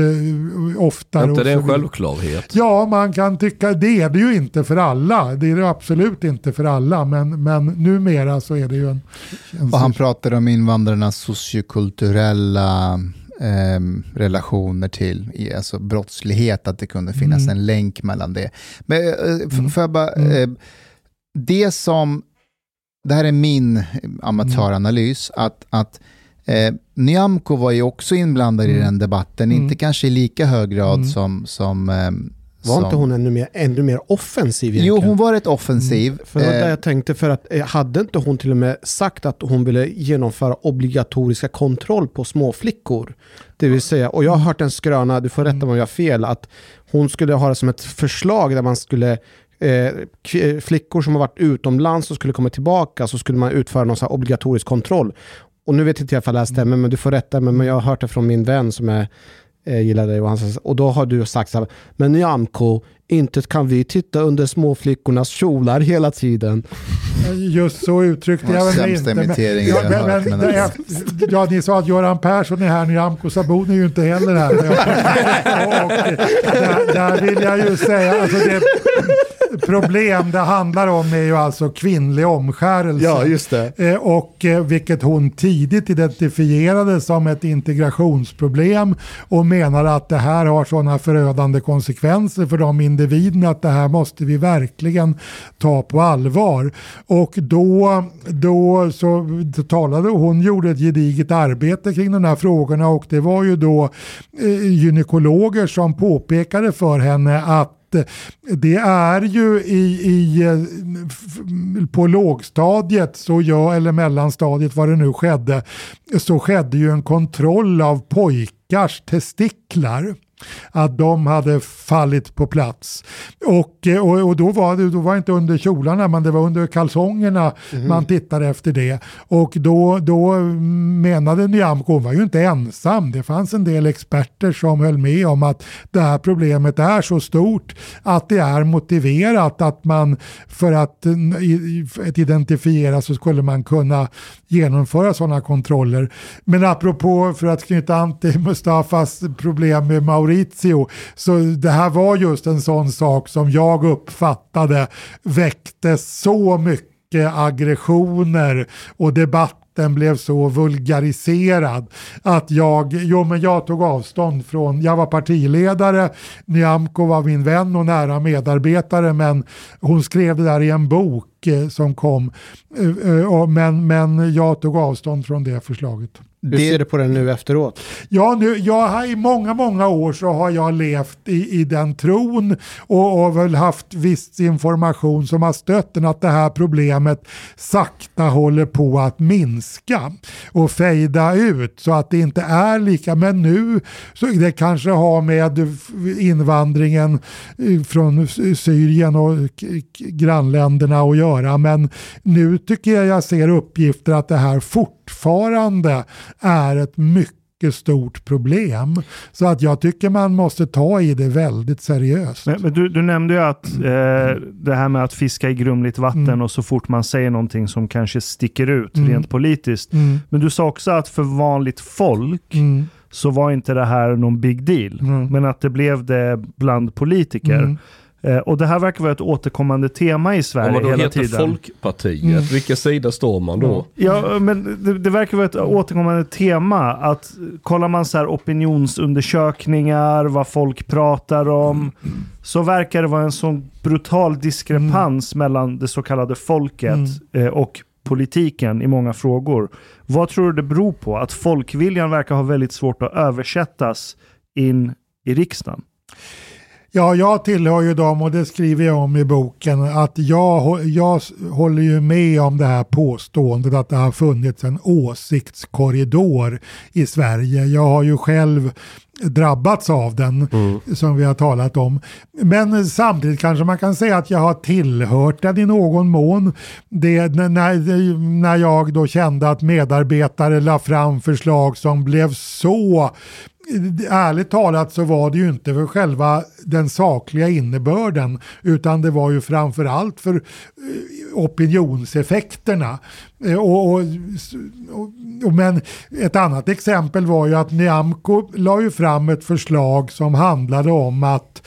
oftare. Inte det en självklarhet? Ja, man kan tycka, det är det ju inte för alla. Det är det absolut inte för alla, men, men numera så är det ju en... en och han pratar om invandrarnas sociokulturella eh, relationer till alltså brottslighet, att det kunde finnas mm. en länk mellan det. Men eh, mm. får jag bara... Eh, det som... Det här är min amatöranalys, att, att Eh, Nyamko var ju också inblandad mm. i den debatten, mm. inte kanske i lika hög grad mm. som... som eh, var som... inte hon ännu mer, ännu mer offensiv egentligen? Jo, hon var rätt offensiv. Mm. För det var där jag tänkte, för att hade inte hon till och med sagt att hon ville genomföra obligatoriska kontroll på små flickor? Det vill säga, och jag har hört en skröna, du får rätta om jag har fel, att hon skulle ha det som ett förslag där man skulle... Eh, flickor som har varit utomlands och skulle komma tillbaka, så skulle man utföra någon så här obligatorisk kontroll. Och nu vet inte jag ifall det här stämmer, men du får rätta mig, men jag har hört det från min vän som är, eh, gillar dig och, hans, och då har du sagt så här, men Nyamko, inte kan vi titta under småflickornas kjolar hela tiden. Just så uttryckte jag väl inte. Men, ja, men, men, men, det, ja, ni sa att Göran Persson är här, Nyamko Sabuni är ju inte heller här. och, och, där, där vill jag ju säga, alltså det problem det handlar om är ju alltså kvinnlig omskärelse. Ja, just det. Eh, och eh, vilket hon tidigt identifierade som ett integrationsproblem och menar att det här har sådana förödande konsekvenser för de individerna att det här måste vi verkligen ta på allvar. Och då, då så talade hon, gjorde ett gediget arbete kring de här frågorna, och det var ju då eh, gynekologer som påpekade för henne att det är ju i, i på lågstadiet så jag, eller mellanstadiet, vad det nu skedde, så skedde ju en kontroll av pojkars testiklar, att de hade fallit på plats. Och, och, och då var det då var inte under kjolarna, men det var under kalsongerna mm. man tittade efter det. Och då, då menade Nyamko, hon var ju inte ensam. Det fanns en del experter som höll med om att det här problemet är så stort att det är motiverat att man, för att, att identifiera, så skulle man kunna genomföra sådana kontroller. Men apropå, för att knyta an till Mustafas problem med Maurizio, så det här var just en sån sak som jag uppfattade väckte så mycket aggressioner och debatten blev så vulgariserad att jag, jo men jag tog avstånd från, jag var partiledare, Nyamko var min vän och nära medarbetare, men hon skrev det där i en bok som kom, men, men jag tog avstånd från det förslaget. Hur ser du på det nu efteråt? Ja, nu, jag har, i många, många år så har jag levt i, i den tron och, och väl haft viss information som har stött den att det här problemet sakta håller på att minska och fejda ut så att det inte är lika. Men nu, så det kanske har med invandringen från Syrien och grannländerna att göra, men nu tycker jag jag ser uppgifter att det här fortfarande är ett mycket stort problem. Så att jag tycker man måste ta i det väldigt seriöst. Men, men du, du nämnde ju att eh, det här med att fiska i grumligt vatten mm. och så fort man säger någonting som kanske sticker ut mm. rent politiskt. Mm. Men du sa också att för vanligt folk mm. så var inte det här någon big deal. Mm. Men att det blev det bland politiker. Mm. Eh, och det här verkar vara ett återkommande tema i Sverige hela tiden. Om man då heter Folkpartiet, mm. vilka sida står man då? Ja, men det, det verkar vara ett återkommande tema att kollar man så här opinionsundersökningar, vad folk pratar om, mm. så verkar det vara en sån brutal diskrepans mm. mellan det så kallade folket mm. eh, och politiken i många frågor. Vad tror du det beror på? Att folkviljan verkar ha väldigt svårt att översättas in i riksdagen. Ja, jag tillhör ju dem och det skriver jag om i boken att jag, jag håller ju med om det här påståendet att det har funnits en åsiktskorridor i Sverige. Jag har ju själv drabbats av den mm. som vi har talat om. Men samtidigt kanske man kan säga att jag har tillhört den i någon mån. Det, när, när jag då kände att medarbetare la fram förslag som blev så, ärligt talat så var det ju inte för själva den sakliga innebörden, utan det var ju framförallt för opinionseffekterna. Och, och, och, men ett annat exempel var ju att Nyamko la ju fram ett förslag som handlade om att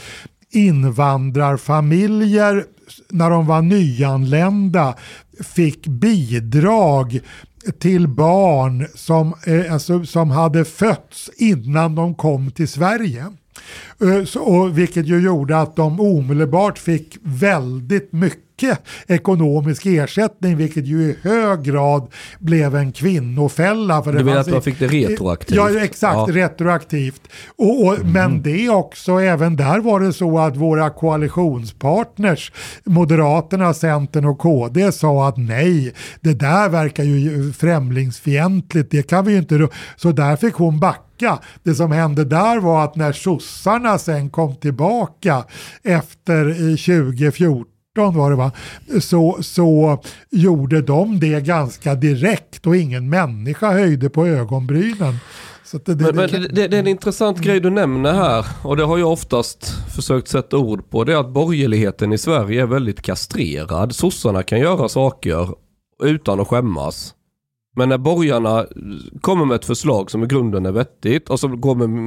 invandrarfamiljer när de var nyanlända fick bidrag till barn som, eh, alltså, som hade fötts innan de kom till Sverige. Uh, så, och vilket ju gjorde att de omedelbart fick väldigt mycket ekonomisk ersättning, vilket ju i hög grad blev en kvinnofälla. För du menar att man fick det retroaktivt? Ja, exakt, ja. retroaktivt. Och, och, mm. Men det också, även där var det så att våra koalitionspartners, Moderaterna, Centern och K D, sa att nej, det där verkar ju främlingsfientligt, det kan vi ju inte. Så där fick hon backa. Det som hände där var att när sossarna sen kom tillbaka efter tjugo fjorton var det va, så, så gjorde de det ganska direkt och ingen människa höjde på ögonbrynen. Så det, det, men, men det, det är en intressant grej du nämner här, och det har jag oftast försökt sätta ord på, det är att borgerligheten i Sverige är väldigt kastrerad. Sossarna kan göra saker utan att skämmas. Men när borgarna kommer med ett förslag som i grunden är vettigt och så går med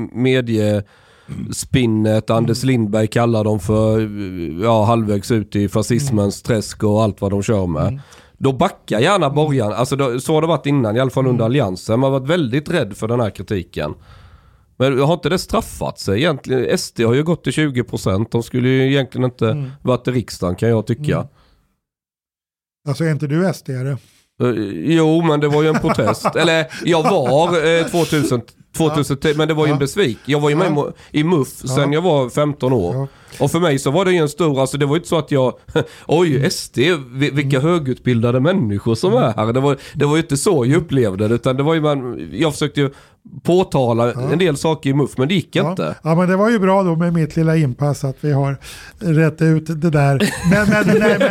mediespinnet, Anders Lindberg kallar dem för ja, halvvägs ut i fascismens träsk och allt vad de kör med. Mm. Då backar gärna borgarna. Alltså då, så har det varit innan, i alla fall under alliansen. Man har varit väldigt rädd för den här kritiken. Men har inte det straffat sig egentligen? S D har ju gått till tjugo procent. De skulle ju egentligen inte mm. varit i riksdagen, kan jag tycka. Mm. Alltså är inte du S D-are? Uh, jo, men det var ju en protest. Eller jag var eh, tvåtusen, tvåtusen ja. Men det var ju en besvik. Jag var ju med ja. i M U F sen ja. jag var femton år. Ja. Och för mig så var det ju en stor, alltså det var ju inte så att jag, oj S D, vilka högutbildade människor som är här. Det var, det var ju inte så jag upplevde det, utan det var ju man, jag försökte ju påtala ja. en del saker i M U F, men det gick ja. inte. Ja, men det var ju bra då med mitt lilla inpass att vi har rätt ut det där. Men, men, nej, men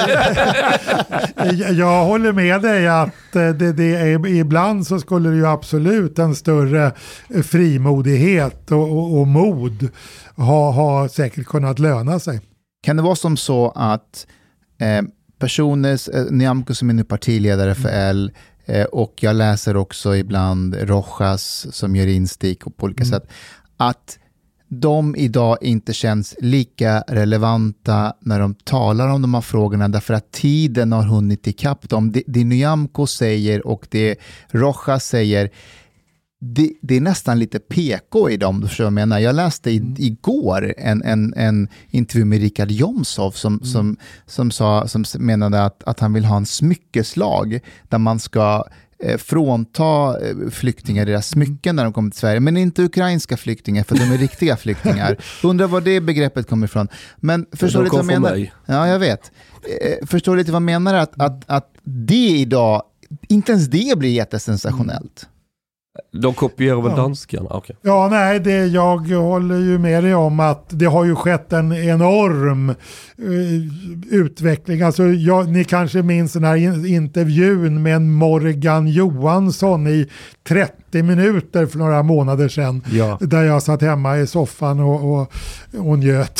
jag, jag håller med dig att det, det är, ibland så skulle det ju absolut en större frimodighet och, och, och mod ha, ha säkert kunnat löna sig. Kan det vara som så att eh, personer, eh, Nyamko som är nu partiledare för L, eh, och jag läser också ibland Rojas som gör instick och på olika mm. sätt, att de idag inte känns lika relevanta när de talar om de här frågorna, därför att tiden har hunnit ikapp dem. Det, det Nyamko säger och det Rojas säger, Det, det är nästan lite P K i dem, du förstår vad jag menar. Jag läste i, mm. igår en, en, en intervju med Richard Jomshof som, mm. som, som, sa, som menade att, att han vill ha en smyckeslag där man ska eh, frånta eh, flyktingar deras smycken när de kommer till Sverige, men inte ukrainska flyktingar, för de är riktiga flyktingar. Undrar var det begreppet kommer ifrån. Men förstår lite vad jag menar? Mig. Ja, jag vet. Eh, förstår lite vad jag menar att, att, att det idag, inte ens det blir jättesensationellt. Mm. De kopierar väl ja. danskarna? Okay. Ja, nej, det, jag håller ju med dig om att det har ju skett en enorm uh, utveckling. Alltså, jag, ni kanske minns den här in, intervjun med en Morgan Johansson i trettio minuter för några månader sedan. Ja. Där jag satt hemma i soffan och, och, och njöt.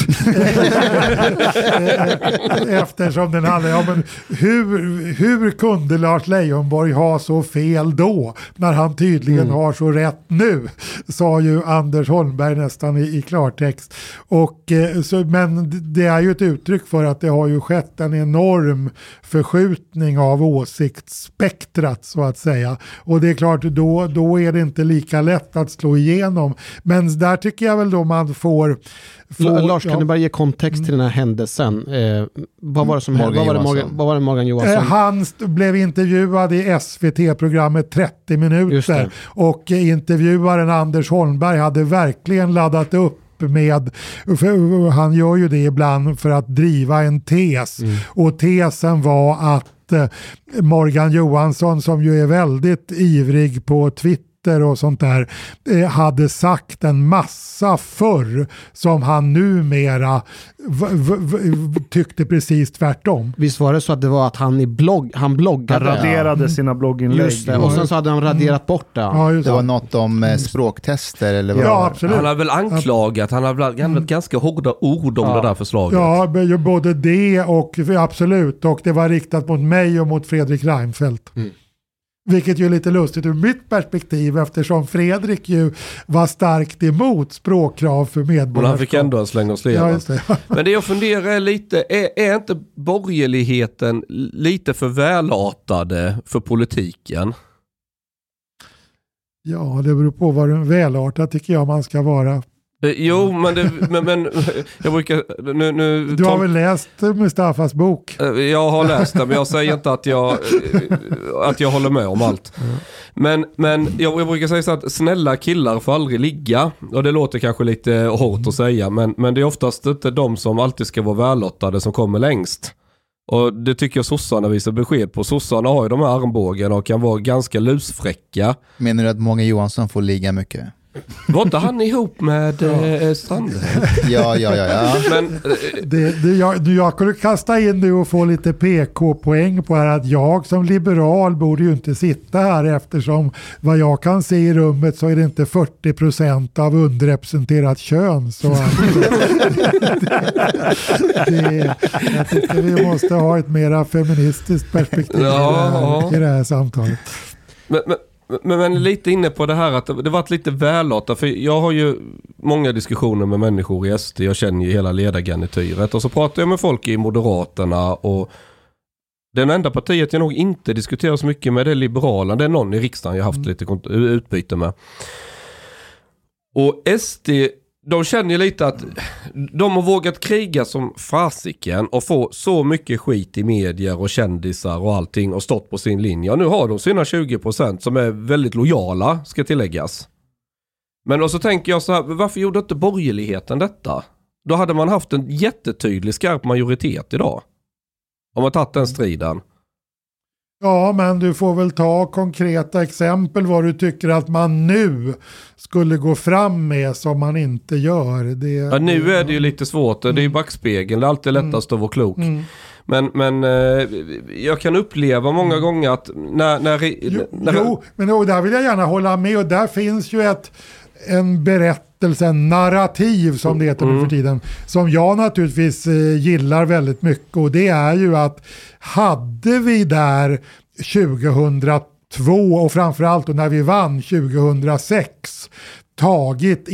Eftersom den handlar om hur, hur kunde Lars Leijonborg ha så fel då när han tydligen mm. har så rätt nu, sa ju Anders Holmberg nästan i, i klartext. Och, eh, så, men det är ju ett uttryck för att det har ju skett en enorm förskjutning av åsiktsspektrat så att säga. Och det är klart, då, då är det inte lika lätt att slå igenom. Men där tycker jag väl då man får... får Lars, kan ja. du bara ge kontext till den här händelsen? Eh, vad var det som hände? Vad var det Morgan, vad var det Morgan Johansson? Eh, han st- blev intervjuad i S V T-programmet trettio minuter. Och eh, intervjuaren Anders Holmberg hade verkligen laddat upp med, för han gör ju det ibland för att driva en tes. Mm. Och tesen var att Morgan Johansson, som ju är väldigt ivrig på Twitter journalister och sånt där eh, hade sagt en massa förr som han numera v- v- v- tyckte precis tvärtom. Visst var det så att det var att han i blogg, han bloggade. Han raderade ja. sina blogginlägg. Just det, och sen så hade han raderat bort det. Ja, just Det var det. något om eh, språktester eller vad Ja, det var. absolut. Han har väl anklagat, han har väl använt mm. ganska hårda ord om Ja. det där förslaget. Ja, b- både det och absolut. Och det var riktat mot mig och mot Fredrik Reinfeldt. Mm. Vilket ju är lite lustigt ur mitt perspektiv eftersom Fredrik ju var starkt emot språkkrav för medborgarskap. Men han fick ändå en släng och sleva. Ja, just det. Men det jag funderar är lite, är, är inte borgerligheten lite för välartade för politiken? Ja, det beror på vad den välartad tycker jag man ska vara. Eh, Jo, men, det, men, men jag brukar... Nu, nu, Du har Tom- väl läst Mustafas bok? Eh, Jag har läst det, men jag säger inte att jag, eh, att jag håller med om allt. Men, men jag, jag brukar säga så att snälla killar får aldrig ligga. Och det låter kanske lite hårt att säga, men, men det är oftast inte de som alltid ska vara vällottade som kommer längst. Och det tycker jag sossarna visar besked på. Sossarna har ju de här armbågarna och kan vara ganska lusfräcka. Menar du att Många Johansson får ligga mycket? Var inte han ihop med eh, Strandhäll? Ja, ja, ja. ja. Men eh, Det, det, jag, jag kunde kasta in nu och få lite P K-poäng på här att jag som liberal borde ju inte sitta här eftersom vad jag kan se i rummet så är det inte fyrtio procent av underrepresenterat kön. Så att, det, jag tycker vi måste ha ett mera feministiskt perspektiv Ja, i, det här, i det här samtalet. Men, men, men, men lite inne på det här att det, det varit lite välartat, för jag har ju många diskussioner med människor i S D, jag känner ju hela ledargarnityret och så pratar jag med folk i Moderaterna och den enda partiet jag nog inte diskuterar så mycket med det är Liberalerna, det är någon i riksdagen jag haft mm. lite kont- utbyte med. Och S D, de känner ju lite att de har vågat kriga som fasiken och få så mycket skit i medier och kändisar och allting och stått på sin linje. Och nu har de sina tjugo procent som är väldigt lojala, ska tilläggas. Men och så tänker jag så här, varför gjorde inte borgerligheten detta? Då hade man haft en jättetydlig skarp majoritet idag. Om man tagit den striden. Ja, men du får väl ta konkreta exempel vad du tycker att man nu skulle gå fram med som man inte gör. Det, Ja, nu är det ju lite svårt. Det är ju backspegeln. Det är alltid lättast att vara klok. Mm. Men, men eh, jag kan uppleva många gånger att när... när, Jo, när jo men och där vill jag gärna hålla med. Och där finns ju ett, en berättelse, en narrativ som det heter nu för tiden. Som jag naturligtvis eh, gillar väldigt mycket. Och det är ju att hade vi där tjugohundratvå och framförallt när vi vann tjugohundrasex tagit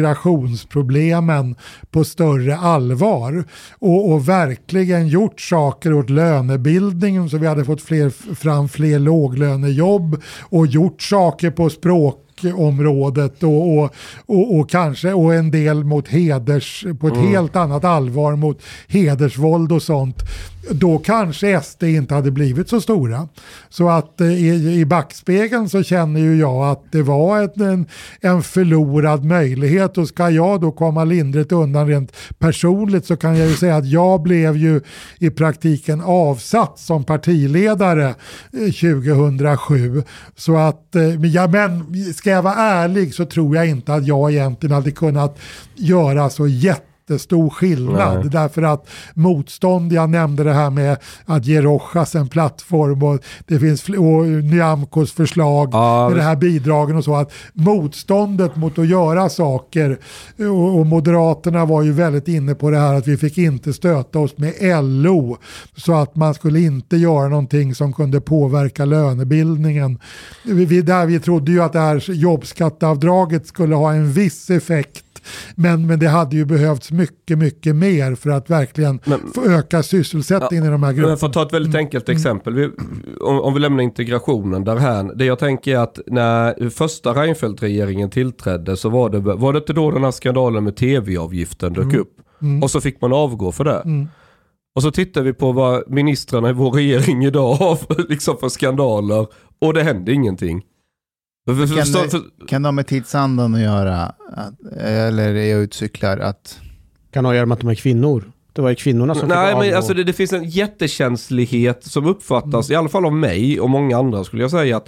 integrationsproblemen på större allvar och, och verkligen gjort saker åt lönebildningen så vi hade fått fler, fram fler låglönejobb och gjort saker på språkområdet och, och, och, och kanske och en del mot heders på ett mm. helt annat allvar mot hedersvåld och sånt. Då kanske S D inte hade blivit så stora. Så att eh, i, i backspegeln så känner ju jag att det var ett, en, en förlorad möjlighet och ska jag då komma lindrigt undan rent personligt så kan jag ju säga att jag blev ju i praktiken avsatt som partiledare eh, tjugohundrasju. Så att, eh, ja, men ska jag vara ärlig så tror jag inte att jag egentligen hade kunnat göra så jätte stor skillnad. Nej. Därför att motstånd, jag nämnde det här med att ge Rojas en plattform och det finns och Nyamkos förslag ja, med det här bidragen och så att motståndet mot att göra saker och, och Moderaterna var ju väldigt inne på det här att vi fick inte stöta oss med L O så att man skulle inte göra någonting som kunde påverka lönebildningen. Vi, där vi trodde ju att det här jobbskatteavdraget skulle ha en viss effekt. Men, men det hade ju behövts mycket, mycket mer för att verkligen men, få öka sysselsättningen ja, i de här grupperna. Jag får ta ett väldigt enkelt exempel. Vi, om, om vi lämnar integrationen därhän. Det jag tänker är att när första Reinfeldt-regeringen tillträdde så var det, var det inte då den här skandalen med tv-avgiften dök mm. upp. Mm. Och så fick man avgå för det. Mm. Och så tittar vi på vad ministrarna i vår regering idag har för, liksom för skandaler och det hände ingenting. Kan det, kan de med tidsandan att göra att, eller är jag utcyklar att kan ha att göra med att de är kvinnor? Det var ju kvinnorna som Nej, men alltså det, det finns en jättekänslighet som uppfattas, mm. i alla fall av mig och många andra skulle jag säga att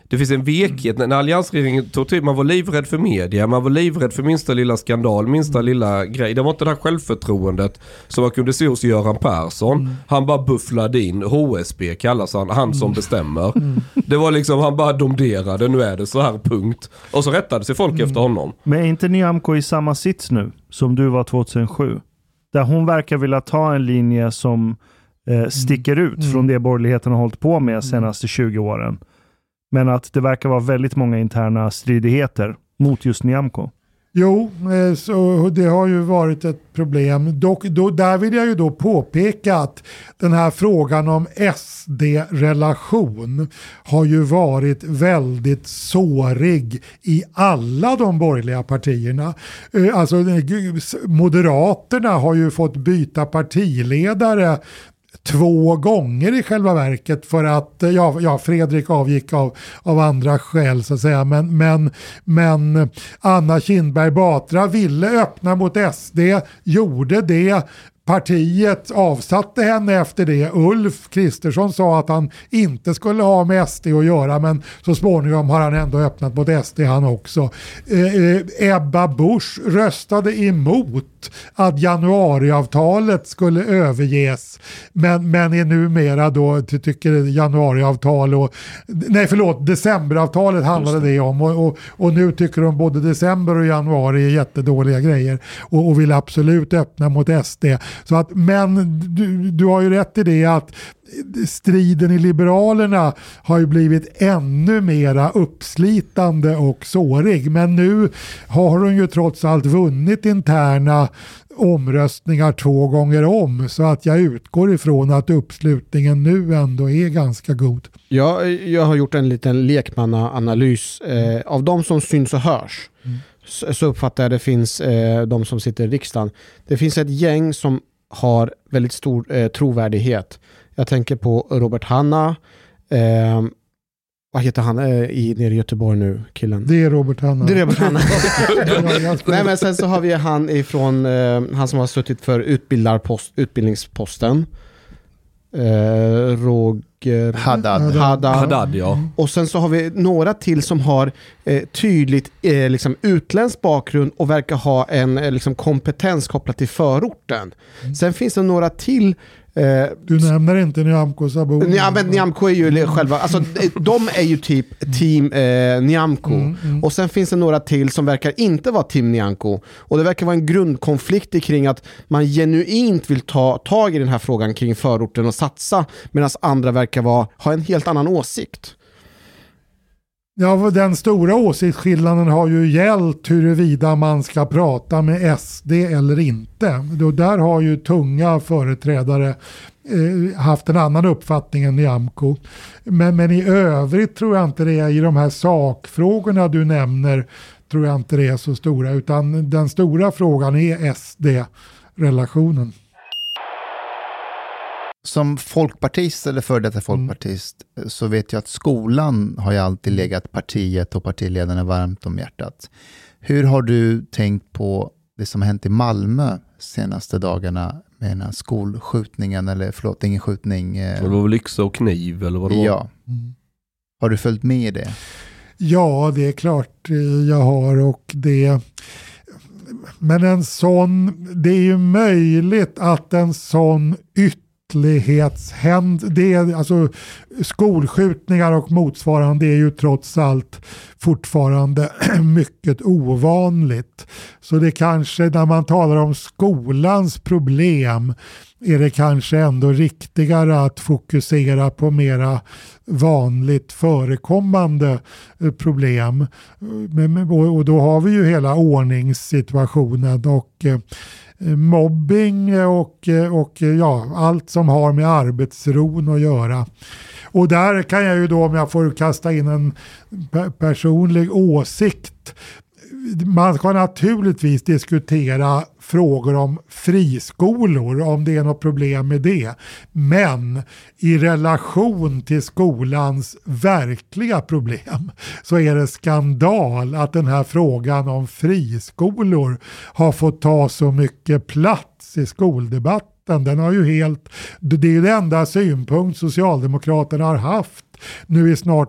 det finns en vekhet. När alliansregeringen tog till, man var livrädd för media, man var livrädd för minsta lilla skandal, minsta mm. lilla grej. Det var inte det här självförtroendet som man kunde se hos Göran Persson. Mm. Han bara bufflade in, H S B kallas han, han som mm. bestämmer. Mm. Det var liksom, han bara domderade, nu är det så här, punkt. Och så rättade sig folk mm. efter honom. Men är inte Nyamko i samma sits nu som du var tjugohundrasju? Där hon verkar vilja ta en linje som eh, sticker ut mm. från det borgerligheten har hållit på med de senaste tjugo åren. Men att det verkar vara väldigt många interna stridigheter mot just Nyamko. Jo, så det har ju varit ett problem. Dock, då, där vill jag ju då påpeka att den här frågan om S D-relation har ju varit väldigt sårig i alla de borgerliga partierna. Alltså Moderaterna har ju fått byta partiledare två gånger i själva verket för att ja, ja Fredrik avgick av, av andra skäl så att säga, men, men, men Anna Kinberg Batra ville öppna mot S D, gjorde det. Partiet avsatte henne efter det. Ulf Kristersson sa att han inte skulle ha med S D att göra, men så småningom har han ändå öppnat mot S D han också. Eh, Ebba Busch röstade emot att januariavtalet skulle överges, men, men är numera då tycker januariavtal och nej förlåt, decemberavtalet handlade det om och, och, och nu tycker de både december och januari är jättedåliga grejer och, och vill absolut öppna mot S D. Så att, men du, du har ju rätt i det att striden i Liberalerna har ju blivit ännu mera uppslitande och sårig. Men nu har hon ju trots allt vunnit interna omröstningar två gånger om, så att jag utgår ifrån att uppslutningen nu ändå är ganska god. Ja, jag har gjort en liten lekmannaanalys eh, av de som syns och hörs. Mm. Så, så uppfattar jag det finns eh, de som sitter i riksdagen. Det finns ett gäng som har väldigt stor eh, trovärdighet. Jag tänker på Robert Hanna. Eh, vad heter han eh, i, nere i Göteborg nu, killen? Det är Robert Hanna. Det är Robert Hanna. Nej, men sen så har vi han ifrån, eh, han som har suttit för utbildarpost, utbildningsposten. Eh, Roger Haddad. Haddad. Haddad, ja. Och sen så har vi några till som har eh, tydligt eh, liksom utländsk bakgrund och verkar ha en eh, liksom kompetens kopplat till förorten. Mm. Sen finns det några till. Eh, du nämner inte Nyamko Sabuni. Ja, men Nyamko är ju mm. själva, alltså de är ju typ team eh, Nyamko. Mm, mm. Och sen finns det några till som verkar inte vara team Nyamko. Och det verkar vara en grundkonflikt kring att man genuint vill ta tag i den här frågan kring förorten och satsa, medan andra verkar vara, ha en helt annan åsikt. Ja, den stora åsiktsskillnaden har ju gällt huruvida man ska prata med S D eller inte. Då där har ju tunga företrädare eh, haft en annan uppfattning än Nyamko. Men, men i övrigt tror jag inte det är i de här sakfrågorna du nämner, tror jag inte det är så stora, utan den stora frågan är S D-relationen. Som folkpartist eller för detta folkpartist mm. så vet jag att skolan har ju alltid legat partiet och partiledarna varmt om hjärtat. Hur har du tänkt på det som hänt i Malmö senaste dagarna med den här skolskjutningen, eller förlåt, ingen skjutning. Det var väl yxa och kniv eller vad det var? Ja. Mm. Har du följt med i det? Ja, det är klart jag har, och det... Men en sån... Det är ju möjligt att en sån ytterligare det är alltså skolskjutningar och motsvarande är ju trots allt fortfarande mycket ovanligt. Så det kanske, när man talar om skolans problem, är det kanske ändå riktigare att fokusera på mera vanligt förekommande problem. Och då har vi ju hela ordningssituationen och mobbing och, och ja, allt som har med arbetsron att göra. Och där kan jag ju då, om jag får kasta in en pe- personlig åsikt, man ska naturligtvis diskutera frågor om friskolor, om det är något problem med det. Men i relation till skolans verkliga problem så är det skandal att den här frågan om friskolor har fått ta så mycket plats i skoldebatten. Den har ju helt, det är det enda synpunkt Socialdemokraterna har haft nu i snart åtta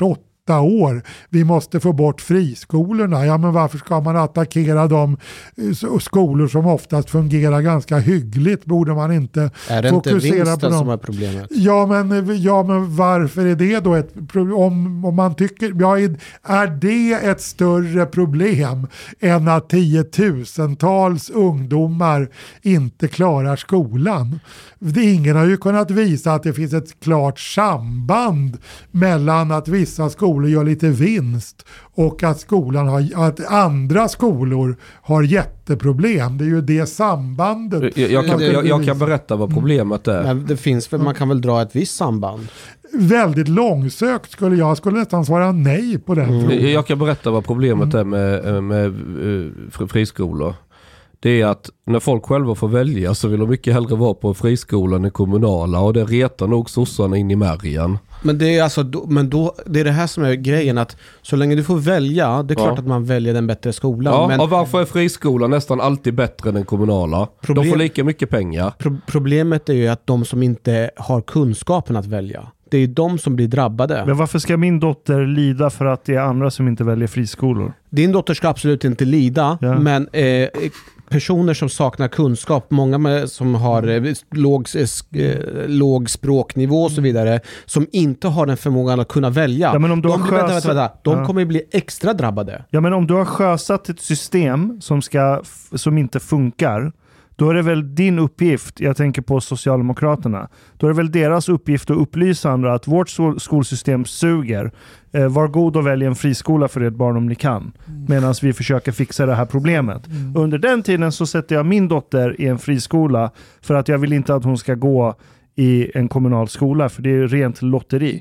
åtta år. Vi måste få bort friskolorna. Ja, men varför ska man attackera de skolor som oftast fungerar ganska hyggligt? Borde man inte är det fokusera inte vinsten på dem? som är problemet? Ja, men, ja, men varför är det då ett problem? Om, om man tycker, ja, är det ett större problem än att tiotusentals ungdomar inte klarar skolan? Ingen har ju kunnat visa att det finns ett klart samband mellan att vissa skolor gör lite vinst och att, skolan har, att andra skolor har jätteproblem. Det är ju det sambandet. Jag, jag, kan, jag, jag kan berätta vad problemet är. Men det finns, man kan väl dra ett visst samband? Väldigt långsökt skulle jag skulle nästan svara nej på den Mm. frågan. Jag kan berätta vad problemet är med, med uh, friskolor. Det är att när folk själva får välja så vill de mycket hellre vara på friskolan än kommunala, och det retar nog sossarna in i märgen. Men det är alltså då, men då det är det här som är grejen, att så länge du får välja, det är klart ja. att man väljer den bättre skolan. Ja, men och varför är friskolan nästan alltid bättre än den kommunala? Problem, de får lika mycket pengar. Pro, problemet är ju att de som inte har kunskapen att välja, det är ju de som blir drabbade. Men varför ska min dotter lida för att det är andra som inte väljer friskolor? Din dotter ska absolut inte lida, ja. men eh, personer som saknar kunskap, många med, som har eh, låg, eh, låg språknivå och så vidare, som inte har den förmågan att kunna välja, ja, men om du de, har blir, sjösatt, vänta, vänta, vänta, de ja. kommer bli extra drabbade. Ja, men om du har sjösatt ett system som, ska, som inte funkar, då är det väl din uppgift, jag tänker på Socialdemokraterna, då är det väl deras uppgift att upplysa andra att vårt skolsystem suger. Eh, var god och välj en friskola för ert barn om ni kan. Medan vi försöker fixa det här problemet. Mm. Under den tiden så sätter jag min dotter i en friskola för att jag vill inte att hon ska gå i en kommunal skola, för det är rent lotteri.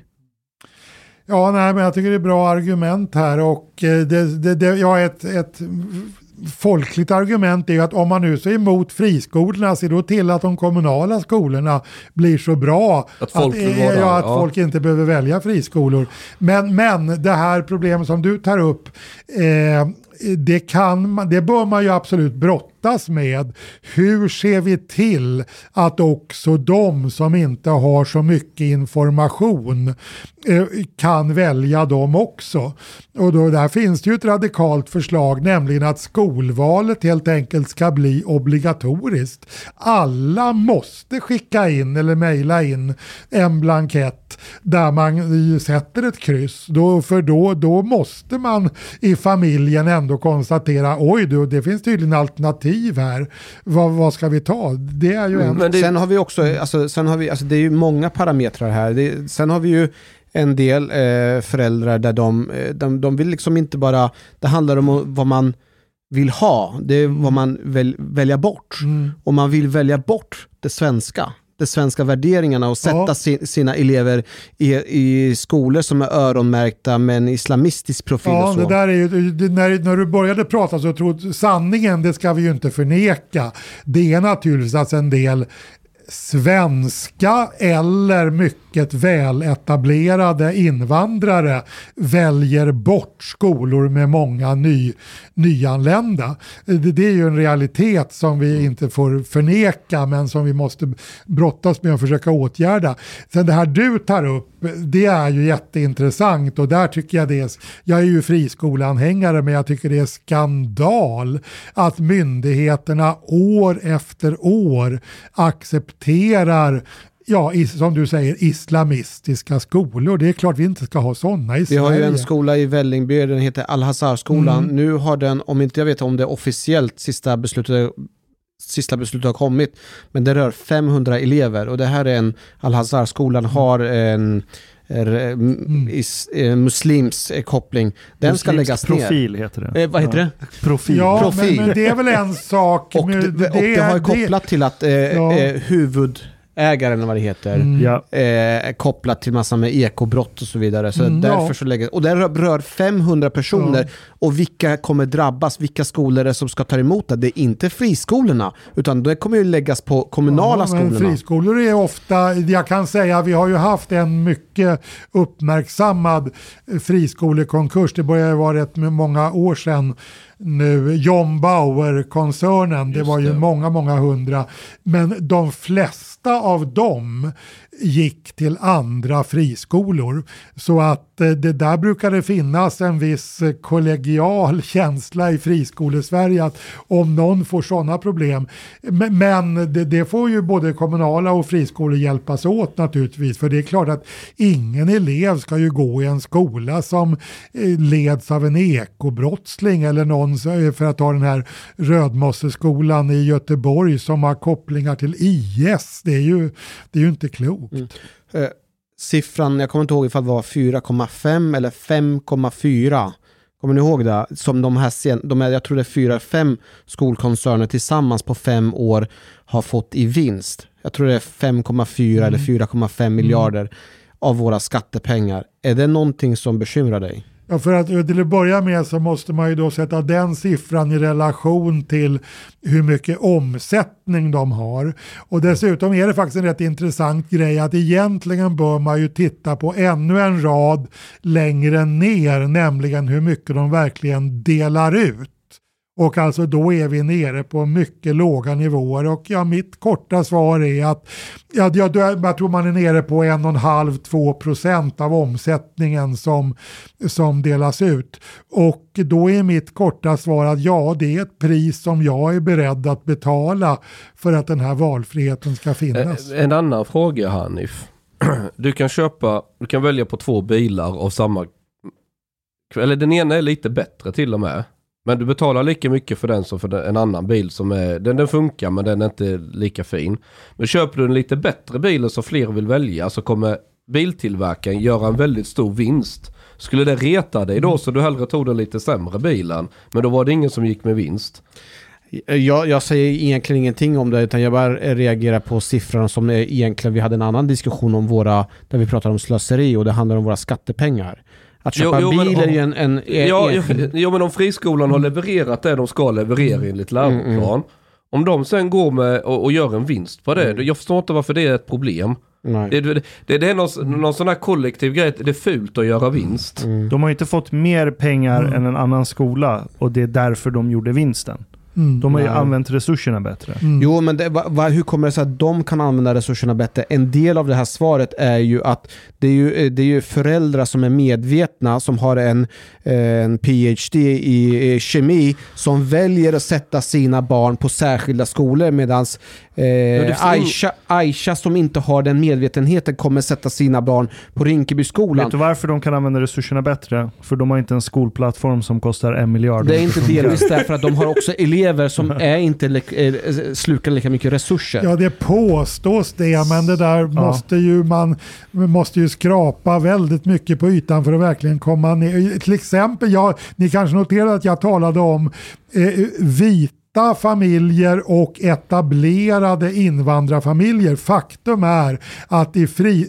Ja, nej, men jag tycker det är bra argument här, och det, det, det, ja, ett, ett folkligt argument är ju att om man nu så är emot friskolorna, ser då till att de kommunala skolorna blir så bra att folk, att, ja, ja. att folk inte behöver välja friskolor. Men, men det här problemet som du tar upp, eh, det, kan man, det bör man ju absolut brottas med. Hur ser vi till att också de som inte har så mycket information eh, kan välja dem också? Och då, där finns det ju ett radikalt förslag, nämligen att skolvalet helt enkelt ska bli obligatoriskt. Alla måste skicka in eller mejla in en blankett där man sätter ett kryss. Då, för då, då måste man i familjen ändå konstatera, oj du, det finns tydligen alternativ här. Vad, vad ska vi ta? Det är ju en... Men det... Sen har vi också, alltså, sen har vi, alltså, det är ju många parametrar här. Det, sen har vi ju en del eh, föräldrar där de, de, de vill liksom inte bara, det handlar om vad man vill ha, det är vad man väl, välja bort. Mm. Och man vill välja bort det svenska. De svenska värderingarna och sätta ja. sin, sina elever i, i skolor som är öronmärkta med en islamistisk profil. Ja, och så. Det där är ju, det, när, när du började prata så trodde sanningen, det ska vi ju inte förneka. Det är naturligtvis att en del svenska eller mycket väletablerade invandrare väljer bort skolor med många ny, nyanlända. Det, det är ju en realitet som vi inte får förneka, men som vi måste brottas med och försöka åtgärda. Sen det här du tar upp, det är ju jätteintressant, och där tycker jag det är, jag är ju friskolanhängare, men jag tycker det är skandal att myndigheterna år efter år accepterar, ja, is, som du säger, islamistiska skolor. Det är klart vi inte ska ha sådana i Vi Sverige. har ju en skola i Vällingby, den heter Al-Hazar-skolan. Mm. Nu har den, om inte jag vet om det officiellt sista beslutet sista beslutet har kommit, men det rör femhundra elever, och det här är en Al-Hazar-skolan har en Mm. Is, eh, muslims eh, koppling. Den muslims ska läggas profil ner. Heter det. Eh, vad heter ja. det? Profil. Ja, profil. Men, men det är väl en sak. och, det, det, och det har ju kopplat det, till att eh, ja. eh, huvud ägaren eller vad det heter mm. ja. eh, kopplat till massa med ekobrott och så vidare, så mm, därför ja. så lägger, och det rör femhundra personer, ja. och vilka kommer drabbas, vilka skolor är som ska ta emot det? Det är inte friskolorna, utan det kommer ju läggas på kommunala ja, skolorna. Friskolor är ofta, jag kan säga, vi har ju haft en mycket uppmärksammad friskolekonkurs, det börjar ju vara rätt många år sedan nu, John Bauer-koncernen, det var ju det. många, många hundra, men de flesta flesta av dem gick till andra friskolor. Så att eh, det där brukar det finnas en viss eh, kollegial känsla i friskolesverige att om någon får sådana problem. Men, men det, det får ju både kommunala och friskolor hjälpas åt naturligtvis. För det är klart att ingen elev ska ju gå i en skola som eh, leds av en ekobrottsling eller någon, för att ta den här Rödmosseskolan i Göteborg som har kopplingar till I S. Det är ju, det är ju inte klokt. Mm. Eh, siffran, jag kommer inte ihåg ifall det var fyra komma fem eller fem komma fyra. Kommer ni ihåg det? Som de här, sen, de här jag tror det är fyra, fem skolkoncerner tillsammans på fem år har fått i vinst. Jag tror det är fem komma fyra mm. eller fyra komma fem miljarder mm. av våra skattepengar. Är det någonting som bekymrar dig? Ja, för att till att börja med så måste man ju då sätta den siffran i relation till hur mycket omsättning de har. Och dessutom är det faktiskt en rätt intressant grej att egentligen bör man ju titta på ännu en rad längre ner, nämligen hur mycket de verkligen delar ut. Och alltså då är vi nere på mycket låga nivåer. Och ja, mitt korta svar är att ja, jag, jag tror man är nere på en och en halv till två procent av omsättningen som, som delas ut. Och då är mitt korta svar att ja, det är ett pris som jag är beredd att betala för att den här valfriheten ska finnas. En annan fråga, Hanif. Du kan köpa, du kan välja på två bilar av samma, eller den ena är lite bättre till och med. Men du betalar lika mycket för den som för en annan bil som är, den, den funkar men den är inte lika fin. Men köper du en lite bättre bil som fler vill välja så kommer biltillverkaren göra en väldigt stor vinst. Skulle det reta dig då så du hellre tog den lite sämre bilen, men då var det ingen som gick med vinst? Jag, jag säger egentligen ingenting om det, utan jag bara reagerar på siffrorna som är egentligen, vi hade en annan diskussion om våra, där vi pratade om slöseri och det handlar om våra skattepengar. Att köpa jo, jo, bil är ju en... en ja, jo, jo, men om friskolan har levererat det de ska leverera enligt läroplan. Mm, mm. Om de sen går med och, och gör en vinst på det, mm. jag förstår inte varför det är ett problem. Det, det, det, det är någon, någon sån här kollektiv grej, det är fult att göra vinst. Mm. De har inte fått mer pengar mm. än en annan skola och det är därför de gjorde vinsten. Mm, de har ju nej. använt resurserna bättre. Mm. Jo, men det, va, hur kommer det sig att de kan använda resurserna bättre? En del av det här svaret är ju att det är ju, det är ju föräldrar som är medvetna, som har en, en P H D i, i kemi, som väljer att sätta sina barn på särskilda skolor, medan eh, Aisha, Aisha som inte har den medvetenheten kommer sätta sina barn på Rinkebyskolan. Vet du varför de kan använda resurserna bättre? För de har inte en skolplattform som kostar en miljard. Det är inte delvis därför att de har också elever som är inte li- slukar lika mycket resurser. Ja, det påstås det, men det där ja. måste ju man måste ju skrapa väldigt mycket på ytan för att verkligen komma ner. Till exempel, jag, ni kanske noterade att jag talade om eh, vita familjer och etablerade invandrarfamiljer. Faktum är att i fri,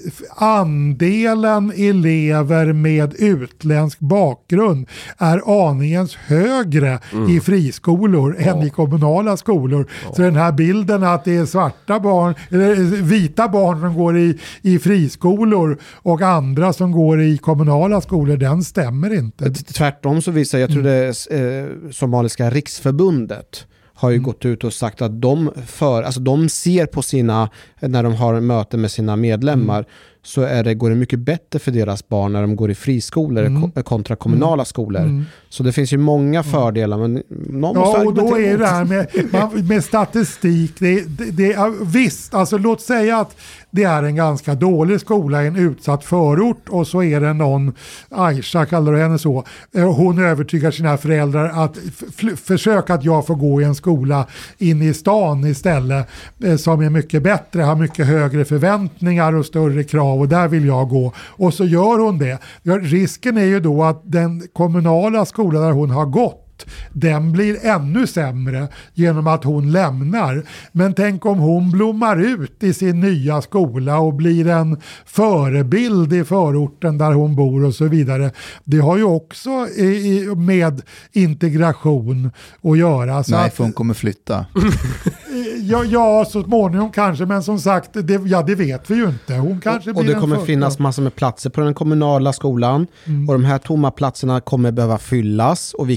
andelen elever med utländsk bakgrund är aningens högre mm. i friskolor ja. än i kommunala skolor. Ja. Så den här bilden att det är svarta barn eller vita barn som går i, i friskolor och andra som går i kommunala skolor, den stämmer inte. Tvärtom så visar jag tror det är eh, Somaliska riksförbundet har ju mm. gått ut och sagt att de för, alltså de ser på sina, när de har möte med sina medlemmar, mm. så är det, går det mycket bättre för deras barn när de går i friskolor mm. kontra kommunala mm. skolor. Mm. Så det finns ju många fördelar. Men någon ja, måste och då är det här med, med statistik, det, det, det är, visst, alltså låt säga att det är en ganska dålig skola i en utsatt förort och så är det någon, Aisha kallar det henne så, hon övertygar sina föräldrar att f- försöka att jag får gå i en skola in i stan istället som är mycket bättre, har mycket högre förväntningar och större krav och där vill jag gå. Och så gör hon det. Risken är ju då att den kommunala skolan där hon har gått, den blir ännu sämre genom att hon lämnar. Men tänk om hon blommar ut i sin nya skola och blir en förebild i förorten där hon bor och så vidare. Det har ju också i, med integration att göra. Så Nej, att, för hon kommer flytta. ja, ja, så småningom kanske, men som sagt, det, ja, det vet vi ju inte. Hon kanske och, och det kommer första. finnas massor med platser på den kommunala skolan mm. och de här tomma platserna kommer behöva fyllas och vilka som kommer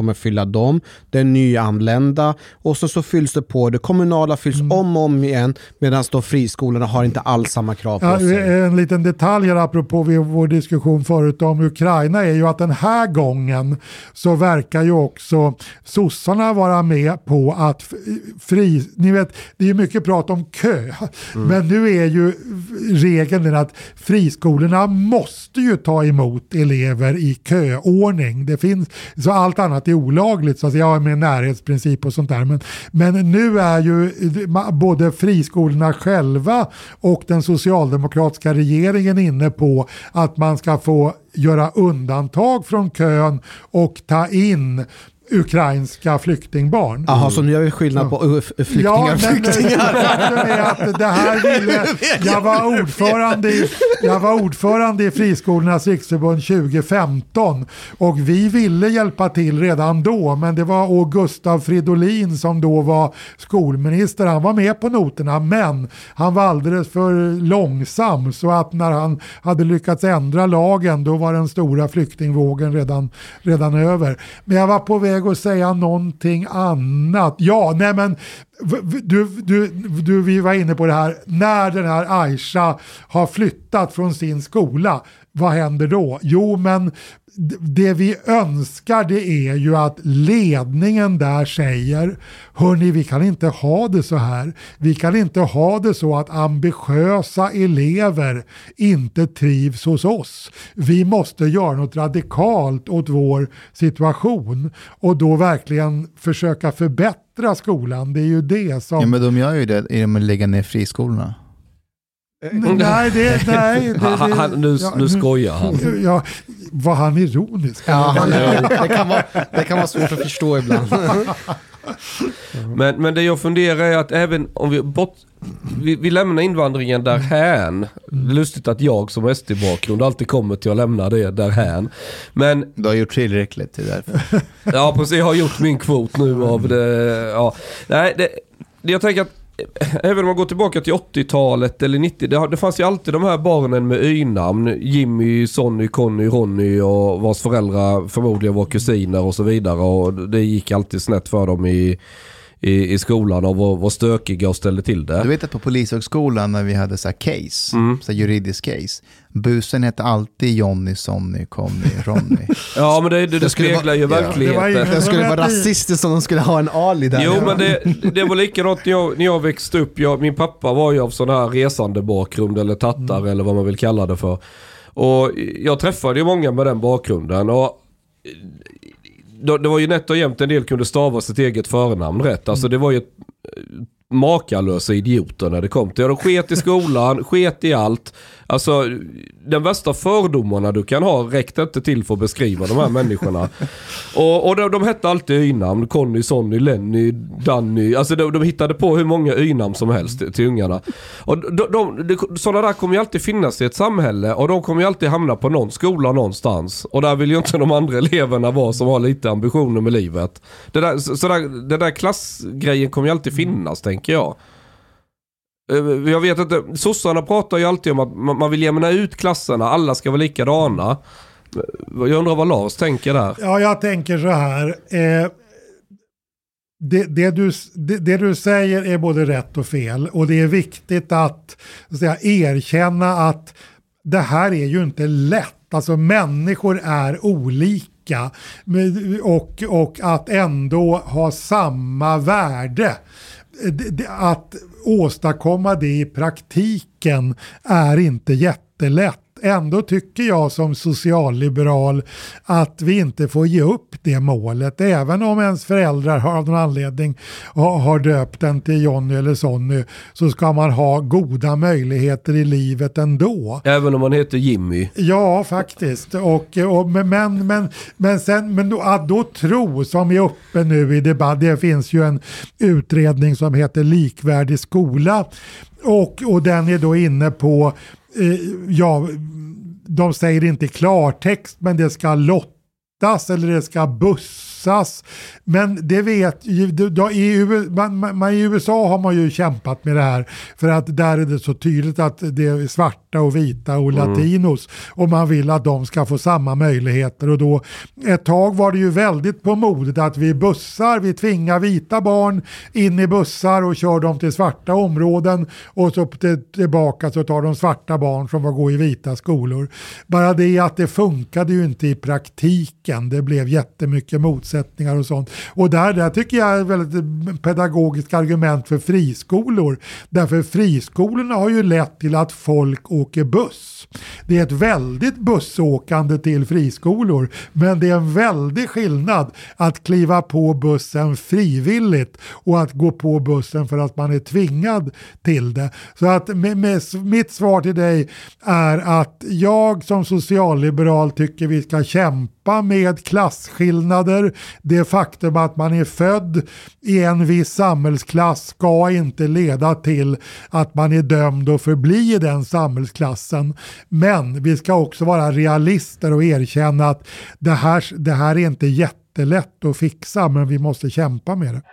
kommer fylla dem. Det är nyanlända och så, så fylls det på. Det kommunala fylls mm. om och om igen medan då friskolorna har inte alls samma krav på ja, sig. En liten detalj här apropå vår diskussion förut om Ukraina är ju att den här gången så verkar ju också sossarna vara med på att fri... Ni vet, det är mycket prat om kö. Mm. Men nu är ju regeln den att friskolorna måste ju ta emot elever i köordning. Det finns, så allt annat är olagligt, så att jag är med närhetsprincip och sånt där. Men, men nu är ju både friskolorna själva och den socialdemokratiska regeringen inne på att man ska få göra undantag från kön och ta in ukrainska flyktingbarn. Jaha, mm. så nu gör vi skillnad ja. på flyktingar ja, och flyktingar. Men, är att det här ville, jag, var ordförande i, jag var ordförande i Friskolornas riksförbund tjugo femton och vi ville hjälpa till redan då, men det var Gustav Fridolin som då var skolminister. Han var med på noterna, men han var alldeles för långsam, så att när han hade lyckats ändra lagen, då var den stora flyktingvågen redan, redan över. Men jag var på väg att säga någonting annat. Ja, nej men du, du, du, vi var inne på det här. När den här Aisha har flyttat från sin skola, vad händer då? Jo, men det vi önskar, det är ju att ledningen där säger: hörni, vi kan inte ha det så här. Vi kan inte ha det så att ambitiösa elever inte trivs hos oss. Vi måste göra något radikalt åt vår situation och då verkligen försöka förbättra skolan. Det är ju det som... Ja, men de gör ju det i att lägga ner friskolorna. Nej, det, nej det, han, han, nu, ja, nu skojar han. Ja, var han ironisk? Ja, han är, det, kan vara, det kan vara svårt att förstå ibland. Men, men det jag funderar är att även om vi, bort, vi, vi lämnar invandringen därhän. Det är lustigt att jag som S D-bakgrund alltid kommer till att lämna det därhän. Men, du har gjort tillräckligt till därför. Ja, precis. Jag har gjort min kvot nu av det. Ja. Nej, det, det jag tänker att även om man går tillbaka till åttiotalet eller nittio, det, det fanns ju alltid de här barnen med y-namn. Jimmy, Sonny, Conny, Ronny och vars föräldrar förmodligen var kusiner och så vidare. Och det gick alltid snett för dem i, i, i skolan och var, var stökiga och ställde till det. Du vet att på polishögskolan när vi hade så här case, mm. så här juridisk case, busen hette alltid Johnny, Sonny, Conny, Ronny. Ja, men det, det, det speglar vara, ju verkligheten. Det, det skulle vara rasistiskt om de skulle ha en Ali där. Jo, men det, det var likadant när jag, när jag växte upp. Jag, min pappa var ju av sån här resande bakgrund eller tattar mm. eller vad man vill kalla det för. Och jag träffade ju många med den bakgrunden och det var ju nätt och jämt en del kunde stava sitt eget förnamn rätt. Alltså det var ju ett makalösa idioter när det kom till. De sket i skolan, sket i allt. Alltså den värsta fördomarna du kan ha räckte inte till för att beskriva de här människorna. Och, och de, de hette alltid y-namn. Conny, Sonny, Lenny, Danny. Alltså de, de hittade på hur många y-namn som helst till, till ungarna. Och de, de, de, sådana där kommer ju alltid finnas i ett samhälle och de kommer ju alltid hamna på någon skola någonstans. Och där vill ju inte de andra eleverna vara som har lite ambitioner med livet. Det där, så, så där, det där klassgrejen kommer ju alltid finnas, tänker jag. Jag vet inte, sossarna pratar ju alltid om att man vill jämna ut klasserna, alla ska vara likadana. Jag undrar vad Lars tänker där. Ja, jag tänker så här. Eh, det, det, du, det, det du säger är både rätt och fel. Och det är viktigt att, att säga, erkänna att det här är ju inte lätt. Alltså människor är olika. Och, och att ändå ha samma värde. Att åstadkomma det i praktiken är inte jättelätt. Ändå tycker jag som socialliberal att vi inte får ge upp det målet. Även om ens föräldrar har av någon anledning har döpt den till Johnny eller Sonny, så ska man ha goda möjligheter i livet ändå. Även om man heter Jimmy. Ja, faktiskt. Och, och, men, men, men, sen, men då, att då tro, som är uppe nu i debatt, det finns ju en utredning som heter Likvärdig skola och, och den är då inne på ja, de säger inte i klartext, men det ska lottas eller det ska bussas bussas. Men det vet ju, då, i, man, man, i U S A har man ju kämpat med det här för att där är det så tydligt att det är svarta och vita och latinos mm. och man vill att de ska få samma möjligheter, och då ett tag var det ju väldigt på modet att vi bussar, vi tvingar vita barn in i bussar och kör dem till svarta områden, och så tillbaka så tar de svarta barn som var gå i vita skolor. Bara det att det funkade ju inte i praktiken. Det blev jättemycket motsättningar och sånt. Och där, där tycker jag är ett väldigt pedagogiskt argument för friskolor. Därför friskolorna har ju lett till att folk åker buss. Det är ett väldigt bussåkande till friskolor, men det är en väldig skillnad att kliva på bussen frivilligt och att gå på bussen för att man är tvingad till det. Så att med, med, mitt svar till dig är att jag som socialliberal tycker vi ska kämpa med klasskillnader. Det faktum att man är född i en viss samhällsklass ska inte leda till att man är dömd att förbli i den samhällsklassen. Men vi ska också vara realister och erkänna att det här, det här är inte jättelätt att fixa, men vi måste kämpa med det.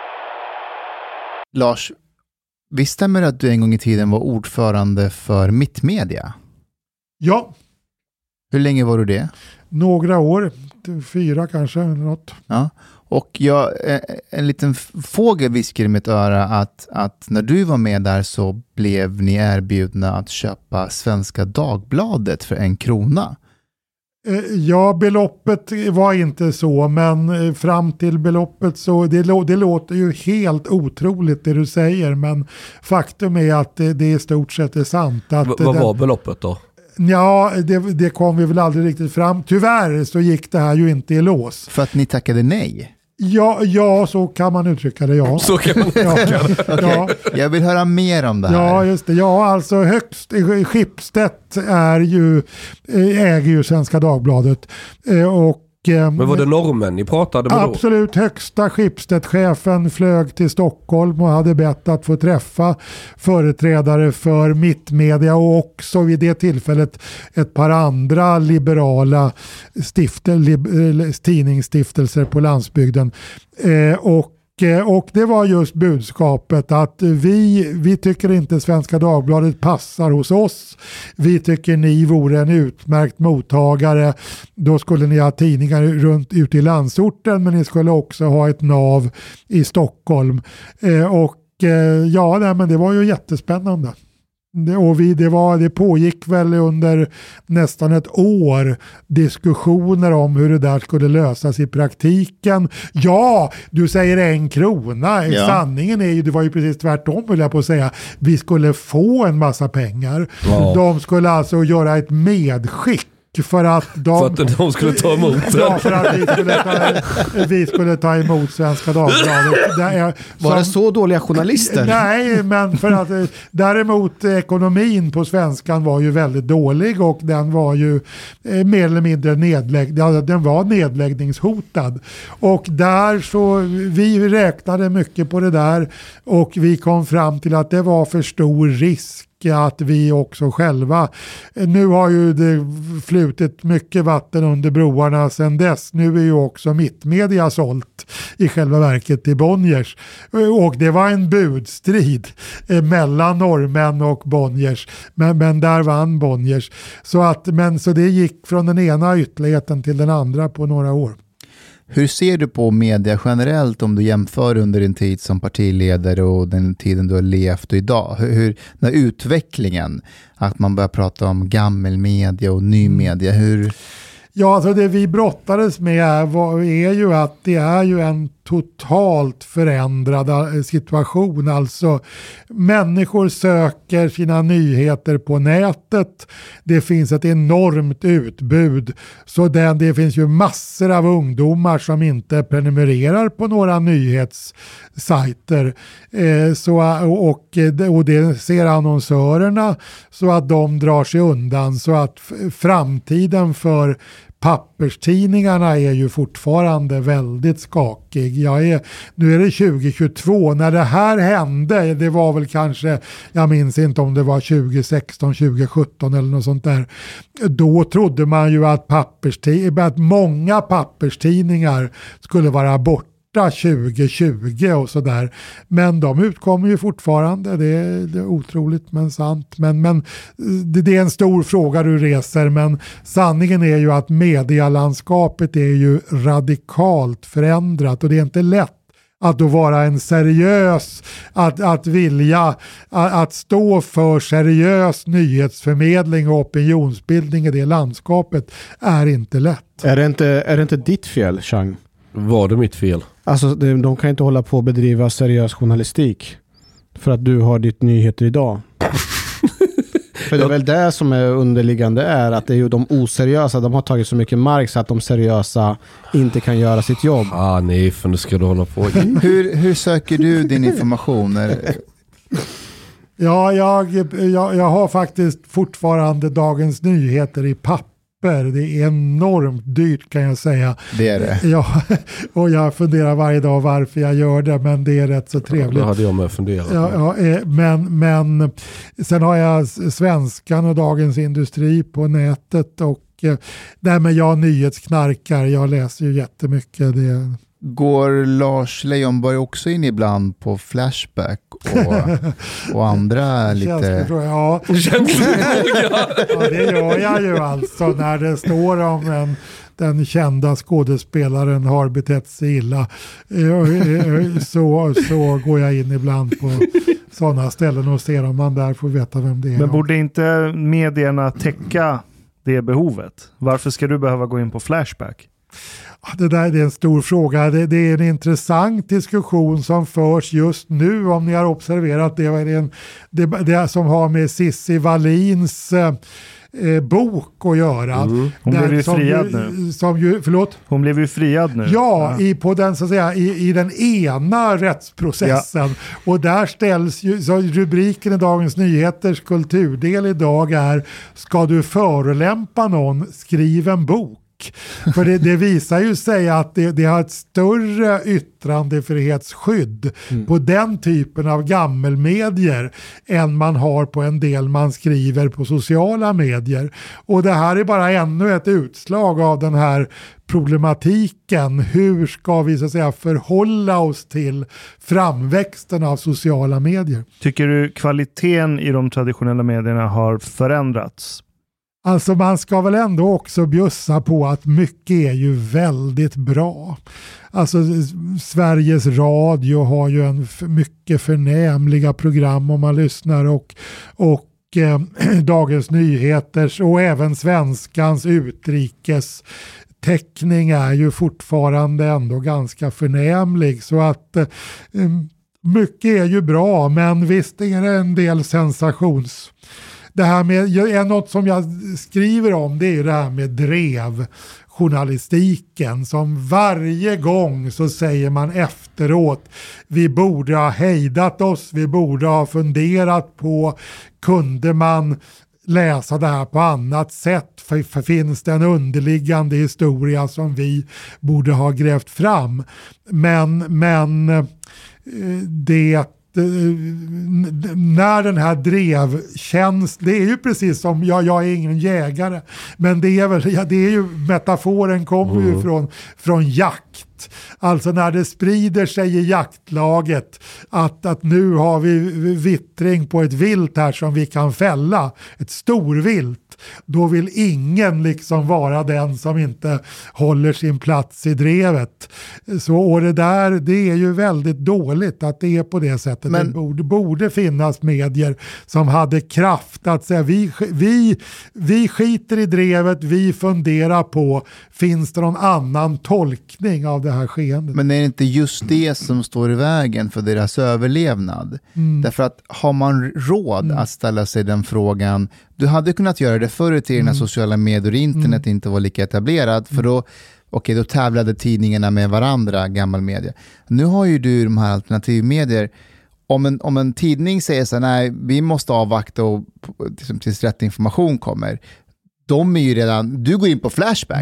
Lars, visst stämmer det att du en gång i tiden var ordförande för Mittmedia? Ja. Hur länge var du det? Några år, fyra kanske eller något. Ja. Och jag, en liten fågel viskar i mitt öra att, att när du var med där så blev ni erbjudna att köpa Svenska Dagbladet för en krona. Ja, beloppet var inte så, men fram till beloppet så det, det låter ju helt otroligt det du säger, men faktum är att det, det i stort sett är sant. Att v- vad var beloppet då? Ja, det, det kom vi väl aldrig riktigt fram. Tyvärr så gick det här ju inte i lås. För att ni tackade nej? Ja, ja, så kan man uttrycka det, ja. Så kan man uttrycka det. Okay. Ja. Jag vill höra mer om det här. Ja, just det. Ja, alltså högst, Schibsted är ju, äger ju Svenska Dagbladet. Och men var det norrmän ni pratade med då? Absolut, högsta Schibsted-chefen flög till Stockholm och hade bett att få träffa företrädare för Mittmedia och också vid det tillfället ett par andra liberala stiftel, lib, tidningsstiftelser på landsbygden. Eh, och Och det var just budskapet att vi, vi tycker inte Svenska Dagbladet passar hos oss. Vi tycker ni vore en utmärkt mottagare. Då skulle ni ha tidningar runt ute i landsorten, men ni skulle också ha ett nav i Stockholm. Eh, och eh, ja, nej, men det var ju jättespännande. Det, och vi, det, var, det pågick väl under nästan ett år diskussioner om hur det där skulle lösas i praktiken. Ja, du säger en krona. Ja. Sanningen är ju, det var ju precis tvärtom vill jag på att säga. Vi skulle få en massa pengar. Ja. De skulle alltså göra ett medskick. För att, de, för att de skulle ta emot det. Ja, för att vi skulle ta, vi skulle ta emot Svenska Dagbladet. Det är, var som, det så dåliga journalister? Nej, men för att däremot ekonomin på Svenskan var ju väldigt dålig och den var ju eh, mer eller mindre nedlägg, den var nedläggningshotad. Och där så, vi räknade mycket på det där och vi kom fram till att det var för stor risk att vi också själva, nu har ju det flutit mycket vatten under broarna sedan dess, nu är ju också Mittmedia sålt i själva verket till Bonniers, och det var en budstrid mellan norrmän och Bonniers, men, men där vann Bonniers, så, att, men, så det gick från den ena ytterligheten till den andra på några år. Hur ser du på media generellt om du jämför under din tid som partiledare och den tiden du har levt och idag? Hur, hur, när utvecklingen, att man börjar prata om gammal media och ny media, hur... Ja, alltså det vi brottades med är, är ju att det är ju en totalt förändrad situation. Alltså människor söker sina nyheter på nätet. Det finns ett enormt utbud. Så det, det finns ju massor av ungdomar som inte prenumererar på några nyhetssajter. Eh, så, och, och det ser annonsörerna så att de drar sig undan, så att framtiden för papperstidningarna är ju fortfarande väldigt skakig. Jag är, nu är det tjugo tjugotvå. När det här hände, det var väl kanske, jag minns inte om det var tjugo sexton, tjugo sjutton eller något sånt där. Då trodde man ju att, papperstid- att många papperstidningar skulle vara borta tjugo tjugo och sådär. Men de utkommer ju fortfarande. Det är, det är otroligt men sant. Men, men det, det är en stor fråga du reser, men sanningen är ju att medialandskapet är ju radikalt förändrat och det är inte lätt att då vara en seriös, att, att vilja, att, att stå för seriös nyhetsförmedling och opinionsbildning i det landskapet är inte lätt. Är det inte, är det inte ditt fel, Chang? Var det mitt fel? Alltså de, de kan inte hålla på att bedriva seriös journalistik för att du har ditt nyheter idag. För det är väl det som är underliggande är att det är ju de oseriösa, de har tagit så mycket mark så att de seriösa inte kan göra sitt jobb. Ah nej, för nu ska du hålla på. hur, hur söker du din information? Ja, jag, jag, jag har faktiskt fortfarande Dagens Nyheter i papper. Det är enormt dyrt kan jag säga. Det är det. Ja, och jag funderar varje dag varför jag gör det, men det är rätt så trevligt. Ja, det hade jag med funderat. Ja, ja, men, men sen har jag Svenskan och Dagens Industri på nätet och nej, men jag nyhetsknarkar. Jag läser ju jättemycket. Det. Går Lars Leijonborg också in ibland på Flashback och, och andra lite... Ja. Ja, det gör jag ju alltså när det står om en, den kända skådespelaren har betett sig illa. Så, så går jag in ibland på sådana ställen och ser om man där får veta vem det är. Men borde inte medierna täcka det behovet? Varför ska du behöva gå in på Flashback? Det där är en stor fråga. Det, det är en intressant diskussion som förs just nu, om ni har observerat det. Det, är en, det, det som har med Cissi Wallins eh, bok att göra. Mm. Hon blev ju friad ju, nu. Som ju, förlåt? Hon blev ju friad nu. Ja, ja. I, på den, så att säga, i, i den ena rättsprocessen. Ja. Och där ställs ju, så rubriken i Dagens Nyheters kulturdel idag är: ska du förolämpa någon, skriv en bok. För det, det visar ju sig att det, det har ett större yttrandefrihetsskydd mm. på den typen av gammelmedier än man har på en del man skriver på sociala medier. Och det här är bara ännu ett utslag av den här problematiken. Hur ska vi så att säga förhålla oss till framväxten av sociala medier? Tycker du kvaliteten i de traditionella medierna har förändrats? Alltså man ska väl ändå också bjussa på att mycket är ju väldigt bra. Alltså Sveriges Radio har ju en f- mycket förnämliga program om man lyssnar och, och eh, Dagens Nyheters och även Svenskans utrikes täckning är ju fortfarande ändå ganska förnämlig, så att eh, mycket är ju bra, men visst är det en del sensations... Det här med, något som jag skriver om, det är ju det här med drevjournalistiken, som varje gång så säger man efteråt: vi borde ha hejdat oss, vi borde ha funderat på, kunde man läsa det här på annat sätt, för, för finns det en underliggande historia som vi borde ha grävt fram. Men, men det när den här drevtjänst, det är ju precis som, ja, jag är ingen jägare, men det är väl, ja, det är ju, metaforen kommer mm. ju från, från jakt. Alltså när det sprider sig i jaktlaget att, att nu har vi vittring på ett vilt här som vi kan fälla, ett storvilt, då vill ingen liksom vara den som inte håller sin plats i drevet. Så, och det där, det är ju väldigt dåligt att det är på det sättet. Men det borde, borde finnas medier som hade kraft att säga: vi, vi, vi skiter i drevet, vi funderar på, finns det någon annan tolkning av det här skeendet? Men är det inte just det som står i vägen för deras överlevnad? Mm. Därför att har man råd mm. att ställa sig den frågan, du hade kunnat göra det förr i tiden när mm. sociala medier och internet mm. inte var lika etablerat, för då, okay, då tävlade tidningarna med varandra, gammal media. Nu har ju du de här alternativmedier. Om en, om en tidning säger så här: nej, vi måste avvakta och, liksom, tills rätt information kommer. De är ju redan, du går in på Flashback. Mm.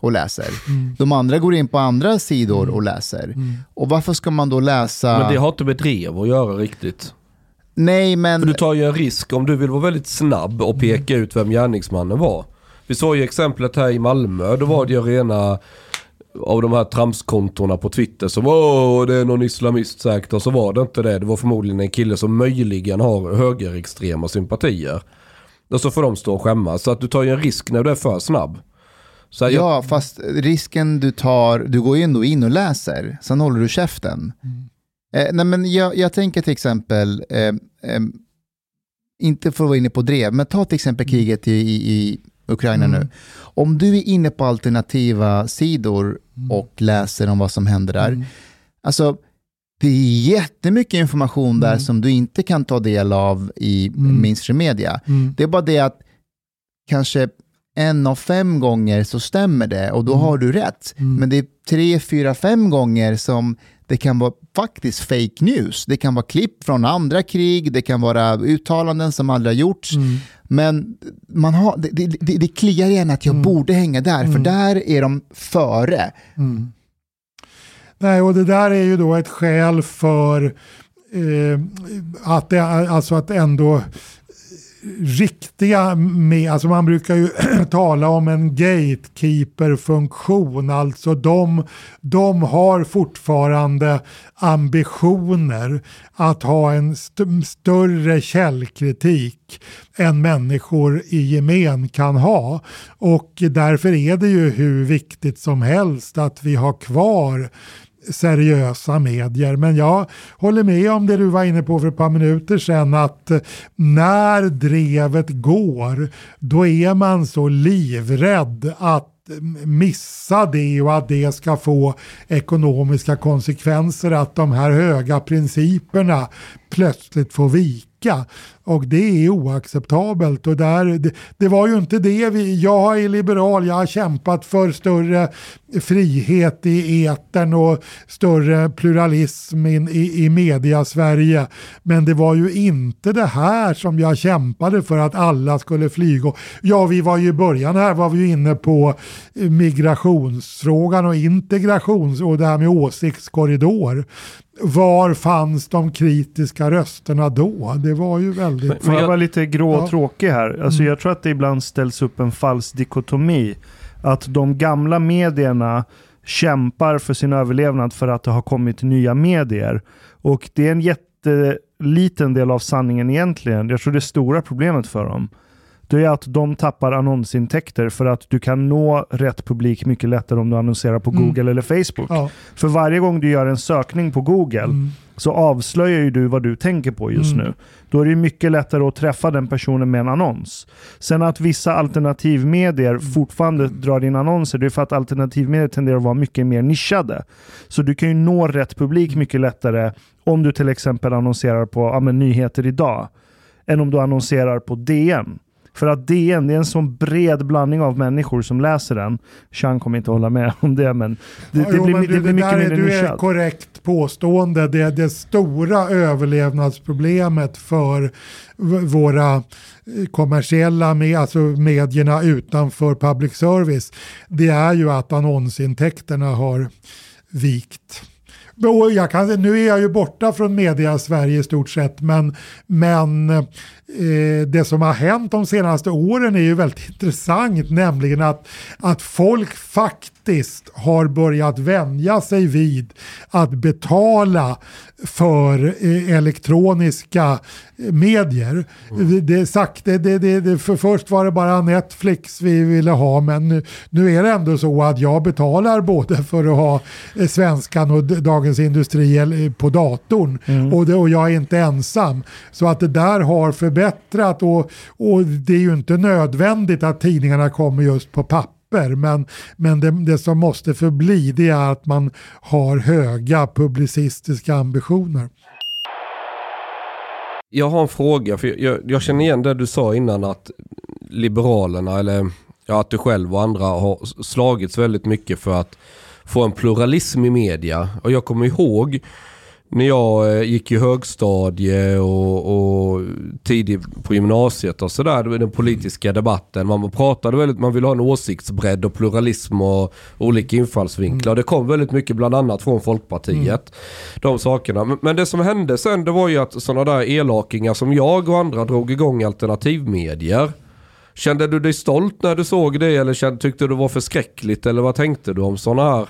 och läser. Mm. De andra går in på andra sidor Mm. och läser. Mm. Och varför ska man då läsa... Men det har inte med drev att göra riktigt. Nej, men... För du tar ju en risk om du vill vara väldigt snabb och peka ut vem gärningsmannen var. Vi såg ju exemplet här i Malmö. Då var det ju rena av de här tramskontorna på Twitter som åh, det är någon islamist säkert. Och så var det inte det. Det var förmodligen en kille som möjligen har högerextrema sympatier. Och så får de stå och skämmas. Så att du tar ju en risk när du är för snabb. Så ja, jag... fast risken du tar, du går ju ändå in och läser. Sen håller du käften. Mm. Eh, nej, men jag, jag tänker till exempel, eh, eh, inte för att vara inne på drev, men ta till exempel kriget i, i, i Ukraina Mm. nu. Om du är inne på alternativa sidor Mm. och läser om vad som händer där, Mm. alltså det är jättemycket information där Mm. som du inte kan ta del av i Mm. mainstream media. Mm. Det är bara det att kanske en av fem gånger så stämmer det och då Mm. har du rätt. Mm. Men det är tre, fyra, fem gånger som det kan vara faktiskt fake news. Det kan vara klipp från andra krig, det kan vara uttalanden som aldrig har gjorts. Mm. Men man har, det, det, det, det kliar igen att jag Mm. borde hänga där, för Mm. där är de före. Mm. Nej, och det där är ju då ett skäl för eh, att det, alltså att ändå riktiga med, alltså man brukar ju tala om en gatekeeper-funktion, alltså de, de har fortfarande ambitioner att ha en st- större källkritik än människor i gemen kan ha, och därför är det ju hur viktigt som helst att vi har kvar seriösa medier. Men jag håller med om det du var inne på för ett par minuter sedan, att när drevet går, då är man så livrädd att missa det och att det ska få ekonomiska konsekvenser, att de här höga principerna plötsligt får vika. Och det är oacceptabelt. Och där, det, det var ju inte det vi, jag är liberal, jag har kämpat för större frihet i etern och större pluralism in, i, i media Sverige. Men det var ju inte det här som jag kämpade för, att alla skulle flyga. Ja, vi var ju i början här var vi ju inne på migrationsfrågan och integrations och det här med åsiktskorridor. Var fanns de kritiska rösterna då? Det var ju väldigt... Men, men jag var lite grå och Ja. tråkig här. Alltså Mm. jag tror att det ibland ställs upp en falsk dikotomi. Att de gamla medierna kämpar för sin överlevnad för att det har kommit nya medier. Och det är en jätteliten del av sanningen egentligen. Jag tror det stora problemet för dem, det är att de tappar annonsintäkter för att du kan nå rätt publik mycket lättare om du annonserar på Mm. Google eller Facebook. Ja. För varje gång du gör en sökning på Google Mm. så avslöjar ju du vad du tänker på just Mm. nu. Då är det mycket lättare att träffa den personen med en annons. Sen att vissa alternativmedier fortfarande drar in annonser, det är för att alternativmedier tenderar att vara mycket mer nischade. Så du kan ju nå rätt publik mycket lättare om du till exempel annonserar på ja, men, nyheter idag än om du annonserar på D N. För att D N, det är en sån bred blandning av människor som läser den. Sean kommer inte hålla med om det, men det, Ja, det, jo, blir, men det du, blir mycket där mer är, du är nischat. korrekt påstående. Det är det stora överlevnadsproblemet för v- våra kommersiella med, alltså medierna utanför public service. Det är ju att annonsintäkterna har vikt. Och jag kan, nu är jag ju borta från media Sverige i stort sett, men, men eh, det som har hänt de senaste åren är ju väldigt intressant, nämligen att, att folk faktiskt har börjat vänja sig vid att betala för eh, elektroniska medier. Mm. Det, sagt, det, det, det, det, för först var det bara Netflix vi ville ha, men nu, nu är det ändå så att jag betalar både för att ha eh, Svenskan och Dagens Industri på datorn, mm. och, det, och jag är inte ensam. Så att det där har förbättrat, och, och det är ju inte nödvändigt att tidningarna kommer just på papper, men, men det, det som måste förbli, det är att man har höga publicistiska ambitioner. Jag har en fråga, för jag, jag känner igen det du sa innan, att Liberalerna, eller ja, att du själv och andra har slagits väldigt mycket för att få en pluralism i media. Och jag kommer ihåg när jag gick i högstadie och, och tidigt på gymnasiet och sådär, den politiska debatten, man pratade väldigt, man ville ha en åsiktsbredd och pluralism och olika infallsvinklar. Mm. Det kom väldigt mycket bland annat från Folkpartiet, mm. de sakerna. Men det som hände sen, det var ju att sådana där elakingar som jag och andra drog igång alternativmedier. Kände du dig stolt när du såg det, eller kände, tyckte du det var förskräckligt, eller vad tänkte du om sådana här?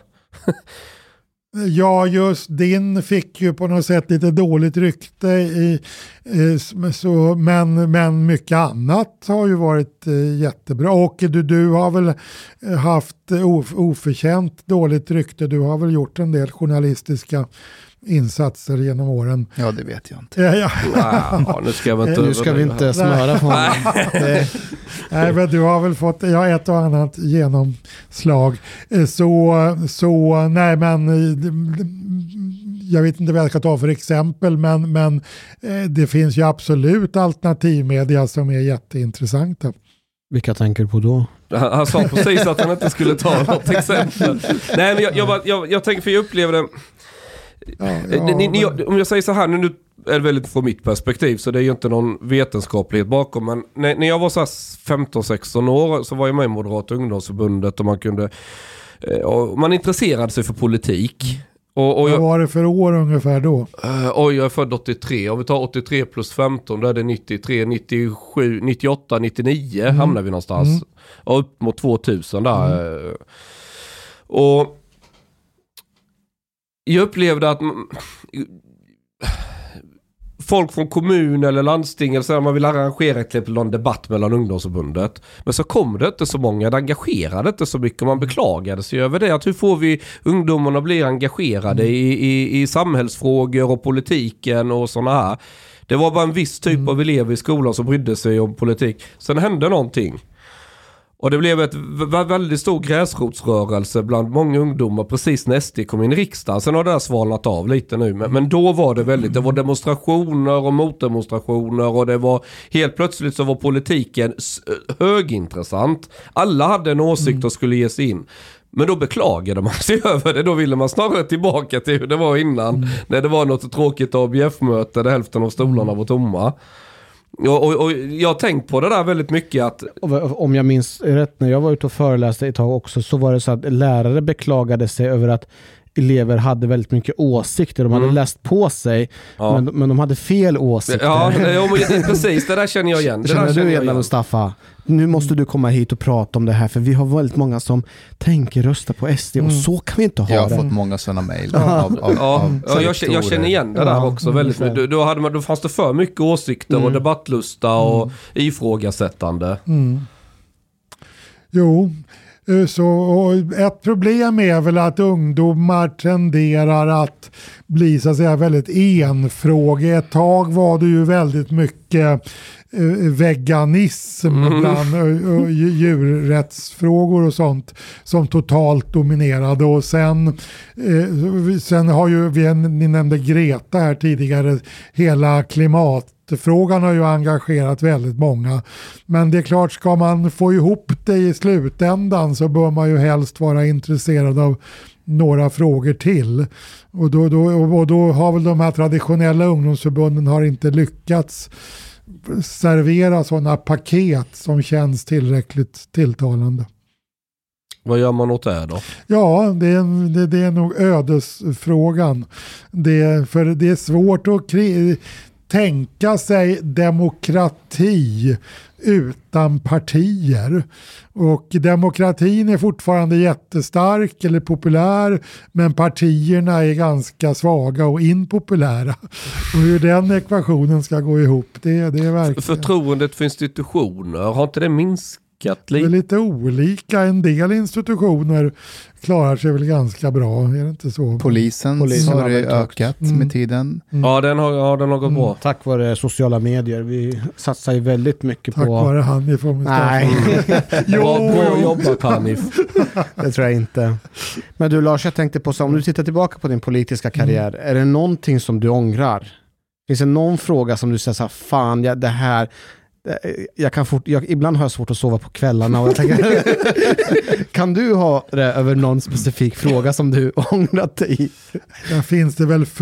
Ja, just din fick ju på något sätt lite dåligt rykte i, så, men, men mycket annat har ju varit jättebra. Och du, du har väl haft of, oförtjänt dåligt rykte. Du har väl gjort en del journalistiska insatser genom åren. Ja, det vet jag inte. Ja, ja. Ja, nu ska, jag inte nu ska vi inte smöra på honom. Nej, men du har väl fått ja, ett och annat genomslag. Så, så nej, men jag vet inte vad jag ska ta för exempel, men, men det finns ju absolut alternativmedia som är jätteintressanta. Vilka tänker du på då? Han, han sa precis att han inte skulle ta något exempel. Nej, men jag, jag, jag, jag tänker, för jag upplever det. Ja, ja, ni, ni, om jag säger så här, nu, nu är det väldigt från mitt perspektiv, så det är ju inte någon vetenskaplighet bakom, men när, när jag var så här femton sexton år så var jag med i Moderata ungdomsförbundet och man kunde och man intresserade sig för politik. Och, och jag, vad var det för år ungefär då? Uh, oj, jag är född åttiotre. Om vi tar åttiotre plus femton, då är det nittiotre, nittiosju, nittioåtta, nittionio mm. hamnar vi någonstans. Mm. Och upp mot tvåtusen där. Mm. Och jag upplevde att folk från kommun eller landsting eller så, man vill arrangera till någon debatt mellan ungdomsförbundet. Men så kom det inte så många, det engagerade inte så mycket. Man beklagade sig över det. Att hur får vi ungdomarna bli engagerade mm. i, i, i samhällsfrågor och politiken och sådana här. Det var bara en viss typ mm. av elever i skolan som brydde sig om politik. Sen hände någonting. Och det blev ett väldigt stor gräsrotsrörelse bland många ungdomar precis när S D kom in i riksdagen. Sen har det där svalnat av lite nu. Men, men då var det väldigt, det var demonstrationer och motdemonstrationer. Och det var, helt plötsligt så var politiken högintressant. Alla hade en åsikt och skulle ge sig in. Men då beklagade man sig över det. Då ville man snarare tillbaka till hur det var innan. Mm. När det var något tråkigt A B F-möte där hälften av stolarna var tomma. Och, och, och jag har tänkt på det där väldigt mycket att... Om jag minns rätt, när jag var ute och föreläste ett tag också, så var det så att lärare beklagade sig över att elever hade väldigt mycket åsikter. De hade mm. läst på sig, ja. men, men de hade fel åsikter. Ja, men, precis. Det där känner jag igen. Det känner där du känner igen, igen, Mustafa? Nu måste du komma hit och prata om det här, för vi har väldigt många som tänker rösta på S D och mm. så kan vi inte ha det. Jag har det. fått många sådana mejl. Ja, av, av, ja, av ja jag, jag känner igen det där ja, också. Väldigt, då, då, hade man, då fanns det för mycket åsikter mm. och debattlusta och mm. ifrågasättande. Mm. Jo, så ett problem är väl att ungdomar tenderar att bli så att säga väldigt enfråga. Ett tag var det ju väldigt mycket veganism mm. bland och djurrättsfrågor och sånt som totalt dominerade, och sen eh, sen har ju vi, ni nämnde Greta här tidigare, hela klimatfrågan har ju engagerat väldigt många, men det är klart, ska man få ihop det i slutändan så bör man ju helst vara intresserad av några frågor till, och då, då, och då har väl de här traditionella ungdomsförbunden har inte lyckats servera sådana paket som känns tillräckligt tilltalande. Vad gör man åt det då? Ja, det är, det, det är nog ödesfrågan. Det, för det är svårt att kri- tänka sig demokrati utan partier. Och demokratin är fortfarande jättestark eller populär, men partierna är ganska svaga och impopulära. Och hur den ekvationen ska gå ihop, det, det är verkligen... Förtroendet för institutioner, har inte det minskat lite? Det är lite olika. En del institutioner klarar sig väl ganska bra, är det inte så? Polisen, Polisen har, har det ökat mm. med tiden. Mm. Ja, den har, ja, den har gått mm. bra. Tack vare sociala medier. Vi satsar ju väldigt mycket Tack på... Tack vare Hanif. Nej. jo, bra jobbat Hanif. Det tror jag inte. Men du Lars, jag tänkte på så om du tittar tillbaka på din politiska karriär, mm. är det någonting som du ångrar? Finns det någon fråga som du säger så här, fan, ja, det här Jag kan fort, jag, ibland har jag svårt att sova på kvällarna och jag tänker, kan du ha det över någon specifik fråga som du ångrat dig i? Där finns det väl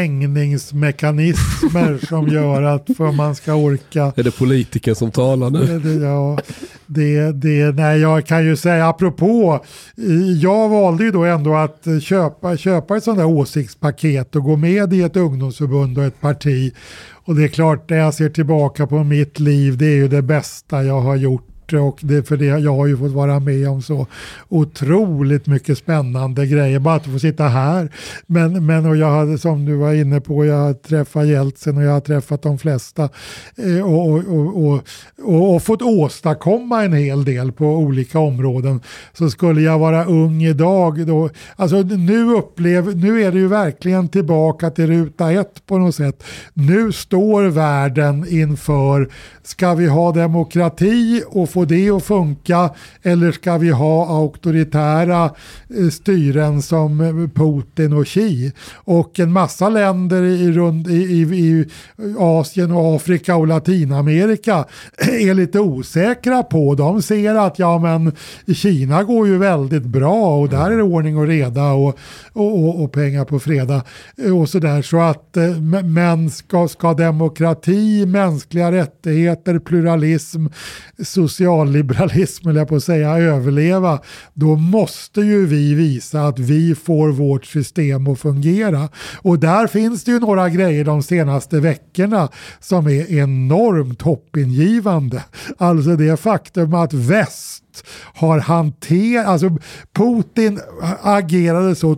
förträngningsmekanismer som gör att för man ska orka. Är det politiker som talar nu? Det, ja, det, det, nej, jag kan ju säga apropå, jag valde ju då ändå att köpa, köpa ett sånt där åsiktspaket och gå med i ett ungdomsförbund och ett parti. Och det är klart, när jag ser tillbaka på mitt liv, det är ju det bästa jag har gjort. Och det, för det, jag har ju fått vara med om så otroligt mycket spännande grejer. Bara att få sitta här. Men, men och jag hade, som du var inne på, jag har träffat Jeltsin och jag har träffat de flesta. Eh, och, och, och, och, och, och fått åstadkomma en hel del på olika områden. Så skulle jag vara ung idag då. Alltså nu upplever, nu är det ju verkligen tillbaka till ruta ett på något sätt. Nu står världen inför, ska vi ha demokrati och få det att funka, eller ska vi ha auktoritära styren som Putin och Xi? Och en massa länder i, rund, i, i, i Asien och Afrika och Latinamerika är lite osäkra på. De ser att ja, men i Kina går ju väldigt bra och där är det ordning och reda och, och, och, och pengar på fredag och sådär. Så att men ska, ska demokrati, mänskliga rättigheter, pluralism, socialliberalism, eller jag på att säga, överleva, då måste ju vi visa att vi får vårt system att fungera. Och där finns det ju några grejer de senaste veckorna som är enormt hoppingivande. Alltså det faktum att väst har hanterat, alltså Putin agerade så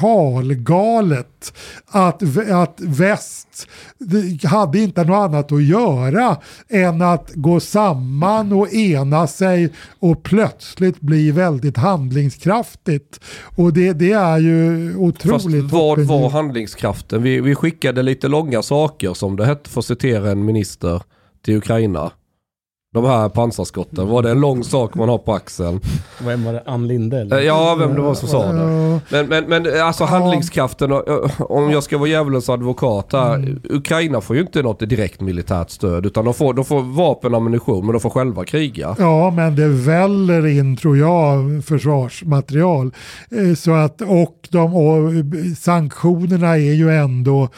totalgalet att, att väst hade inte något annat att göra än att gå samman och ena sig och plötsligt bli väldigt handlingskraftigt. Och det, det är ju otroligt. Fast vad var handlingskraften? Vi, vi skickade lite långa saker, som det hette, för att citera en minister, till Ukraina. De här pansarskotten, var det en lång sak man har på axeln? Vem var det? Ann Linde? Eller? Ja, vem det var som sa det. Men, men, men alltså handlingskraften, om jag ska vara djävulens advokat här, mm. Ukraina får ju inte något direkt militärt stöd, utan de får, de får vapen och ammunition, men de får själva kriga. Ja, men det väller in, tror jag, försvarsmaterial. Så att, och, de, och sanktionerna är ju ändå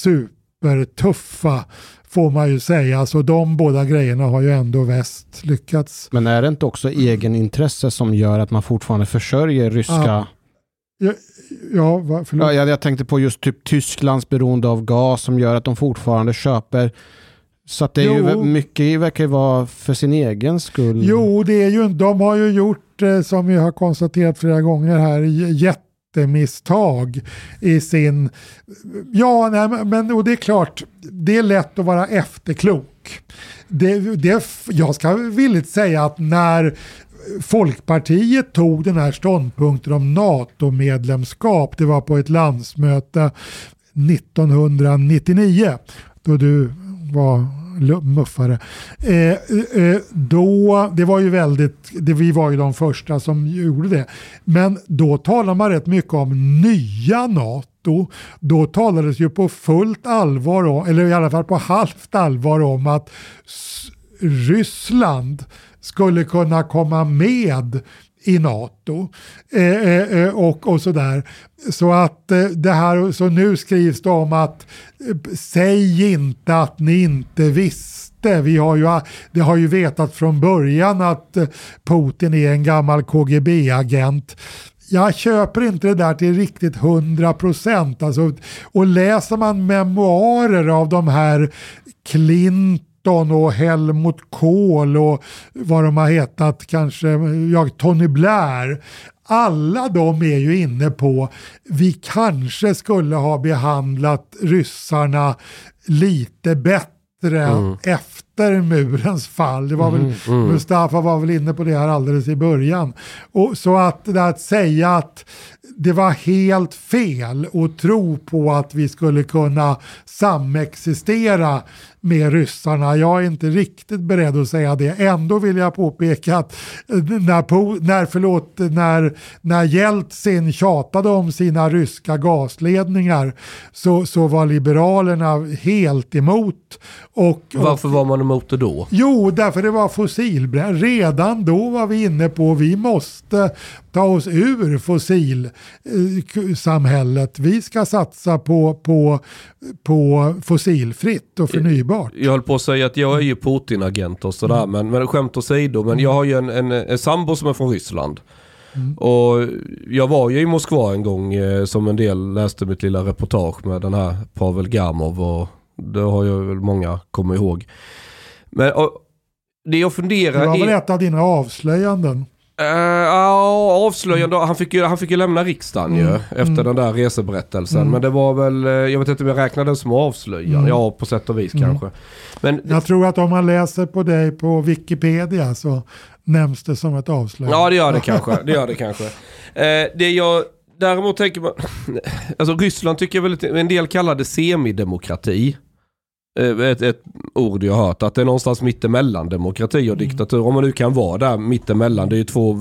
supertuffa, får man ju säga. Så de båda grejerna har ju ändå väst lyckats. Men är det inte också egenintresse som gör att man fortfarande försörjer ryska... Ja, ja, ja, va, ja jag, jag tänkte på just typ Tysklands beroende av gas som gör att de fortfarande köper. Så att det är ju mycket verkar vara för sin egen skull. Jo, det är ju, de har ju gjort, som vi har konstaterat flera gånger här, jätte misstag i sin, ja, nej, men och det är klart, det är lätt att vara efterklok. Det, det, jag ska villigt säga att när Folkpartiet tog den här ståndpunkten om NATO-medlemskap, det var på ett landsmöte nittonhundranittionio, då du var muffare. Eh, eh, då, det var ju väldigt, det, vi var ju de första som gjorde det. Men då talar man rätt mycket om nya NATO. Då talades ju på fullt allvar om, eller i alla fall på halvt allvar om att S- Ryssland skulle kunna komma med i NATO eh, eh, och, och sådär. Så att eh, det här, så nu skrivs det om att eh, säg inte att ni inte visste. Vi har ju, det har ju vetat från början att eh, Putin är en gammal K G B-agent. Jag köper inte det där till riktigt hundra procent. Alltså, och läser man memoarer av de här Clinton och Helmut Kohl och vad de har hetat, kanske ja, Tony Blair, alla de är ju inne på vi kanske skulle ha behandlat ryssarna lite bättre mm. efter murens fall. Det var mm, väl, mm. Mustafa var väl inne på det här alldeles i början. Och så att, det att säga att det var helt fel att tro på att vi skulle kunna samexistera med ryssarna. Jag är inte riktigt beredd att säga det. Ändå vill jag påpeka att när, när, förlåt, när, när Jeltsin tjatade om sina ryska gasledningar så, så var liberalerna helt emot. Och, Varför var man emot det då? Jo, därför det var fossilbränsle. Redan då var vi inne på vi måste ta oss ur fossilsamhället. Vi ska satsa på, på, på fossilfritt och förnybart. Jag höll på att säga att jag är ju Putin-agent och sådär, mm. men, men skämt åsido, men jag har ju en, en, en sambo som är från Ryssland. Mm. Och jag var ju i Moskva en gång eh, som en del läste mitt lilla reportage med den här Pavel Gamov, och det har ju väl många kommit ihåg. Men och, det jag funderar... Det var väl är, ett av dina avslöjanden? Ja, uh, avslöjande. Han fick ju, han fick ju lämna riksdagen mm. ju, efter mm. den där reseberättelsen. Mm. Men det var väl, jag vet inte om jag räknade det som avslöjande. Mm. Ja, på sätt och vis mm. kanske. Men, jag tror att om man läser på dig på Wikipedia så nämns det som ett avslöjande. Ja, det gör det kanske. Det gör det kanske. Eh, det jag däremot tänker man... Alltså Ryssland tycker jag väl, en del kallar det semidemokrati. Ett, ett ord jag har hört, att det är någonstans mittemellan demokrati och diktatur, mm. om man nu kan vara där mittemellan, det är ju två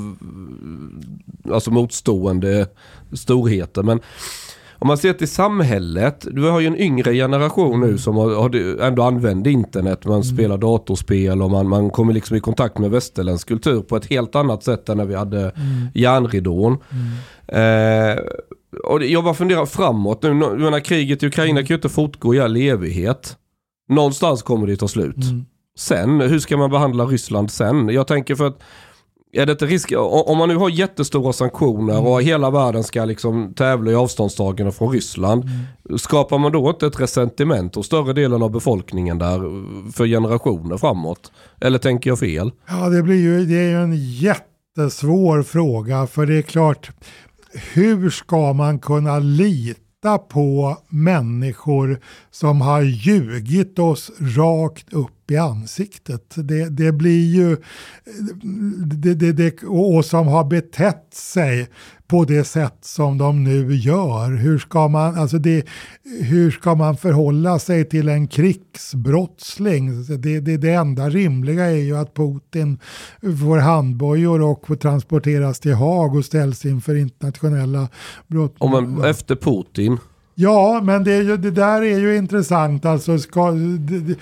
alltså motstående storheter, men om man ser till samhället, du har ju en yngre generation nu som har, har ändå använder internet, man mm. spelar datorspel och man, man kommer liksom i kontakt med västerländsk kultur på ett helt annat sätt än när vi hade mm. järnridån. Mm. Eh, och jag bara funderar framåt nu, när kriget i Ukraina kan ju inte fortgå i all evighet. Någonstans kommer det ta slut. Mm. Sen, hur ska man behandla Ryssland sen? Jag tänker för att är det inte risk, om man nu har jättestora sanktioner mm. och hela världen ska liksom tävla i avståndstagande från Ryssland, mm. skapar man då inte ett resentiment hos större delen av befolkningen där för generationer framåt? Eller tänker jag fel? Ja, det blir ju, det är ju en jättesvår fråga, för det är klart, hur ska man kunna lita på människor som har ljugit oss rakt upp i ansiktet? Det, det blir ju det, det, det, och som har betett sig på det sätt som de nu gör. Hur ska man, alltså det, hur ska man förhålla sig till en krigsbrottsling? Det, det, det enda rimliga är ju att Putin får handbojor och får transporteras till Haag och ställs inför internationella brott. Om man, efter Putin? Ja, men det, är ju, det där är ju intressant. Alltså ska, det, det,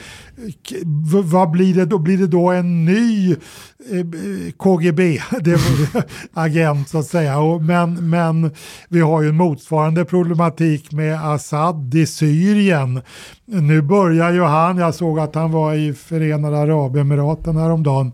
vad blir det då? Blir det då en ny eh, K G B-agent så att säga? Och, men, men vi har ju en motsvarande problematik med Assad i Syrien. Nu börjar ju han, jag såg att han var i Förenade Arabemiraten häromdagen.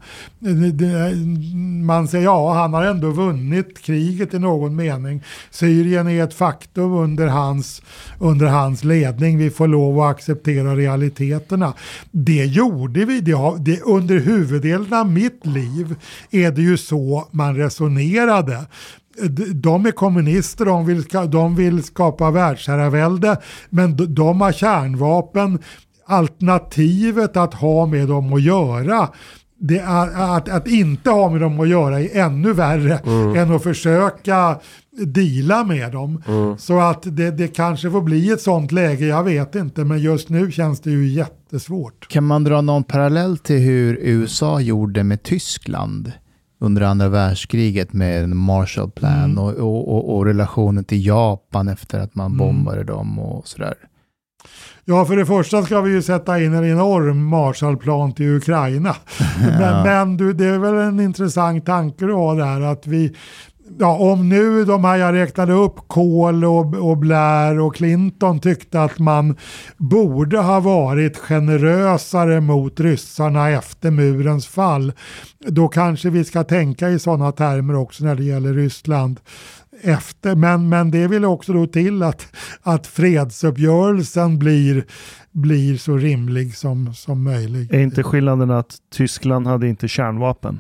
Man säger ja, han har ändå vunnit kriget i någon mening. Syrien är ett faktum under hans, under hans ledning. Vi får lov att acceptera realiteterna. Det gjorde vi. Det har, det, under huvuddelen av mitt liv är det ju så man resonerade. De är kommunister, de vill, de vill skapa världsherravälde, men de, de har kärnvapen. Alternativet att ha med dem att göra, det är att, att inte ha med dem att göra är ännu värre mm. än att försöka deala med dem. Mm. Så att det, det kanske får bli ett sånt läge, jag vet inte, men just nu känns det ju jättesvårt. Kan man dra någon parallell till hur U S A gjorde med Tyskland under andra världskriget med en Marshallplan mm. och, och, och, och relationen till Japan efter att man bombade mm. dem och sådär? Ja, för det första ska vi ju sätta in en enorm Marshallplan till Ukraina. men ja. men du, det är väl en intressant tanke att ha där, att vi, ja, om nu de här jag räknade upp, Kohl och, och Blair och Clinton tyckte att man borde ha varit generösare mot ryssarna efter murens fall, då kanske vi ska tänka i sådana termer också när det gäller Ryssland. Efter, men, men det vill också då till att, att fredsuppgörelsen blir, blir så rimlig som, som möjligt. Är inte skillnaden att Tyskland hade inte kärnvapen?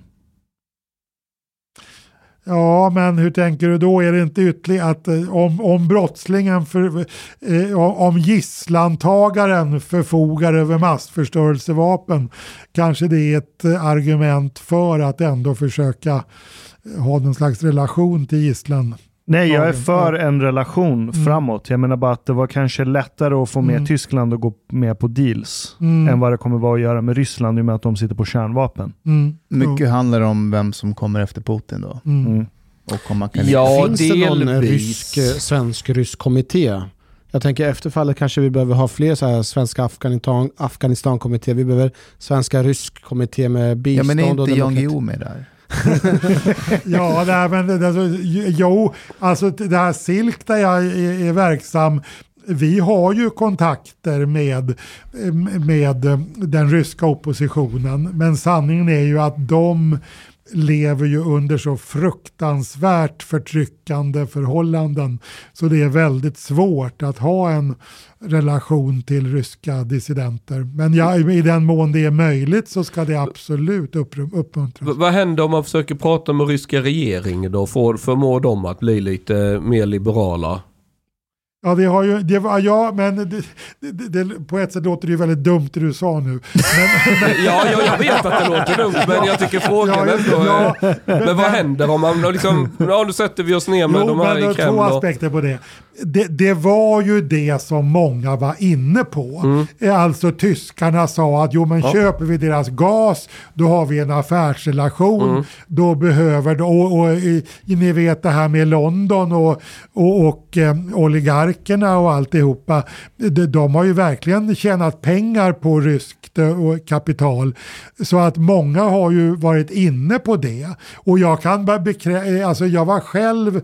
Ja, men hur tänker du då? Är det inte ytterligare att om, om brottslingen, för, eh, om gisslantagaren förfogar över massförstörelsevapen, kanske det är ett argument för att ändå försöka ha någon slags relation till gisslan. Nej, jag är för en relation mm. framåt. Jag menar bara att det var kanske lättare att få med mm. Tyskland och gå med på deals mm. än vad det kommer vara att göra med Ryssland i och med att de sitter på kärnvapen. Mm. Mycket mm. handlar om vem som kommer efter Putin då. Mm. Och om man kan... Ja, finns det någon rysk, svensk-rysk kommitté? Jag tänker efterfallet kanske vi behöver ha fler så här svenska Afghanistan, Afghanistan-kommitté. Vi behöver svenska rysk-kommitté med bistånd. Ja, men är och inte Jan demokrati. Guillou med där? Ja, nej, men det, alltså, jo, alltså det här Silk där jag är, är verksam, vi har ju kontakter med, med den ryska oppositionen, men sanningen är ju att de lever ju under så fruktansvärt förtryckande förhållanden så det är väldigt svårt att ha en relation till ryska dissidenter. Men ja, i den mån det är möjligt så ska det absolut upp, uppmuntras. V- vad händer om man försöker prata med ryska regeringen då? Får förmå dem att bli lite mer liberala? Ja, det har ju, det var, ja, men det, det, det, på ett sätt låter det ju väldigt dumt det du sa nu. Men, men, Ja, jag, jag vet att det låter dumt, men jag tycker frågan Ja, ändå... ja, men, men vad men- händer om man liksom... Ja, nu sätter vi oss ner med jo, de här men det i är Kreml. två och- aspekter på det. Det, det var ju det som många var inne på. Mm. Alltså tyskarna sa att jo men Ja. köper vi deras gas då har vi en affärsrelation. Mm. Då behöver och, och i, ni vet det här med London och, och, och eh, oligarkerna och alltihopa. De, de har ju verkligen tjänat pengar på ryskt och kapital. Så att många har ju varit inne på det. Och jag kan bara bekrä- alltså jag var själv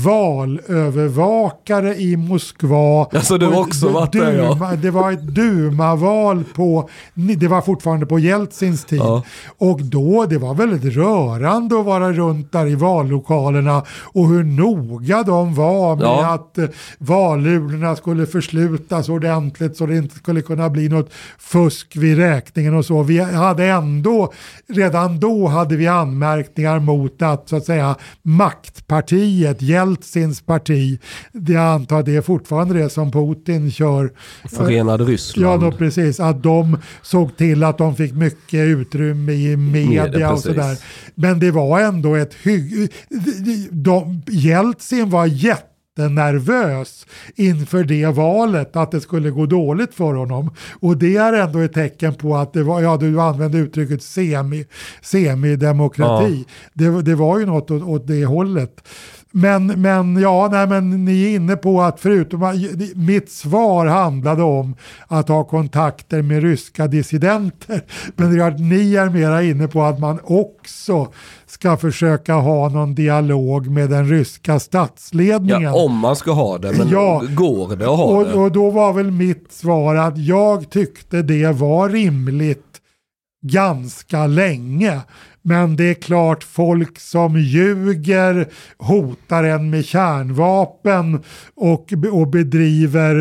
valövervakare i Moskva. Alltså, du har Och också ett varit där, ja. Duma, det var ett Duma-val på, det var fortfarande på Jeltsins tid. Ja. Och då, det var väldigt rörande att vara runt där i vallokalerna och hur noga de var med Ja. att eh, valurnorna skulle förslutas ordentligt så det inte skulle kunna bli något fusk vid räkningen och så. Vi hade ändå, redan då hade vi anmärkningar mot att så att säga maktpartiet, Jeltsins parti, det jag antar det är fortfarande det som Putin kör. Förenade Ja, Ryssland. då precis. Att de såg till att de fick mycket utrymme i media, Media, och precis. sådär. Men det var ändå ett hygg... De, Jeltsin var jättenervös inför det valet, att det skulle gå dåligt för honom. Och det är ändå ett tecken på att det var, ja du använde uttrycket semi, semidemokrati. Det, det var ju något åt, åt det hållet. Men, men ja, nej, men ni är inne på att förutom mitt svar handlade om att ha kontakter med ryska dissidenter. Men det är att ni är mera inne på att man också ska försöka ha någon dialog med den ryska statsledningen. Ja, om man ska ha det, men Ja. går det att ha och, det? och då var väl mitt svar att jag tyckte det var rimligt ganska länge. Men det är klart, folk som ljuger, hotar en med kärnvapen och, och bedriver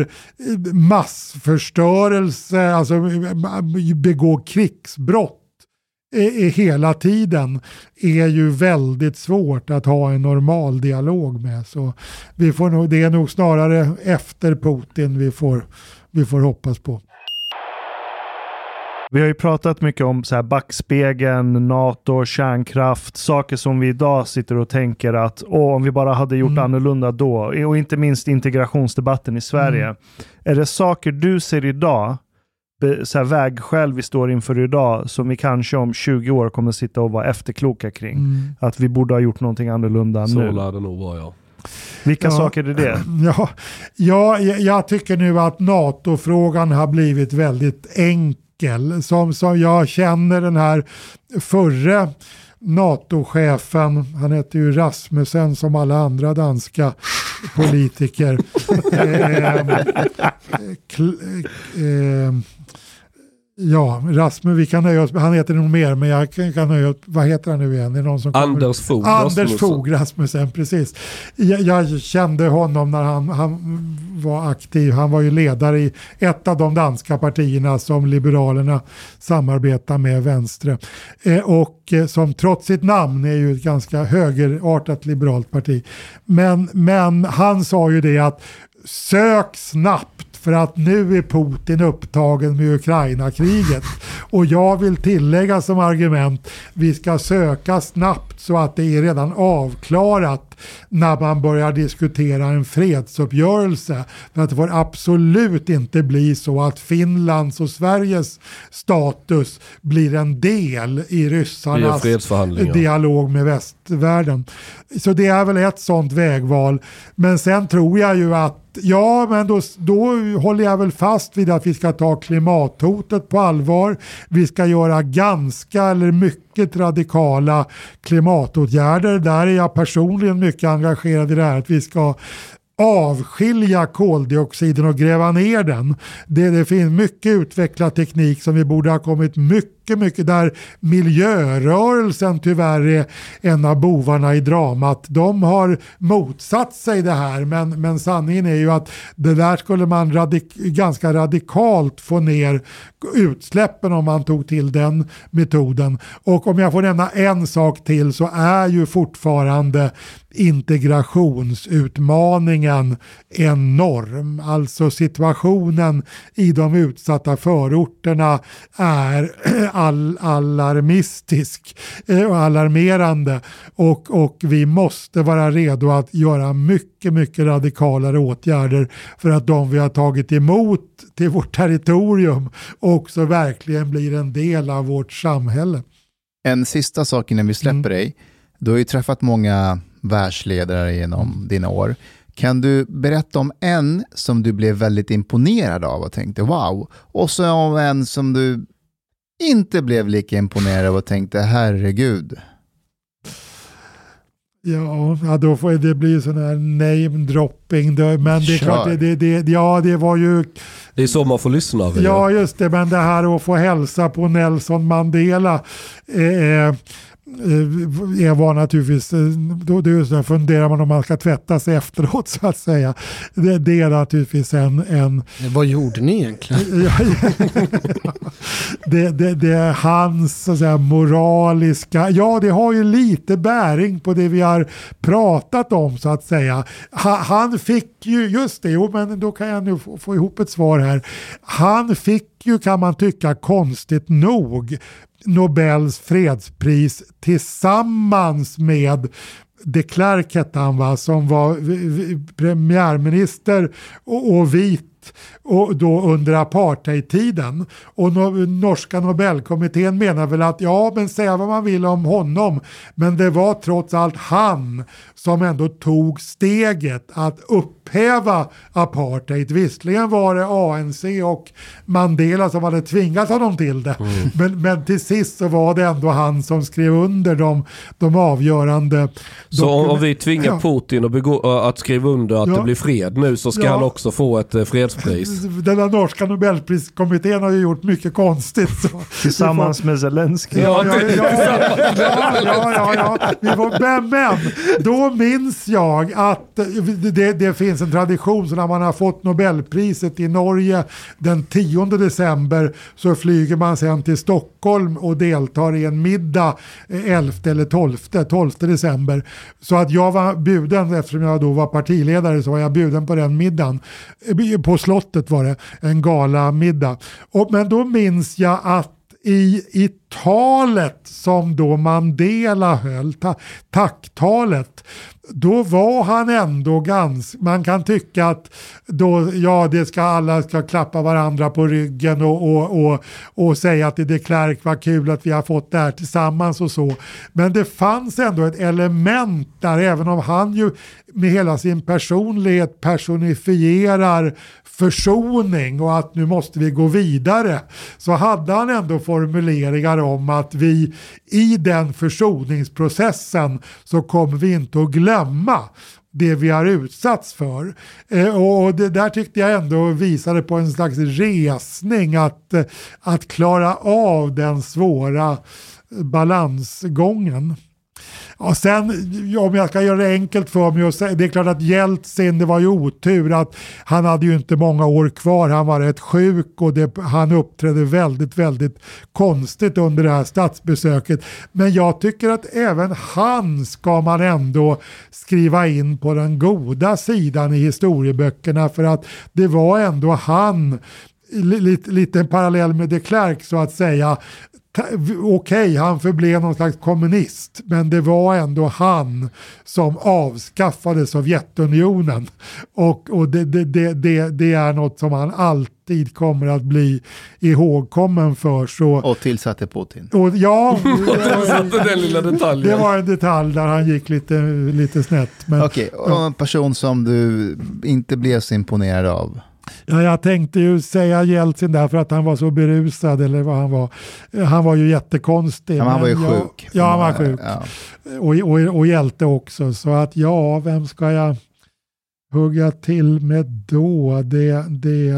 massförstörelse, alltså begår krigsbrott är hela tiden, är ju väldigt svårt att ha en normal dialog med. Så vi får nog, det är nog snarare efter Putin vi får, vi får hoppas på. Vi har ju pratat mycket om så här backspegeln, NATO, kärnkraft, saker som vi idag sitter och tänker att åh, om vi bara hade gjort Mm. annorlunda då. Och inte minst integrationsdebatten i Sverige. Mm. Är det saker du ser idag, be- så här vägskäl vi står inför idag, som vi kanske om tjugo år kommer sitta och vara efterkloka kring? Mm. Att vi borde ha gjort någonting annorlunda Så nu. lär det nog vara, ja. Vilka Ja. saker är det? Ja, ja, jag tycker nu att NATO-frågan har blivit väldigt enkel. Som, som jag känner den här förre NATO-chefen, han heter ju Rasmussen som alla andra danska politiker. eh, kl, eh, ja, Rasmus, vi kan nöja oss, han heter nog mer, men jag kan, kan nöja oss, vad heter han nu igen? Det är någon som kommer- Anders Fogh Anders Rasmussen. Fogh Rasmussen, precis. Jag, jag kände honom när han, han var aktiv. Han var ju ledare i ett av de danska partierna som Liberalerna samarbetar med, Venstre. Eh, och eh, som trots sitt namn är ju ett ganska högerartat liberalt parti. Men, men han sa ju det att sök snabbt, för att nu är Putin upptagen med Ukraina-kriget. Och jag vill tillägga som argument, vi ska söka snabbt så att det är redan avklarat när man börjar diskutera en fredsuppgörelse. För att det får absolut inte bli så att Finlands och Sveriges status blir en del i Via ryssarnas fredsförhandlingar. dialog med västvärlden. Så det är väl ett sånt vägval. Men sen tror jag ju att ja, men då, då håller jag väl fast vid att vi ska ta klimathotet på allvar. Vi ska göra ganska eller mycket radikala klimatåtgärder. Där är jag personligen mycket engagerad i det här att vi ska avskilja koldioxiden och gräva ner den. Det, det finns mycket utvecklad teknik som vi borde ha kommit mycket, mycket där miljörörelsen tyvärr är en av bovarna i dramat. De har motsatt sig det här, men, men sanningen är ju att det där skulle man radik- ganska radikalt få ner utsläppen om man tog till den metoden. Och om jag får nämna en sak till så är ju fortfarande integrationsutmaningen enorm. Alltså situationen i de utsatta förorterna är all, alarmistisk och alarmerande och, och vi måste vara redo att göra mycket, mycket radikalare åtgärder för att de vi har tagit emot till vårt territorium också verkligen blir en del av vårt samhälle. En sista sak innan vi släpper Mm. dig. Du har ju träffat många världsledare genom dina år. Kan du berätta om en som du blev väldigt imponerad av och tänkte wow, och så om en som du inte blev lika imponerad av och tänkte herregud? Ja, ja då får det bli sån här name dropping. Men det är Kör. klart, det, det, det, ja det var ju... Det är så man får lyssna. Väl? Ja just det, men det här att få hälsa på Nelson Mandela eh, eh, var naturligtvis, då, då funderar man om man ska tvätta sig efteråt så att säga. Det, det är naturligtvis en... en Vad gjorde ni egentligen? det, det, det är hans så att säga, moraliska, ja det har ju lite bäring på det vi har pratat om så att säga. Ha, han fick ju, just det, jo, men då kan jag nu få, få ihop ett svar här. Han fick ju, kan man tycka konstigt nog, Nobels fredspris tillsammans med de Klerk hette han va, som var premiärminister och, och vit och då under apartheidtiden. Och no- norska Nobelkommittén menar väl att ja, men säga vad man vill om honom, men det var trots allt han som ändå tog steget att upphäva apartheid. Visserligen var det A N C och Mandela som hade tvingat honom till det. Mm. Men, men till sist så var det ändå han som skrev under de, de avgörande. Så dokument- om vi tvingar ja. Putin att, begå, att skriva under att Ja. det blir fred nu så ska Ja. han också få ett eh, fredspris. Den där norska Nobelpriskommittén har ju gjort mycket konstigt. Så. Tillsammans med Zelensky. Ja, ja, ja, ja, ja, ja, ja, ja. Vi var, men, men då minns jag att det, det finns en tradition så när man har fått Nobelpriset i Norge den tionde december så flyger man sen till Stockholm och deltar i en middag elfte eller tolfte, tolfte december. Så att jag var bjuden, eftersom jag då var partiledare så var jag bjuden på den middagen. På slottet var det en gala middag. Och, men då minns jag att i, i talet som då Mandela höll, ta, tacktalet, då var han ändå ganska, man kan tycka att då, ja det ska alla ska klappa varandra på ryggen och, och, och, och säga att det är Klerk, vad kul att vi har fått det här tillsammans och så. Men det fanns ändå ett element där, även om han ju med hela sin personlighet personifierar försoning och att nu måste vi gå vidare, så hade han ändå formuleringar om att vi i den försoningsprocessen så kommer vi inte att glömma det vi har utsatts för. Eh, och det där tyckte jag ändå visade på en slags resning att, eh, att klara av den svåra balansgången. Och sen, om jag ska göra det enkelt för mig och säga, det är klart att Jeltsin, det var ju otur att han hade ju inte många år kvar, han var rätt sjuk och det, han uppträdde väldigt, väldigt konstigt under det här statsbesöket. Men jag tycker att även han ska man ändå skriva in på den goda sidan i historieböckerna, för att det var ändå han lite, lite en parallell med de Klerk så att säga. Okej, okay, han förblev någon slags kommunist, men det var ändå han som avskaffade Sovjetunionen och, och det, det, det, det, det är något som han alltid kommer att bli ihågkommen för. Så, och tillsatte Putin. Och, ja, den lilla detaljen. Det var en detalj där han gick lite, lite snett. Men, Okej, okay, och en person som du inte blev så imponerad av? Ja, jag tänkte ju säga Jeltsin där för att han var så berusad eller vad han var. Han var ju jättekonstig. Ja, men han var ju jag, sjuk. Ja, han var sjuk. Ja. Och, och, och hjälte också. Så att ja, vem ska jag hugga till med då? Det, det,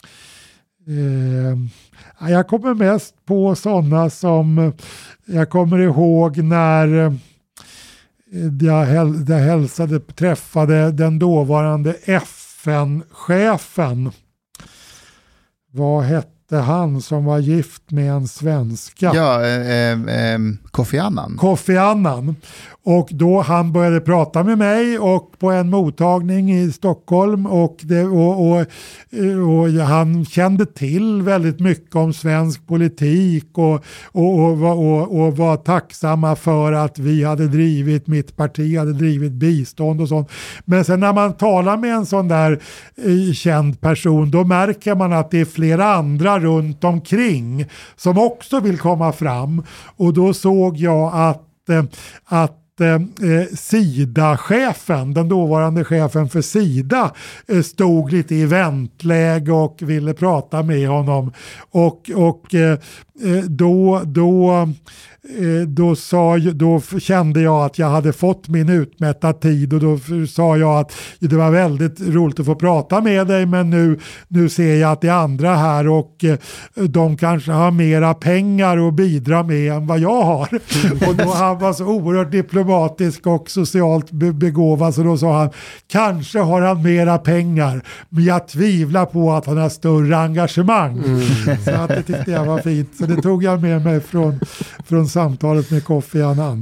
eh, jag kommer mest på sådana som jag kommer ihåg när jag, häl, jag hälsade, träffade den dåvarande F F N-chefen. Vad hette han som var gift med en svenska? Ja, eh, eh, Kofi Annan. Kofi Annan. Och då han började prata med mig och på en mottagning i Stockholm och, det, och, och, och han kände till väldigt mycket om svensk politik och, och, och, och, och var tacksamma för att vi hade drivit, mitt parti hade drivit bistånd och sånt. Men sen när man talar med en sån där eh, känd person då märker man att det är flera andra runt omkring som också vill komma fram. Och då såg jag att, eh, att Eh, SIDA-chefen, den dåvarande chefen för SIDA eh, stod lite i väntläge och ville prata med honom och, och eh, då, då, eh, då, sa, då kände jag att jag hade fått min utmätta tid och då sa jag att det var väldigt roligt att få prata med dig men nu, nu ser jag att det är andra här och eh, de kanske har mera pengar att bidra med än vad jag har. Och då han var så oerhört diplomatisk och socialt begåvad så då sa han kanske har han mera pengar men jag tvivlar på att han har större engagemang. Mm. Så att det tyckte jag var fint. Så det tog jag med mig från, från samtalet med Kofi Annan.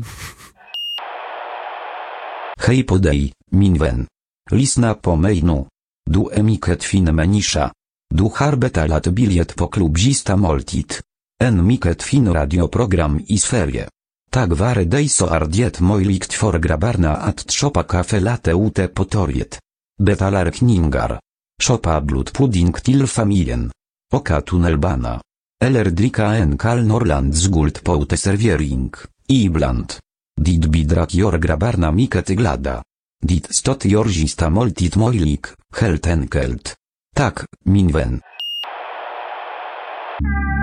Hej på dig, min vän. Lyssna på mig nu. Du är mycket fin människa. Du har betalat bilet på klubbzista måltid. En mycket fin radioprogram i Sverige. Tack vare dig så är det möjligt för grabbarna att shoppa kaffe latte ute på torget. Betalar kningar. Shoppa blodpudding till familjen. Åka tunnelbana. Eller dricka en kall Norrlands guld på uteservering, ibland. Dit bidrak gör grabbarna mycket glada. Dit stot gör zista måltid möjlig, helt enkelt. Tack, min vän.